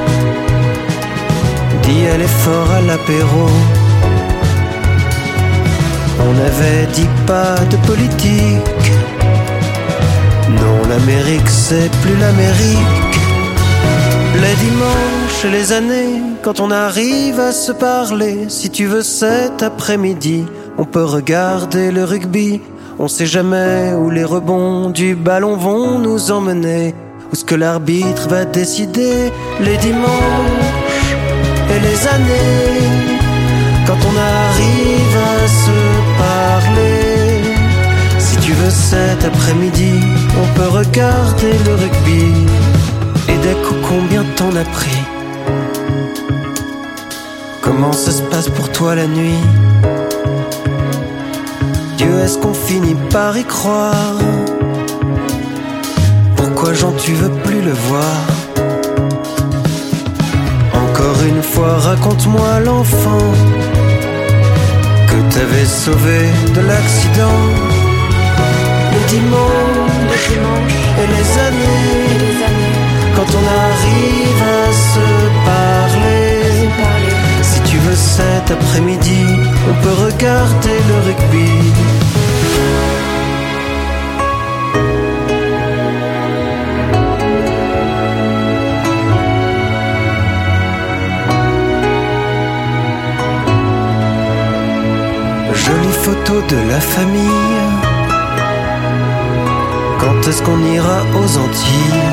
d'y aller fort à l'apéro? On avait dit pas de politique. Non, l'Amérique, c'est plus l'Amérique. Les dimanches et les années, quand on arrive à se parler, si tu veux cet après-midi, on peut regarder le rugby. On sait jamais où les rebonds du ballon vont nous emmener, où ce que l'arbitre va décider. Les dimanches et les années, quand on arrive à se parler, si tu veux cet après-midi, on peut regarder le rugby. Et d'un coup, combien t'en as pris? Comment ça se passe pour toi la nuit? Dieu, est-ce qu'on finit par y croire? Pourquoi Jean tu veux plus le voir? Encore une fois, raconte-moi l'enfant que t'avais sauvé de l'accident. Les dimanches, les dimanches et les années, et les années, quand on arrive à se parler, parler. Si tu veux cet après-midi, on peut regarder le rugby. Jolie photo de la famille. Quand est-ce qu'on ira aux Antilles?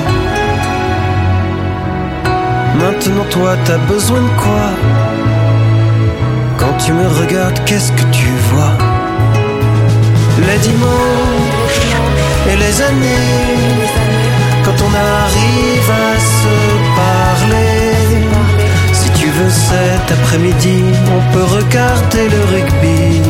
Maintenant toi t'as besoin de quoi? Quand tu me regardes, qu'est-ce que tu vois? Les dimanches et les années, quand on arrive à se parler. Si tu veux cet après-midi, on peut regarder le rugby.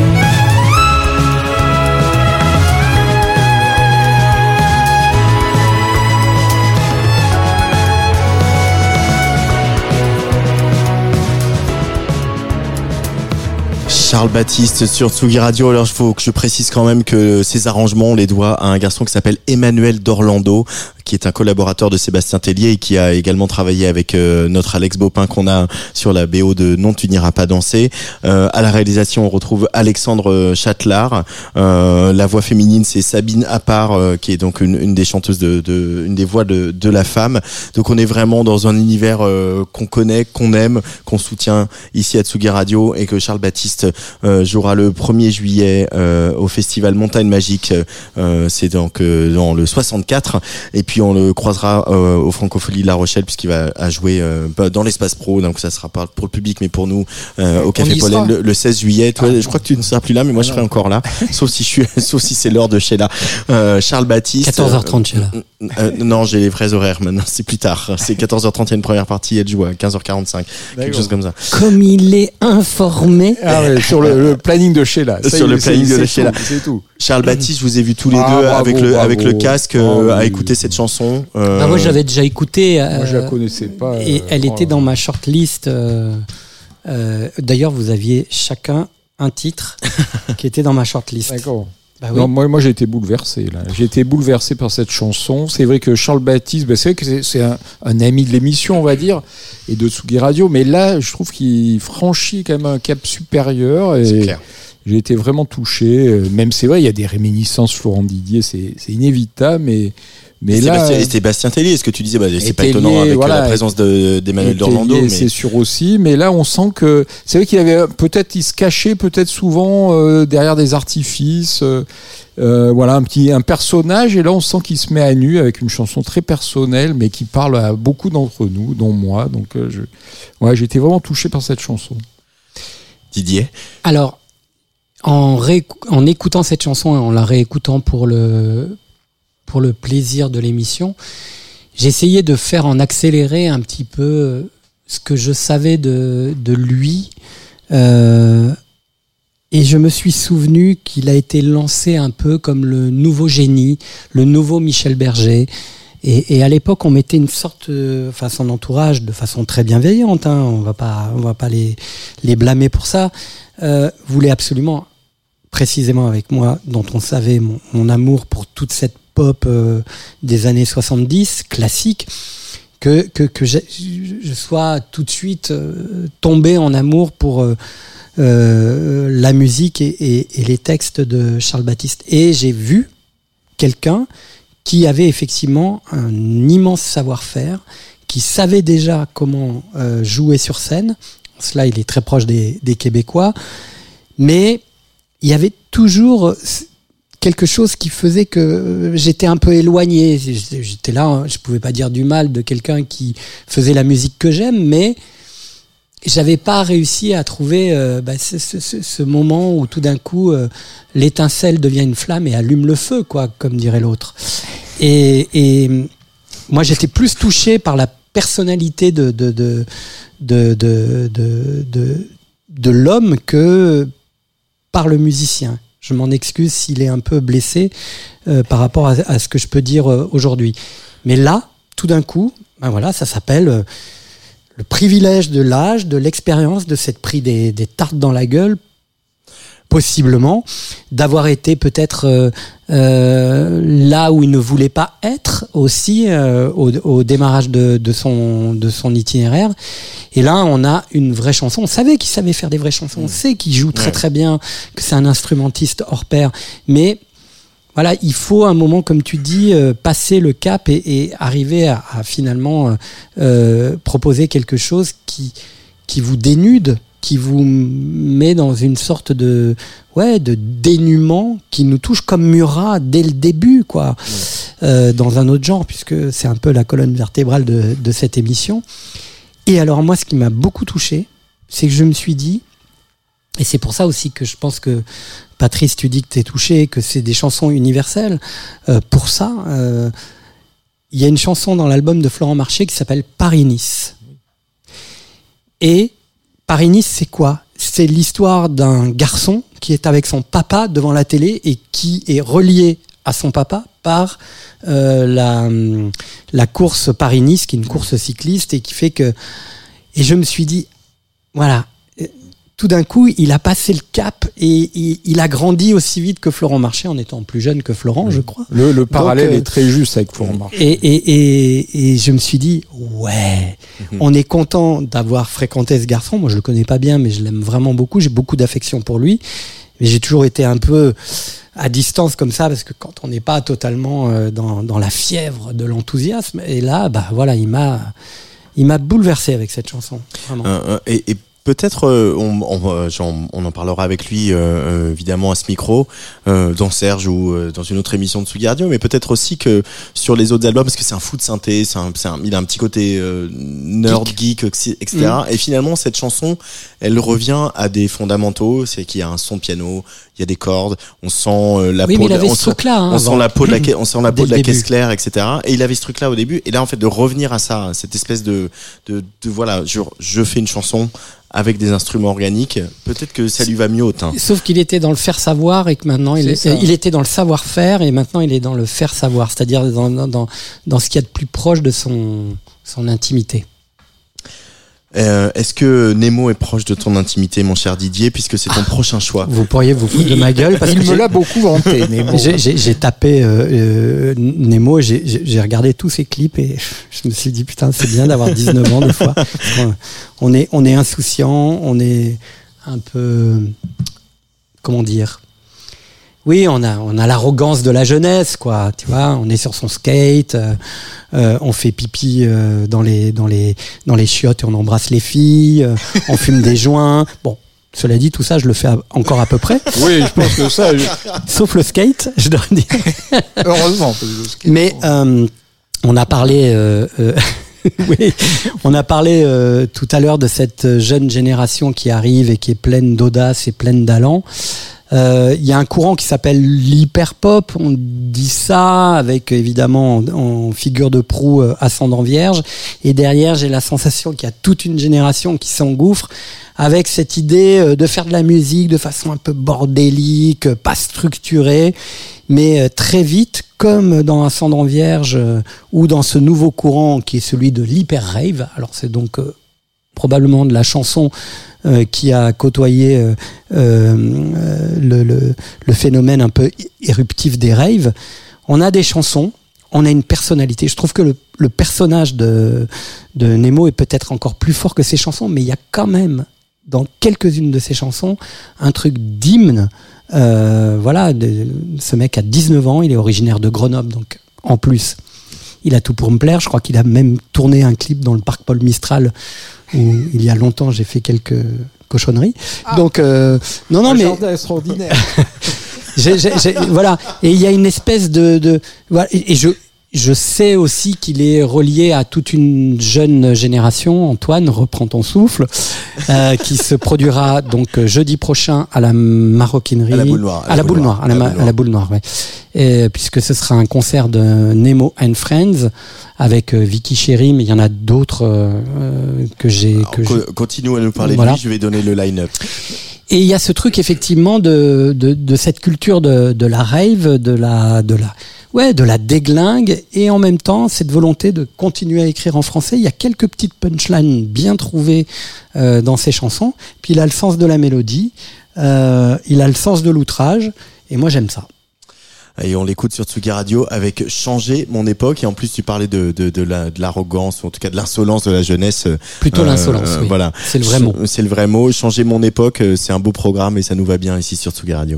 Charles Baptiste sur Tsugi Radio. Alors, il faut que je précise quand même que ces arrangements, on les doit à un garçon qui s'appelle Emmanuel d'Orlando, qui est un collaborateur de Sébastien Tellier et qui a également travaillé avec euh, notre Alex Baupin qu'on a sur la B O de Non tu n'iras pas danser. Euh, à la réalisation, on retrouve Alexandre Châtelard. Euh, la voix féminine, c'est Sabine Appart, euh, qui est donc une, une des chanteuses de, de une des voix de, de la femme. Donc on est vraiment dans un univers euh, qu'on connaît, qu'on aime, qu'on soutient ici à Tsugi Radio, et que Charles Baptiste euh, jouera le premier juillet euh, au festival Montagne Magique. Euh, c'est donc euh, dans le soixante-quatre. Et puis on le croisera euh, au Francophonie de La Rochelle, puisqu'il va à jouer euh, dans l'espace pro, donc ça sera pas pour le public mais pour nous euh, au Café Pollen le, le seize juillet. Toi, ah, je crois que tu ne seras plus là, mais moi je serai encore là, sauf si je suis, sauf si c'est l'heure de Sheila. Euh, Charles Baptiste. quatorze heures trente Sheila. Euh, euh, non, j'ai les vrais horaires maintenant, c'est plus tard. C'est quatorze heures trente, il y a une première partie, elle joue à quinze heures quarante-cinq, quelque D'accord. chose comme ça. Comme il est informé. Ah ouais, sur le, le planning de Sheila. Ça, sur il, le planning c'est, de c'est Sheila. Tout, c'est tout. Charles Baptiste, je vous ai vu tous les ah, deux bravo, avec le bravo. avec le casque oh, euh, à oui. écouter cette chanson. Euh... Ah, moi, j'avais déjà écouté. Euh, moi, je la connaissais pas. Et euh, elle oh, était dans ma shortlist. Euh, euh, d'ailleurs, vous aviez chacun un titre qui était dans ma shortlist. D'accord. Bah oui. Non, moi, moi j'ai été bouleversé là. J'ai été bouleversé par cette chanson. C'est vrai que Charles Baptiste, bah, c'est vrai que c'est, c'est un, un ami de l'émission, on va dire, et de Tsugi Radio. Mais là, je trouve qu'il franchit quand même un cap supérieur. Et c'est clair. J'ai été vraiment touché. Même c'est vrai, il y a des réminiscences Florent Didier, c'est, c'est inévitable, mais. Mais et là, Sébastien, et Sébastien Tellier, ce que tu disais, bah, c'est pas Tellier, étonnant avec voilà, la présence de, d'Emmanuel d'Orlando. Mais... C'est sûr aussi, mais là on sent que c'est vrai qu'il avait peut-être, il se cachait peut-être souvent euh, derrière des artifices, euh, euh, voilà un petit un personnage, et là on sent qu'il se met à nu avec une chanson très personnelle, mais qui parle à beaucoup d'entre nous, dont moi. Donc euh, je, ouais, j'ai été vraiment touché par cette chanson. Didier. Alors. En, réécou- en écoutant cette chanson et en la réécoutant pour le, pour le plaisir de l'émission, j'essayais de faire en accéléré un petit peu ce que je savais de, de lui. Euh, et je me suis souvenu qu'il a été lancé un peu comme le nouveau génie, le nouveau Michel Berger. Et, et à l'époque, on mettait une sorte, enfin son entourage, de façon très bienveillante, hein, on va pas, on va pas les, les blâmer pour ça, euh, voulait absolument, précisément avec moi, dont on savait mon, mon amour pour toute cette pop euh, des années soixante-dix, classique, que, que, que je, je sois tout de suite euh, tombé en amour pour euh, euh, la musique et, et, et les textes de Charles Baptiste. Et j'ai vu quelqu'un qui avait effectivement un immense savoir-faire, qui savait déjà comment euh, jouer sur scène. Cela, il est très proche des, des Québécois. Mais il y avait toujours quelque chose qui faisait que j'étais un peu éloigné. J'étais là, je pouvais pas dire du mal de quelqu'un qui faisait la musique que j'aime, mais j'avais pas réussi à trouver euh, bah, ce, ce, ce moment où tout d'un coup euh, l'étincelle devient une flamme et allume le feu, quoi, comme dirait l'autre. Et, et moi, j'étais plus touché par la personnalité de de de de de de, de, de l'homme que par le musicien. Je m'en excuse s'il est un peu blessé euh, par rapport à, à ce que je peux dire euh, aujourd'hui. Mais là, tout d'un coup, ben voilà, ça s'appelle euh, le privilège de l'âge, de l'expérience, de s'être pris des, des tartes dans la gueule, possiblement, d'avoir été peut-être euh, euh, là où il ne voulait pas être aussi euh, au, au démarrage de, de, son, de son itinéraire. Et là, on a une vraie chanson. On savait qu'il savait faire des vraies chansons. On sait qu'il joue très très bien, que c'est un instrumentiste hors pair. Mais voilà, il faut un moment, comme tu dis, euh, passer le cap et, et arriver à, à finalement euh, proposer quelque chose qui, qui vous dénude, qui vous met dans une sorte de ouais de dénuement qui nous touche comme Murat dès le début, quoi, ouais. euh, dans un autre genre, puisque c'est un peu la colonne vertébrale de, de cette émission. Et alors moi, ce qui m'a beaucoup touché, c'est que je me suis dit, et c'est pour ça aussi que je pense que Patrice, tu dis que t'es touché, que c'est des chansons universelles. Euh, pour ça, euh, il y a une chanson dans l'album de Florent Marché qui s'appelle Paris-Nice. Et Paris-Nice, c'est quoi ? C'est l'histoire d'un garçon qui est avec son papa devant la télé et qui est relié à son papa par euh, la, la course Paris-Nice, qui est une course cycliste, et qui fait que... Et je me suis dit, voilà, tout d'un coup, il a passé le cap et il, il a grandi aussi vite que Florent Marché, en étant plus jeune que Florent, je crois. Le, le parallèle Donc, euh, est très juste avec Florent Marché. Et, et, et, et je me suis dit, ouais, mmh. on est content d'avoir fréquenté ce garçon. Moi, je le connais pas bien, mais je l'aime vraiment beaucoup. J'ai beaucoup d'affection pour lui. Mais j'ai toujours été un peu à distance comme ça, parce que quand on n'est pas totalement euh, dans, dans la fièvre de l'enthousiasme, et là, bah voilà, il m'a, il m'a bouleversé avec cette chanson. Vraiment. Euh, et, et peut-être euh, on, on, genre, on en parlera avec lui euh, évidemment à ce micro, euh, dans Serge ou euh, dans une autre émission de Tsugi Radio, mais peut-être aussi que sur les autres albums, parce que c'est un fou de synthé, c'est un, c'est un, il a un petit côté euh, nerd, geek, geek et cetera. Mmh. Et finalement, cette chanson, elle revient à des fondamentaux, c'est qu'il y a un son de piano, il y a des cordes, on sent euh, la oui, peau, mais il avait on, ce truc-là, hein, on sent la peau de la, on sent la peau de la début. caisse claire, et cetera. Et il avait ce truc-là au début. Et là, en fait, de revenir à ça, cette espèce de, de, de voilà, je, je fais une chanson avec des instruments organiques, peut-être que ça lui va mieux autant. Sauf qu'il était dans le faire savoir et que maintenant il, est, il était dans le savoir-faire et maintenant il est dans le faire savoir, c'est-à-dire dans, dans, dans ce qu'il y a de plus proche de son, son intimité. Euh, est-ce que Nemo est proche de ton intimité, mon cher Didier, puisque c'est ton ah, prochain choix? Vous pourriez vous foutre de ma gueule parce il que me l'a beaucoup vanté. Nemo. J'ai, j'ai, j'ai tapé euh, euh, Nemo, j'ai, j'ai, j'ai regardé tous ses clips et je me suis dit putain, c'est bien d'avoir dix-neuf ans des fois. On est, on est insouciant, on est un peu, comment dire. Oui, on a, on a l'arrogance de la jeunesse, quoi. Tu vois, on est sur son skate, euh, euh, on fait pipi euh, dans les, dans les, dans les chiottes et on embrasse les filles, euh, on fume des joints. Bon, cela dit, tout ça, je le fais à, encore à peu près. Oui, je pense que ça. Je... Sauf le skate, je dois dire. Heureusement, parce que le skate. Mais euh, on a parlé. Euh, euh, oui, on a parlé euh, tout à l'heure de cette jeune génération qui arrive et qui est pleine d'audace et pleine d'allant. Il euh, y a un courant qui s'appelle l'hyperpop, on dit ça avec évidemment en, en figure de proue euh, ascendant vierge, et derrière j'ai la sensation qu'il y a toute une génération qui s'engouffre avec cette idée euh, de faire de la musique de façon un peu bordélique, euh, pas structurée, mais euh, très vite, comme dans Ascendant Vierge euh, ou dans ce nouveau courant qui est celui de l'hyper rave. Alors c'est donc euh, probablement de la chanson Euh, qui a côtoyé euh, euh, le, le, le phénomène un peu éruptif des raves. On a des chansons, on a une personnalité. Je trouve que le, le personnage de, de Nemo est peut-être encore plus fort que ses chansons, mais il y a quand même, dans quelques-unes de ses chansons, un truc d'hymne. Euh, voilà, de, ce mec a dix-neuf ans, il est originaire de Grenoble, donc en plus, il a tout pour me plaire. Je crois qu'il a même tourné un clip dans le parc Paul Mistral où il y a longtemps j'ai fait quelques cochonneries. Ah. Donc euh, non non un mais jardin extraordinaire. j'ai, j'ai, j'ai, voilà, et il y a une espèce de, de voilà, et, et je Je sais aussi qu'il est relié à toute une jeune génération. Antoine, reprends ton souffle, euh, qui se produira donc jeudi prochain à la maroquinerie, à la boule noire, à la boule noire, à la, à la boule noire, ouais. Et, puisque ce sera un concert de Nemo and Friends avec euh, Vicky Chéri, mais il y en a d'autres euh, que j'ai. Alors, que co- je... Continue à nous parler Voilà. de lui. Je vais donner le line-up. Et il y a ce truc effectivement de de, de cette culture de, de la rave, de la de la ouais de la déglingue, et en même temps cette volonté de continuer à écrire en français. Il y a quelques petites punchlines bien trouvées euh, dans ses chansons. Puis il a le sens de la mélodie, euh, il a le sens de l'outrage, et moi j'aime ça. Et on l'écoute sur Tsugi Radio avec Changer mon époque. Et en plus, tu parlais de, de, de, la, de l'arrogance, ou en tout cas de l'insolence de la jeunesse. Plutôt euh, l'insolence, oui. Voilà. C'est le vrai mot. C'est le vrai mot. Changer mon époque, c'est un beau programme et ça nous va bien ici sur Tsugi Radio.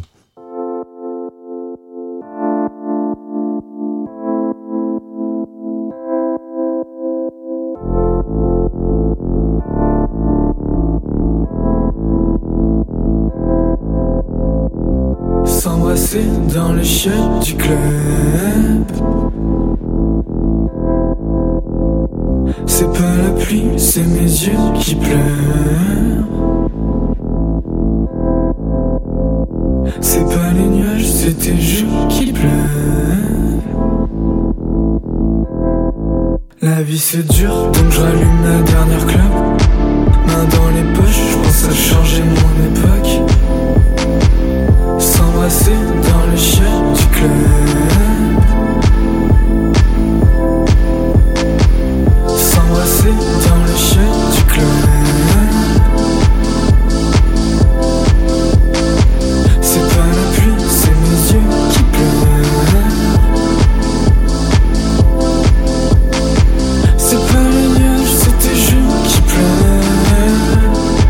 S'embrasser dans les chiottes du club. C'est pas la pluie, c'est mes yeux qui pleurent. C'est pas les nuages, c'est tes joues qui pleurent. La vie c'est dur, donc je rallume la dernière clope. Main dans les poches, je pense à changer mon époque. S'embrasser dans les chiottes du club. S'embrasser dans les chiottes du club. C'est pas la pluie, c'est mes yeux qui pleurent. C'est pas les nuages, c'est tes joues qui pleurent.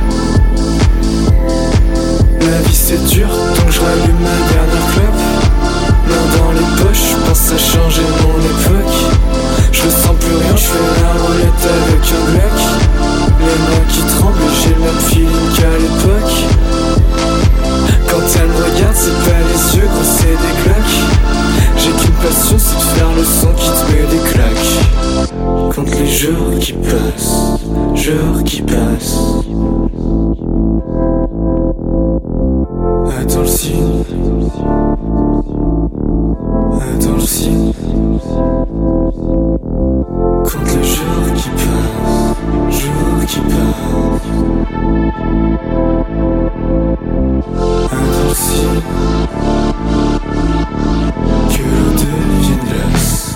La vie c'est dur, donc je rallume ma dernière clope. Main dans les poches, je pense à changer mon époque. Je ressens plus rien, je fais la roulette avec un Glock. Les mains qui tremblent, j'ai le même feeling qu'à l'époque. Quand elle me regarde, c'est pas les yeux, gros c'est des cloques. J'ai qu'une passion, c'est de faire le son qui te met des claques. Compte les jours qui passent, jours qui passent. Attends le signe. Attends le signe. Compte les jours qui passent, jours qui passent. Attends le signe. Que l'eau devienne glace.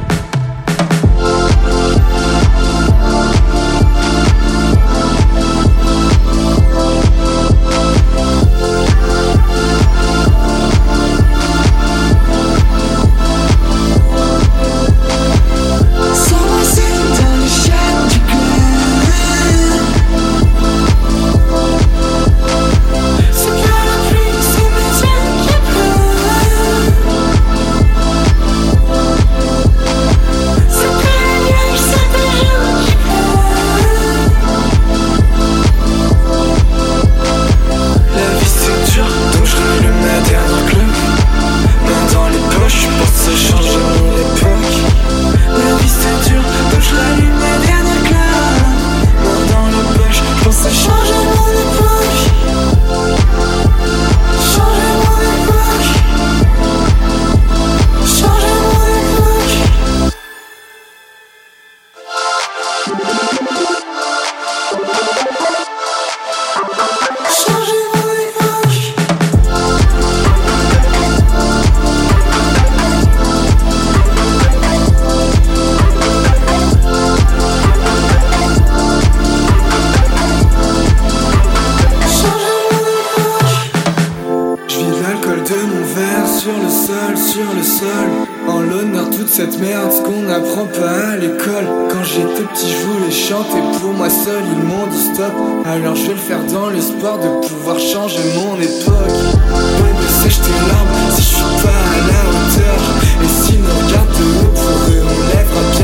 Cette merde qu'on n'apprend pas à l'école. Quand j'étais petit je voulais chanter pour moi seul. Ils m'ont dit stop, alors je vais le faire dans l'espoir de pouvoir changer mon époque. Ouais mais sèche tes larmes si je suis pas à la hauteur. Et si nous regarde de haut pour eux on lève un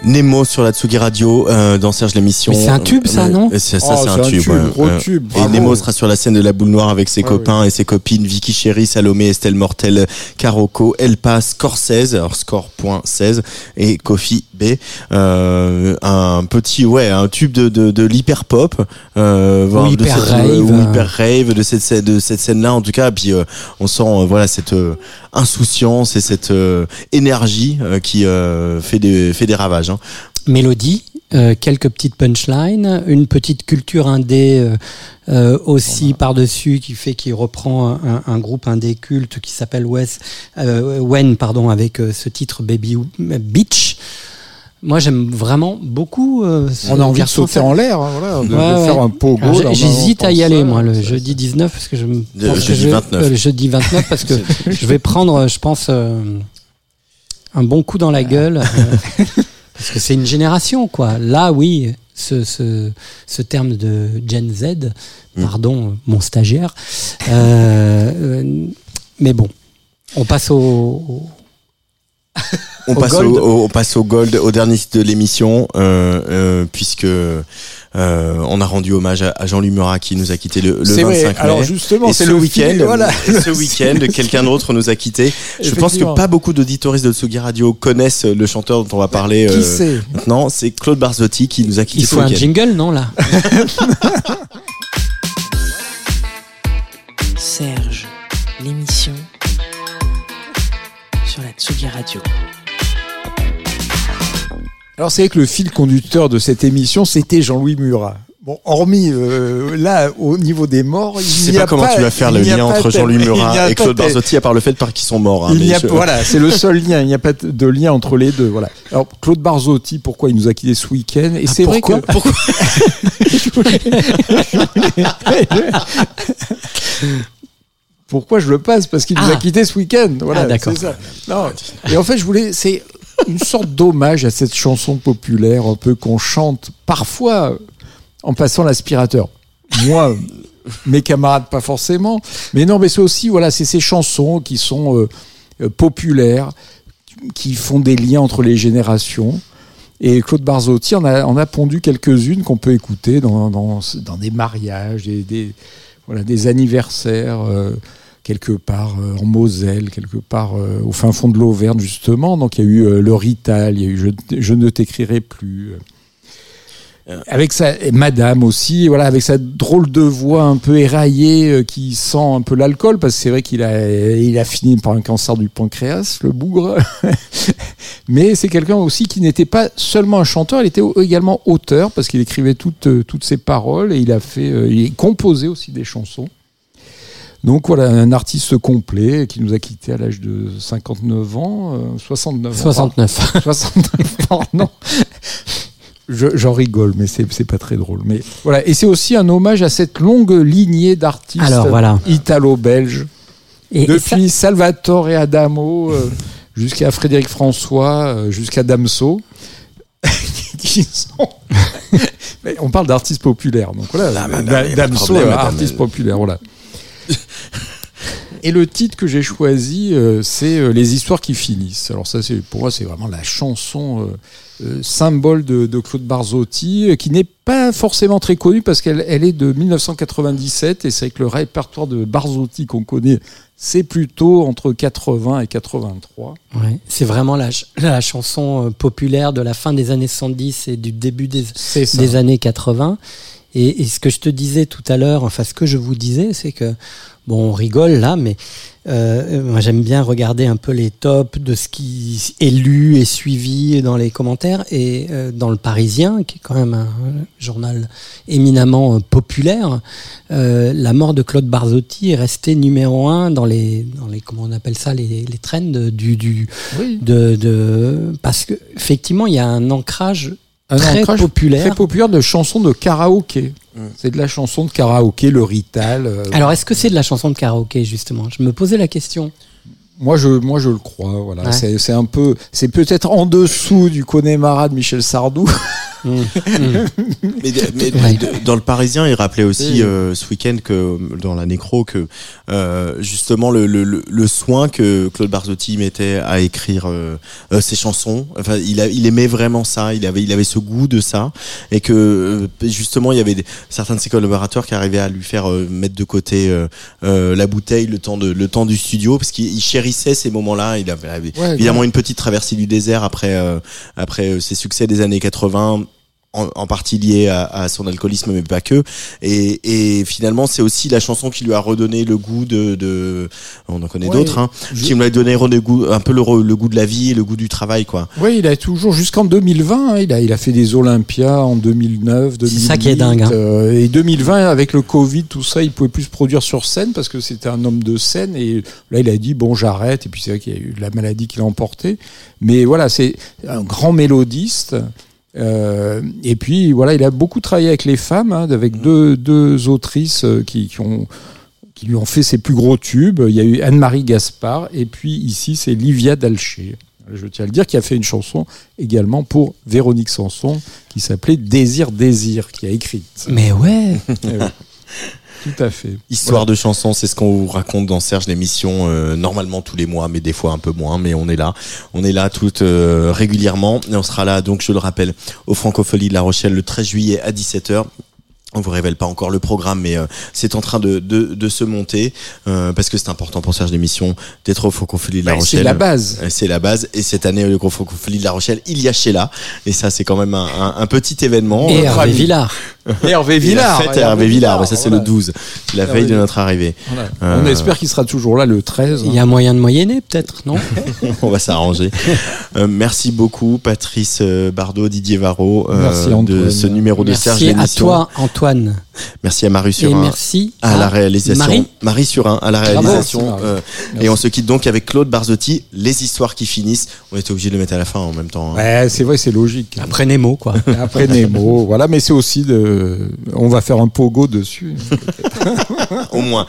Nemo sur la Tsugi Radio euh, dans Serge l'émission. Mais c'est un tube, ça, non c'est, Ça, oh, c'est, c'est un, un tube. tube, ouais. gros tube. Et Bravo. Nemo sera sur la scène de la Boule Noire avec ses ouais, copains ouais. et ses copines Vicky Chéri, Salomé, Estelle Mortel, Karoko, Elpa, Scorsese, alors score point seize et Kofi B. Euh, un petit, ouais, un tube de, de, de l'hyper pop, euh, ou voire hyper de cette, rave, ou hyper rave de cette scène, de cette scène-là en tout cas. Puis euh, on sent, euh, voilà, cette euh, insouciance et cette euh, énergie euh, qui euh, fait des fait des ravages. Hein. Mélodie, euh, quelques petites punchlines, une petite culture indé euh, euh, aussi par-dessus qui fait qu'il reprend un, un groupe indé culte qui s'appelle Wes, euh, Wen, pardon, avec euh, ce titre Baby Beach. Moi, j'aime vraiment beaucoup. Euh, On a envie de sauter en l'air, hein, voilà, de, ouais, de ouais. faire un pogo. Alors, là, j'hésite à y ça, aller, moi, le ça, jeudi dix-neuf, parce que je me Le pense que jeudi je, vingt-neuf. euh, le jeudi vingt-neuf, parce que je vais prendre, je pense, euh, un bon coup dans la gueule, euh, parce que c'est une génération, quoi. Là, oui, ce, ce, ce terme de Gen Z, pardon, mon stagiaire, euh, euh, mais bon, on passe au... au On Au passe gold. au, au- on passe au gold, au dernier site de l'émission, euh, euh, puisque euh, on a rendu hommage à, à Jean-Louis Murat qui nous a quitté le, le C'est vingt-cinq vrai. mai. Alors justement, et c'est ce le week-end, fil- voilà. et ce week-end, quelqu'un d'autre nous a quitté. Je pense que Effectivement. pas beaucoup d'auditoristes de Tsugi Radio connaissent le chanteur dont on va parler Qui euh, c'est maintenant. C'est Claude Barzotti qui nous a quitté Il ce faut un week-end. jingle, non, là? Serge, l'émission sur la Tsugi Radio. Alors c'est vrai que le fil conducteur de cette émission, c'était Jean-Louis Murat. Bon, hormis euh, là, au niveau des morts, Je il sais n'y pas a comment pas, tu vas faire il le n'y a lien pas entre tel- Jean-Louis il n'y Murat a et pas Claude tel- Barzotti, à part le fait par qu'ils sont morts. hein, Il mais n'y a, je- voilà, c'est le seul lien. Il n'y a pas de lien entre les deux. Voilà. Alors Claude Barzotti, pourquoi il nous a quitté ce week-end? Et Ah, c'est vrai que pourquoi pourquoi je voulais- Pourquoi je le passe? Parce qu'il nous Ah. a quitté ce week-end. Voilà, Ah, d'accord. c'est ça. Non. Et en fait, je voulais, c'est une sorte d'hommage à cette chanson populaire un peu qu'on chante parfois en passant l'aspirateur. Moi, mes camarades pas forcément, mais non, mais c'est aussi voilà, c'est ces chansons qui sont euh, euh, populaires, qui font des liens entre les générations. Et Claude Barzotti en a, en a pondu quelques-unes qu'on peut écouter dans, dans, dans des mariages, des, des, voilà, des anniversaires, euh, quelque part euh, en Moselle, quelque part euh, au fin fond de l'Auvergne, justement. Donc il y a eu euh, le Rital, il y a eu Je, je ne t'écrirai plus. Avec sa et Madame aussi, voilà, avec sa drôle de voix un peu éraillée euh, qui sent un peu l'alcool, parce que c'est vrai qu'il a, il a fini par un cancer du pancréas, le bougre. Mais c'est quelqu'un aussi qui n'était pas seulement un chanteur, il était également auteur, parce qu'il écrivait toutes, toutes ses paroles et il a fait, euh, il composait aussi des chansons. Donc voilà, un artiste complet qui nous a quittés à l'âge de cinquante-neuf ans, euh, soixante-neuf ans. soixante-neuf. soixante-neuf ans, non. Je, j'en rigole, mais c'est, c'est pas très drôle. Mais voilà. Et c'est aussi un hommage à cette longue lignée d'artistes Alors, voilà. italo-belges. Et, et Depuis ça- Salvatore et Adamo, euh, jusqu'à Frédéric François, euh, jusqu'à Damso. qui sont... Mais on parle d'artistes populaires. Donc voilà, Là, madame, Da- y a pas de Damso, problème, euh, madame. artiste populaire. Voilà. Et le titre que j'ai choisi, euh, c'est euh, Les histoires qui finissent. Alors ça, c'est pour moi, c'est vraiment la chanson euh, euh, symbole de, de Claude Barzotti, euh, qui n'est pas forcément très connue parce qu'elle elle est de dix-neuf cent quatre-vingt-dix-sept, et c'est vrai que le répertoire de Barzotti qu'on connaît, c'est plutôt entre quatre-vingts et quatre-vingt-trois. Ouais, c'est vraiment la, ch- la chanson euh, populaire de la fin des années soixante-dix et du début des, C'est ça. des années quatre-vingts. Et, et ce que je te disais tout à l'heure, enfin ce que je vous disais, c'est que, bon, on rigole là, mais euh, moi j'aime bien regarder un peu les tops de ce qui est lu et suivi dans les commentaires. Et euh, dans Le Parisien, qui est quand même un journal éminemment euh, populaire, euh, la mort de Claude Barzotti est restée numéro un dans les, dans les comment on appelle ça, les, les trends du, du, Oui. de, de, parce que effectivement il y a un ancrage Un très ancrage populaire. Très populaire de chansons de karaoké. C'est de la chanson de karaoké, le Rital. euh, Alors, est-ce que c'est de la chanson de karaoké, justement? Je me posais la question. Moi, je, moi, je le crois. Voilà. Ouais. C'est, c'est un peu, c'est peut-être en dessous du Connemara de Michel Sardou. Mmh. mais, mais ouais. de, dans le Parisien, il rappelait aussi euh, ce week-end que dans la Nécro que euh, justement le, le, le soin que Claude Barzotti mettait à écrire euh, euh, ses chansons. Enfin, il, a, il aimait vraiment ça. Il avait, il avait ce goût de ça, et que euh, justement il y avait des, certains de ses collaborateurs qui arrivaient à lui faire euh, mettre de côté euh, euh, la bouteille, le temps de, le temps du studio, parce qu'il chérissait ces moments-là. Il avait, avait ouais, évidemment ouais. une petite traversée du désert après, euh, après ses succès des années quatre-vingts. En, en partie lié à, à son alcoolisme, mais pas que. Et, et finalement, c'est aussi la chanson qui lui a redonné le goût de, de on en connaît ouais, d'autres, hein, je... qui lui a donné le goût, un peu le, le goût de la vie et le goût du travail, quoi. Oui, il a toujours, jusqu'en deux mille vingt, hein, il a, il a fait des Olympias en deux mille neuf, deux mille huit. C'est ça qui est dingue, hein. Euh, et deux mille vingt, avec le Covid, tout ça, il pouvait plus se produire sur scène parce que c'était un homme de scène. Et là, il a dit, bon, j'arrête. Et puis c'est vrai qu'il y a eu la maladie qui l'a emporté. Mais voilà, c'est un grand mélodiste. Euh, et puis voilà, il a beaucoup travaillé avec les femmes, hein, avec mmh. deux, deux autrices qui, qui, ont, qui lui ont fait ses plus gros tubes. Il y a eu Anne-Marie Gaspard, et puis ici c'est Livia Dalché, je tiens à le dire, qui a fait une chanson également pour Véronique Sanson qui s'appelait Désir, Désir, qui a écrite. Mais ouais, ouais. Tout à fait. Histoire voilà. de chansons, c'est ce qu'on vous raconte dans Serge l'émission, euh, normalement tous les mois, mais des fois un peu moins, mais on est là. On est là tout euh, régulièrement, et on sera là, donc je le rappelle, au Francofolie de La Rochelle le treize juillet à dix-sept heures. On vous révèle pas encore le programme, mais euh, c'est en train de de, de se monter, euh, parce que c'est important pour Serge l'émission d'être au Francofolie de La ouais, Rochelle. C'est la base. C'est la base. Et cette année, le Francofolie de La Rochelle, il y a Sheila, et ça c'est quand même un, un, un petit événement. Et Hervé Villard. Et Hervé Villard. Et la fête à Hervé Villard, ça c'est voilà. le douze, c'est la veille de notre arrivée. Voilà. Euh... On espère qu'il sera toujours là le treize. Il y a moyen de moyenner peut-être, non? On va s'arranger. euh, merci beaucoup Patrice Bardot, Didier Varro, euh, merci, de ce numéro de merci Serge l'émission. Merci à toi Antoine. Merci à Marie Surin. Et merci à, à la réalisation. Marie, Marie Surin à la réalisation. Bravo, euh, et on se quitte donc avec Claude Barzotti, Les histoires qui finissent. On était obligé de le mettre à la fin en même temps. Hein. Ouais, c'est vrai, c'est logique. Après Nemo, quoi. Après Nemo, voilà, mais c'est aussi de. On va faire un pogo dessus. Au moins.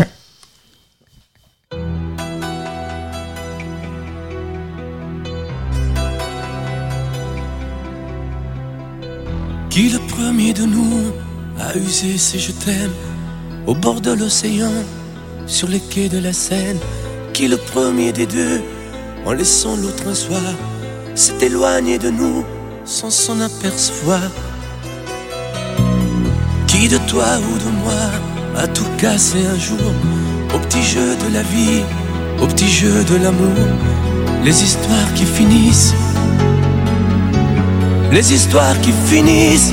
Qui le premier de nous a usé ces je t'aime au bord de l'océan, sur les quais de la Seine? Qui le premier des deux, en laissant l'autre un soir, s'est éloigné de nous sans s'en apercevoir? Qui de toi ou de moi a tout cassé un jour, au petit jeu de la vie, au petit jeu de l'amour? Les histoires qui finissent, les histoires qui finissent,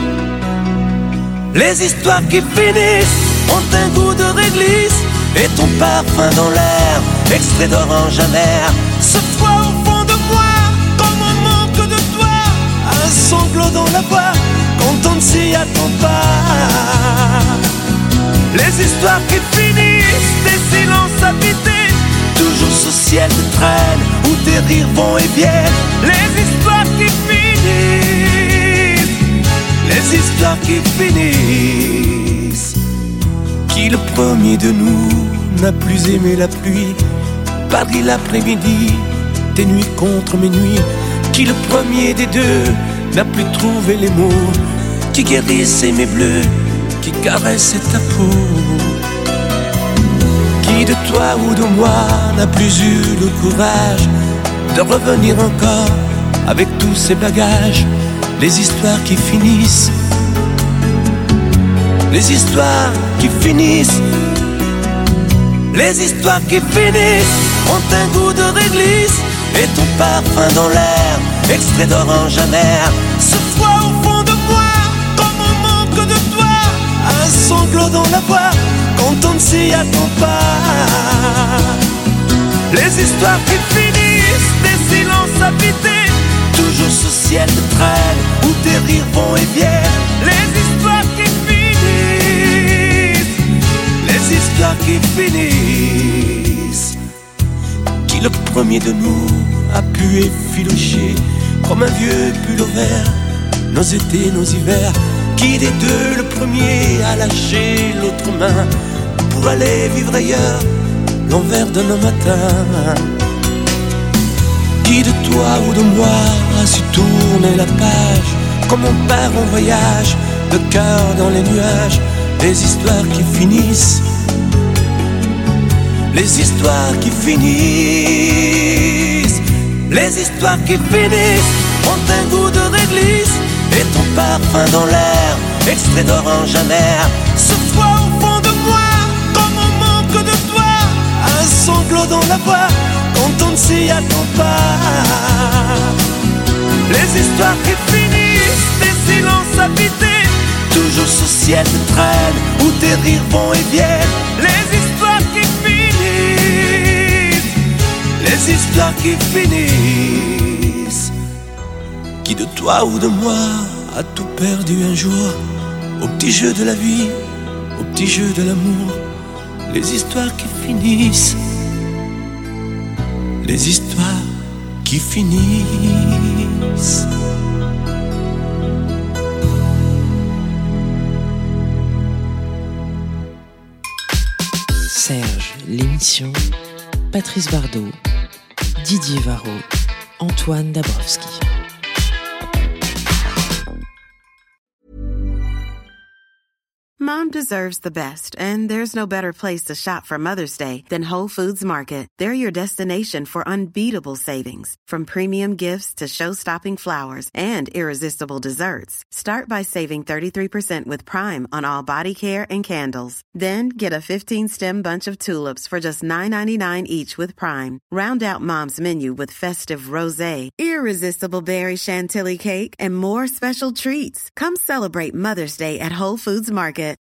les histoires qui finissent ont un goût de réglisse et ton parfum dans l'air, extrait d'orange amer. Ce froid au fond de moi, comme un manque de toi, un sanglot dans la voix quand on ne s'y attend pas. Les histoires qui finissent, des silences habités, toujours ce ciel de traîne où tes rires vont et viennent. Les histoires qui finissent, les histoires qui finissent. Qui le premier de nous n'a plus aimé la pluie, Paris l'après-midi, tes nuits contre mes nuits? Qui le premier des deux n'a plus trouvé les mots qui guérissaient mes bleus, qui caressaient ta peau? Qui de toi ou de moi n'a plus eu le courage de revenir encore avec tous ces bagages? Les histoires qui finissent, les histoires qui finissent, les histoires qui finissent ont un goût de réglisse et ton parfum dans l'air, extrait d'orange amer. Ce froid au fond de moi, comme un manque de toi, un sanglot dans la voix quand on ne s'y attend pas. Les histoires qui finissent, des silences habités, toujours ce ciel de traîne où tes rires vont et viennent. Les histoires qui finissent, les histoires qui finissent. Qui le premier de nous a pu effilocher comme un vieux pull au vert nos étés, nos hivers? Qui des deux le premier a lâché l'autre main pour aller vivre ailleurs l'envers de nos matins? Qui de toi ou de moi a su tourner la page Comme mon père on voyage, le cœur dans les nuages. Les histoires qui finissent, les histoires qui finissent, les histoires qui finissent ont un goût de réglisse et ton parfum dans l'air, extrait d'orange amer. Ce froid au fond de moi, comme on manque de toi, un sanglot dans la voix quand on ne s'y attend pas. Les histoires qui finissent, des silences habités, toujours ce ciel de traîne où tes rires vont et viennent. Les histoires qui finissent, les histoires qui finissent. Qui de toi ou de moi a tout perdu un jour, au petit jeu de la vie, au petit jeu de l'amour. Les histoires qui finissent, les histoires qui finissent. Serge, l'émission, Patrice Bardot, Didier Varro, Antoine Dabrowski. Mom deserves the best, and there's no better place to shop for Mother's Day than Whole Foods Market. They're your destination for unbeatable savings, from premium gifts to show-stopping flowers and irresistible desserts. Start by saving thirty-three percent with Prime on all body care and candles. Then get a fifteen-stem bunch of tulips for just nine ninety-nine each with Prime. Round out Mom's menu with festive rosé, irresistible berry chantilly cake, and more special treats. Come celebrate Mother's Day at Whole Foods Market.